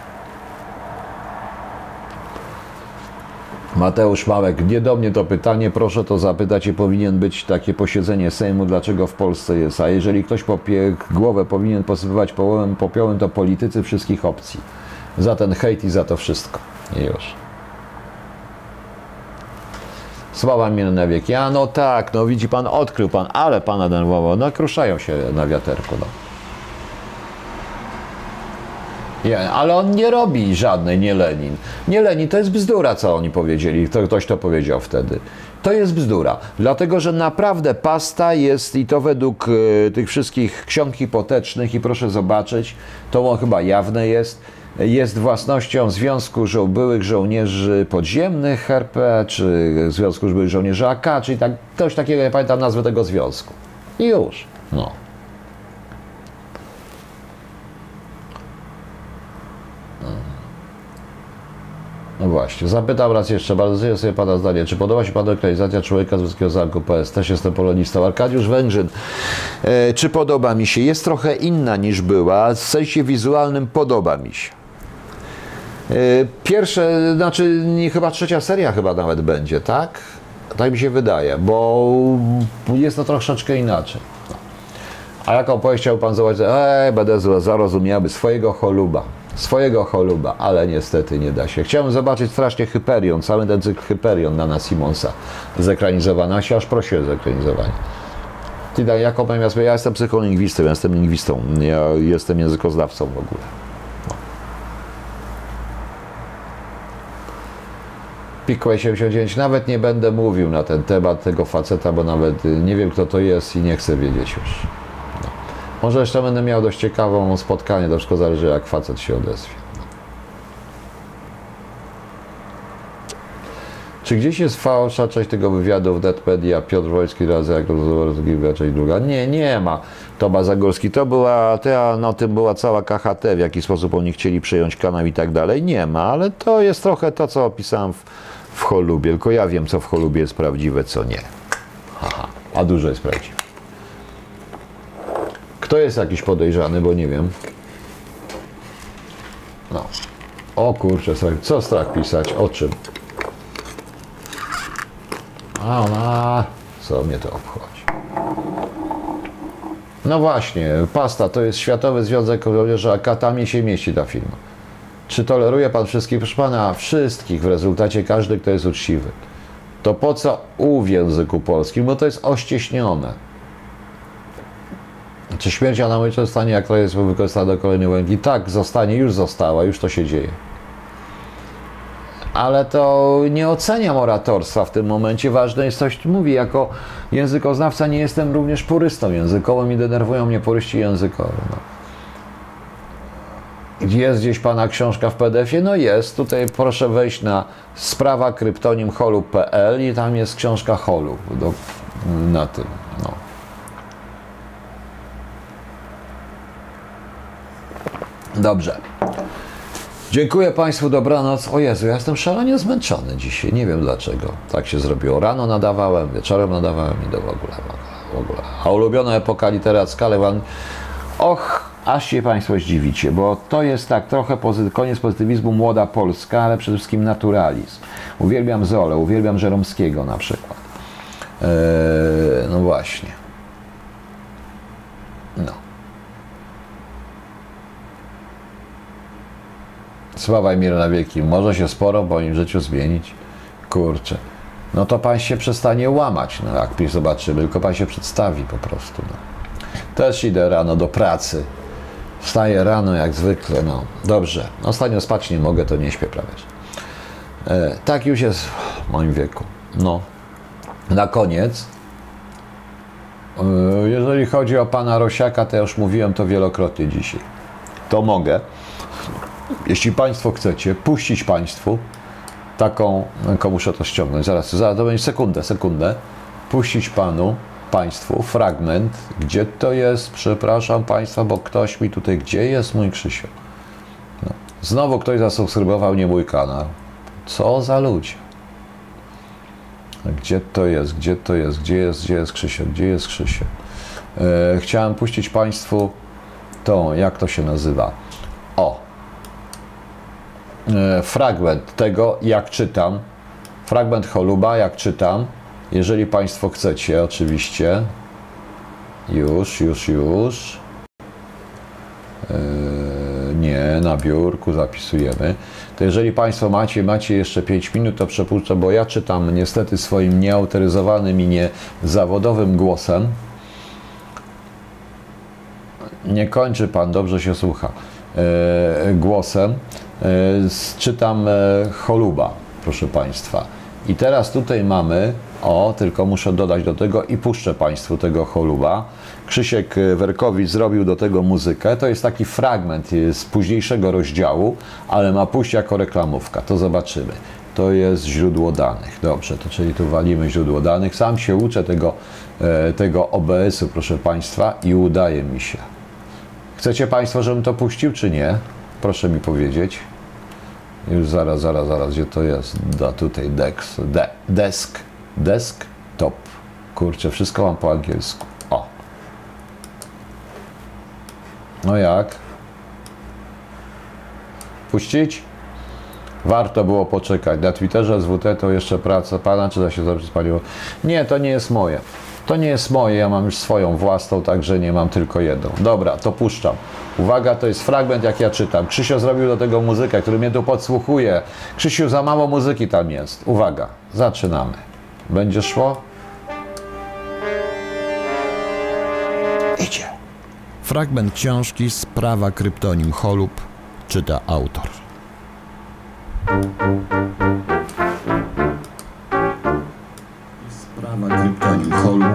Mateusz Małek, nie do mnie to pytanie, proszę to zapytać, i powinien być takie posiedzenie Sejmu, dlaczego w Polsce jest, a jeżeli ktoś popie głowę powinien posypywać popiołem, popiołem, to politycy wszystkich opcji. Za ten hejt i za to wszystko. I już. Sława mnie na wieki. A no tak, no widzi pan, odkrył pan, ale pana denerwowało, no kruszają się na wiaterku, no. Nie, ale on nie robi żadnej, nie Lenin. Nie Lenin, to jest bzdura, co oni powiedzieli, to, ktoś to powiedział wtedy. To jest bzdura, dlatego że naprawdę pasta jest, i to według y, tych wszystkich ksiąg hipotecznych, i proszę zobaczyć, to chyba jawne jest, jest własnością Związku Żo- Byłych Żołnierzy Podziemnych R P, czy Związku Byłych Żołnierzy A K, czyli tak, coś takiego, nie pamiętam nazwy tego związku. I już, no. No właśnie, zapytam raz jeszcze, bardzo sobie pana zdanie, czy podoba się panu ekranizacja Człowieka z Wysokiego Zamku P S? Też jestem polonistą. Arkadiusz Węgrzyn, e, czy podoba mi się? Jest trochę inna niż była, w sensie wizualnym podoba mi się. E, pierwsze, znaczy nie, chyba trzecia seria chyba nawet będzie, tak? Tak mi się wydaje, bo jest to troszeczkę inaczej. A jaką opowieść chciał pan zobaczyć? Ej, będę zarozumiały swojego choluba. Swojego choluba, ale niestety nie da się. Chciałem zobaczyć strasznie Hyperion, cały ten cykl Hyperion Dana Simonsa zekranizowany, a się aż prosił o zekranizowanie. Ty daj, jaką powiem, ja jestem psycholingwistą, ja jestem lingwistą, ja jestem językoznawcą w ogóle. No. Pikłe siedemdziesiąt dziewięć, nawet nie będę mówił na ten temat tego faceta, bo nawet nie wiem, kto to jest i nie chcę wiedzieć już. Może jeszcze będę miał dość ciekawą spotkanie, to wszystko zależy, jak facet się odezwie. Czy gdzieś jest fałsza część tego wywiadu w NetMedia, Piotr Wojski razy jak to rozgrywa część druga? Nie, nie ma. Tomasz Zagórski, to była, to, no, tym była cała K H T, w jaki sposób oni chcieli przejąć kanał i tak dalej. Nie ma, ale to jest trochę to, co opisałem w, w Cholubie, tylko ja wiem, co w Cholubie jest prawdziwe, co nie. Aha, a dużo jest prawdziwe. Kto jest jakiś podejrzany, bo nie wiem. No. O kurczę, strach. Co strach pisać? O czym? A ona... Co mnie to obchodzi? No właśnie, pasta to jest Światowy Związek Żołnierzy A K, tam się mieści ta firma. Czy toleruje pan wszystkich? Proszę pana, wszystkich w rezultacie każdy, kto jest uczciwy. To po co U w języku polskim? Bo to jest ościeśnione. Czy śmierć Jana Mojca zostanie, jak to jest wykorzystana do kolejnej łęki? Tak, zostanie, już została, już to się dzieje. ale to nie oceniam oratorstwa w tym momencie. Ważne jest coś, mówi, jako językoznawca nie jestem również purystą językowym i denerwują mnie puryści językowi. No. Jest gdzieś pana książka w P D F-ie? No jest. Tutaj proszę wejść na sprawa kryptonim holub kropka p l i tam jest książka Holub do, na tym. No. Dobrze. Dziękuję Państwu, dobranoc. O Jezu, ja jestem szalenie zmęczony dzisiaj. Nie wiem dlaczego. Tak się zrobiło. Rano nadawałem, wieczorem nadawałem i do w ogóle. W ogóle. A ulubiona epoka literacka, Lewan. Och, aż się Państwo zdziwicie, bo to jest tak trochę pozy koniec pozytywizmu, młoda Polska, ale przede wszystkim naturalizm. Uwielbiam Zolę, uwielbiam Żeromskiego na przykład. Eee, no właśnie. No. Sława i mier na wieki. Może się sporo w moim życiu zmienić. Kurczę. No to Pan się przestanie łamać, no jak zobaczymy, tylko Pan się przedstawi po prostu. No. Też idę rano do pracy. Wstaję rano jak zwykle, no. Dobrze. Ostatnio spać nie mogę, to nie śpię prawie. E, tak już jest w moim wieku. No. Na koniec, e, jeżeli chodzi o Pana Rosiaka, to ja już mówiłem to wielokrotnie dzisiaj. To mogę, jeśli Państwo chcecie, puścić Państwu taką, tylko muszę to ściągnąć, zaraz, zaraz, to będzie sekundę, sekundę, puścić Panu, Państwu fragment, gdzie to jest, przepraszam Państwa, bo ktoś mi tutaj, gdzie jest mój Krzysiu? No. Znowu ktoś zasubskrybował nie mój kanał. Co za ludzie? Gdzie to jest, gdzie to jest, gdzie jest, gdzie jest Krzysiu, gdzie jest Krzysiu? E, chciałem puścić Państwu tą, jak to się nazywa? O! E, fragment tego, jak czytam, fragment Choluba, jak czytam, jeżeli Państwo chcecie, oczywiście, już, już, już, yy, nie, na biurku zapisujemy, to jeżeli Państwo macie, macie jeszcze pięć minut, to przepuszczę, bo ja czytam niestety swoim nieautoryzowanym i niezawodowym głosem. Nie kończy Pan, dobrze się słucha, yy, głosem, yy, czytam yy, Choluba, proszę Państwa. I teraz tutaj mamy, o, tylko muszę dodać do tego i puszczę Państwu tego Choluba. Krzysiek Werkowicz zrobił do tego muzykę. To jest taki fragment z późniejszego rozdziału, ale ma pójść jako reklamówka. To zobaczymy. To jest źródło danych. Dobrze, to czyli tu walimy źródło danych. Sam się uczę tego, tego O B S-u, proszę Państwa, i udaje mi się. Chcecie Państwo, żebym to puścił, czy nie? Proszę mi powiedzieć. Już zaraz, zaraz, zaraz, gdzie to jest? Da tutaj desk, de, desk, desktop. Kurczę, wszystko mam po angielsku. O. No jak? Puścić? Warto było poczekać. Na Twitterze S W T to jeszcze praca Pana, czy to się dobrze spaliło? Nie, to nie jest moje. To nie jest moje, ja mam już swoją własną, także nie mam tylko jedną. Dobra, to puszczam. Uwaga, to jest fragment, jak ja czytam. Krzysio zrobił do tego muzykę, który mnie tu podsłuchuje. Krzysiu, za mało muzyki tam jest. Uwaga, zaczynamy. Będzie szło? Idzie. Fragment książki Sprawa kryptonim Holub czyta autor. Sprawa kryptonim Holub.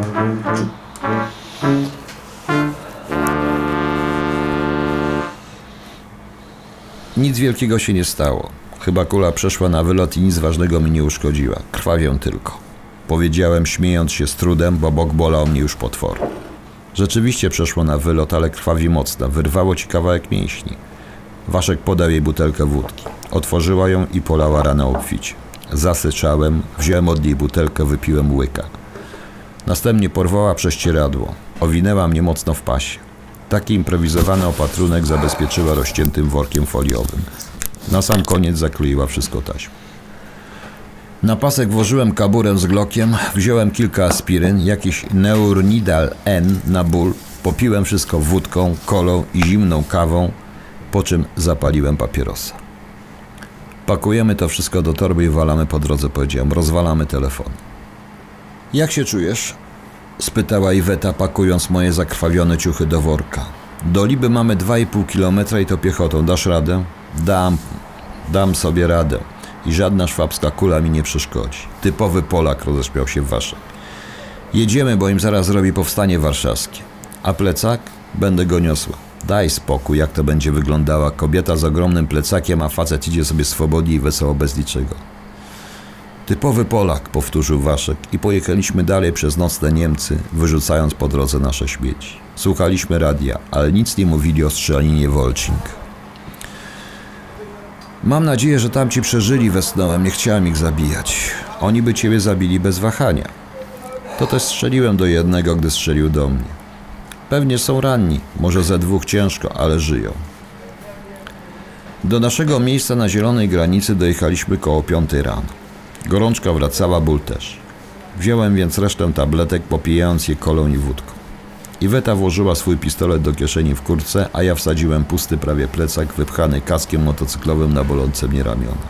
Nic wielkiego się nie stało. Chyba kula przeszła na wylot i nic ważnego mi nie uszkodziła. Krwawię tylko. Powiedziałem, śmiejąc się z trudem, bo bok bolał mnie już potwornie. Rzeczywiście przeszło na wylot, ale krwawi mocno. Wyrwało ci kawałek mięśni. Waszek podał jej butelkę wódki. Otworzyła ją i polała ranę obficie. Zasyczałem, wziąłem od niej butelkę, wypiłem łyka. Następnie porwała prześcieradło. Owinęła mnie mocno w pasie. Taki improwizowany opatrunek zabezpieczyła rozciętym workiem foliowym. Na sam koniec zakleiła wszystko taśmą. Na pasek włożyłem kaburę z glokiem, wziąłem kilka aspiryn, jakiś Neurnidal N na ból, popiłem wszystko wódką, kolą i zimną kawą, po czym zapaliłem papierosa. Pakujemy to wszystko do torby i walamy po drodze, powiedziałem, rozwalamy telefon. Jak się czujesz? Spytała Iweta, pakując moje zakrwawione ciuchy do worka. Do Liby mamy dwa i pół kilometra i to piechotą. Dasz radę? Dam. Dam sobie radę. i żadna szwabska kula mi nie przeszkodzi. Typowy Polak, roześmiał się Waszek. Jedziemy, bo im zaraz robi powstanie warszawskie. A plecak? Będę go niosła. Daj spokój, jak to będzie wyglądała. Kobieta z ogromnym plecakiem, a facet idzie sobie swobodnie i wesoło bez niczego. Typowy Polak, powtórzył Waszek i pojechaliśmy dalej przez nocne Niemcy, wyrzucając po drodze nasze śmieci. Słuchaliśmy radia, ale nic nie mówili o strzelaninie Wolczing. Mam nadzieję, że tamci przeżyli, westchnąłem, nie chciałem ich zabijać. Oni by ciebie zabili bez wahania. To też strzeliłem do jednego, gdy strzelił do mnie. Pewnie są ranni, może ze dwóch ciężko, ale żyją. Do naszego miejsca na zielonej granicy dojechaliśmy koło piątej rano. Gorączka wracała, ból też. Wziąłem więc resztę tabletek, popijając je kolą i wódką. Iweta włożyła swój pistolet do kieszeni w kurtce, a ja wsadziłem pusty prawie plecak wypchany kaskiem motocyklowym na bolące mnie ramiona.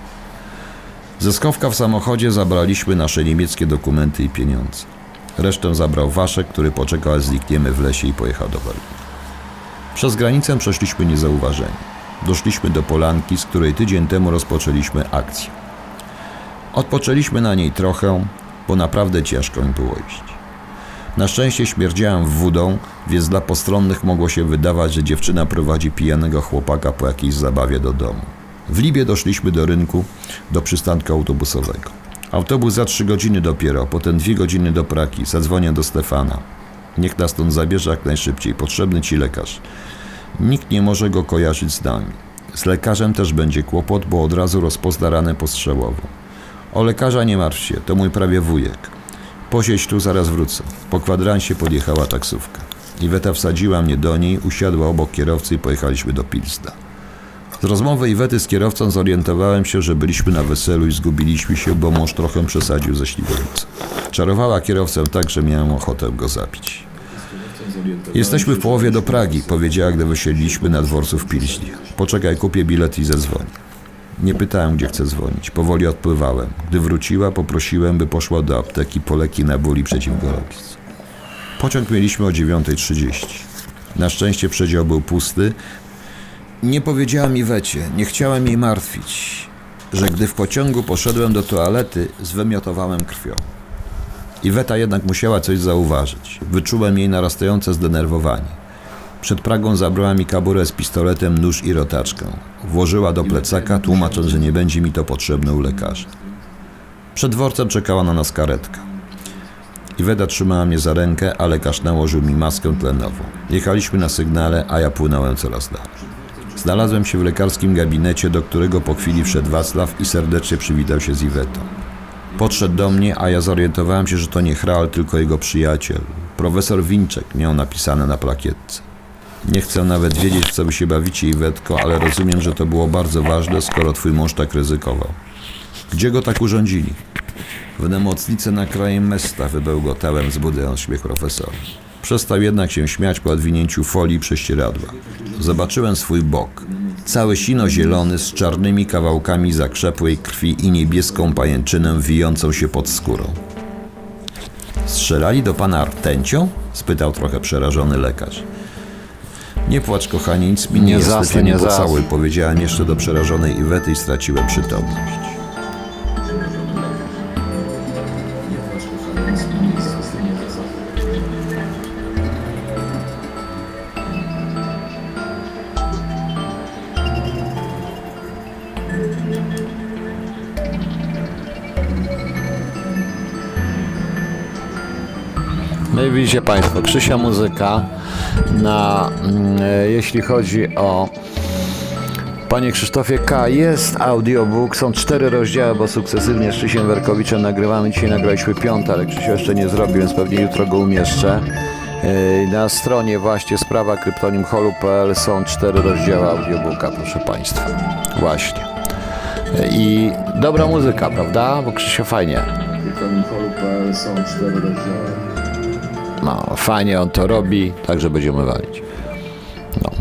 Ze schowka w samochodzie zabraliśmy nasze niemieckie dokumenty i pieniądze. Resztę zabrał Waszek, który poczekał, aż znikniemy w lesie i pojechał do Berlina. Przez granicę przeszliśmy niezauważeni. Doszliśmy do Polanki, z której tydzień temu rozpoczęliśmy akcję. Odpoczęliśmy na niej trochę, bo naprawdę ciężko mi było iść. Na szczęście śmierdziałem wódą, więc dla postronnych mogło się wydawać, że dziewczyna prowadzi pijanego chłopaka po jakiejś zabawie do domu. W Libie doszliśmy do rynku, do przystanku autobusowego. Autobus za trzy godziny dopiero, potem dwie godziny do Pragi. Zadzwonię do Stefana. Niech nas stąd zabierze jak najszybciej. Potrzebny ci lekarz. Nikt nie może go kojarzyć z nami. Z lekarzem też będzie kłopot, bo od razu rozpozna ranę postrzałową. O lekarza nie martw się, to mój prawie wujek. Posiedź tu, zaraz wrócę. Po kwadransie podjechała taksówka. Iweta wsadziła mnie do niej, usiadła obok kierowcy i pojechaliśmy do Pilzna. Z rozmowy Iwety z kierowcą zorientowałem się, że byliśmy na weselu i zgubiliśmy się, bo mąż trochę przesadził ze śliwowicą. Czarowała kierowcę tak, że miałem ochotę go zabić. Jesteśmy w połowie do Pragi, powiedziała, gdy wysiedliśmy na dworcu w Pilźnie. Poczekaj, kupię bilet i zadzwonię. Nie pytałem, gdzie chcę dzwonić. Powoli odpływałem. Gdy wróciła, poprosiłem, by poszła do apteki po leki na ból i przeciwgorączce. Pociąg mieliśmy o dziewiąta trzydzieści. Na szczęście przedział był pusty. Nie powiedziałam Iwecie, nie chciałem jej martwić, że gdy w pociągu poszedłem do toalety, zwymiotowałem krwią. Iweta jednak musiała coś zauważyć. Wyczułem jej narastające zdenerwowanie. Przed Pragą zabrała mi kaburę z pistoletem, nóż i rotaczkę. Włożyła do plecaka, tłumacząc, że nie będzie mi to potrzebne u lekarza. Przed dworcem czekała na nas karetka. Iweta trzymała mnie za rękę, a lekarz nałożył mi maskę tlenową. Jechaliśmy na sygnale, a ja płynąłem coraz dalej. Znalazłem się w lekarskim gabinecie, do którego po chwili wszedł Wacław i serdecznie przywitał się z Iwetą. Podszedł do mnie, a ja zorientowałem się, że to nie Hral, tylko jego przyjaciel. Profesor Winczek, miał napisane na plakietce. Nie chcę nawet wiedzieć, w co wy się bawicie, Iwetko, ale rozumiem, że to było bardzo ważne, skoro twój mąż tak ryzykował. Gdzie go tak urządzili? W nemocnicy na krajem miasta, wybełgotałem, zbudzając śmiech profesora. Przestał jednak się śmiać po odwinięciu folii prześcieradła. Zobaczyłem swój bok. Cały sino-zielony z czarnymi kawałkami zakrzepłej krwi i niebieską pajęczynę wijącą się pod skórą. Strzelali do pana rtęcią? Spytał trochę przerażony lekarz. Nie płacz, kochanie, nic mi nie, nie jest, lepiej nie pocałuj, powiedziałem jeszcze do przerażonej Iwety i straciłem przytomność. No i widzicie Państwo, Krzysia muzyka na, e, jeśli chodzi o Panie Krzysztofie K. jest audiobook, są cztery rozdziały, bo sukcesywnie z Krzysiem Werkowiczem nagrywamy. Dzisiaj nagraliśmy piąty, ale Krzysio jeszcze nie zrobił, więc pewnie jutro go umieszczę. E, na stronie właśnie sprawa kryptonim holu kropka p l są cztery rozdziały audiobooka, proszę Państwa. Właśnie. E, I dobra muzyka, prawda? Bo Krzysio fajnie. kryptonim holu kropka p l są cztery rozdziały. No, fajnie on to robi, także będziemy walić. No.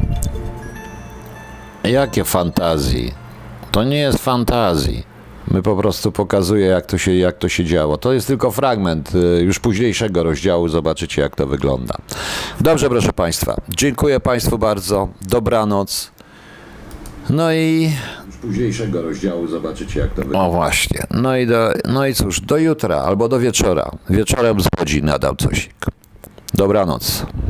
Jakie fantazji? To nie jest fantazji. My po prostu pokazuje, jak to się, jak to się działo. To jest tylko fragment już późniejszego rozdziału. Zobaczycie, jak to wygląda. Dobrze, proszę Państwa. Dziękuję Państwu bardzo. Dobranoc. No i późniejszego rozdziału zobaczycie, jak to wygląda. O właśnie. No i, do, no i cóż, do jutra albo do wieczora. Wieczorem z Łodzi nadal cosik. Dobranoc.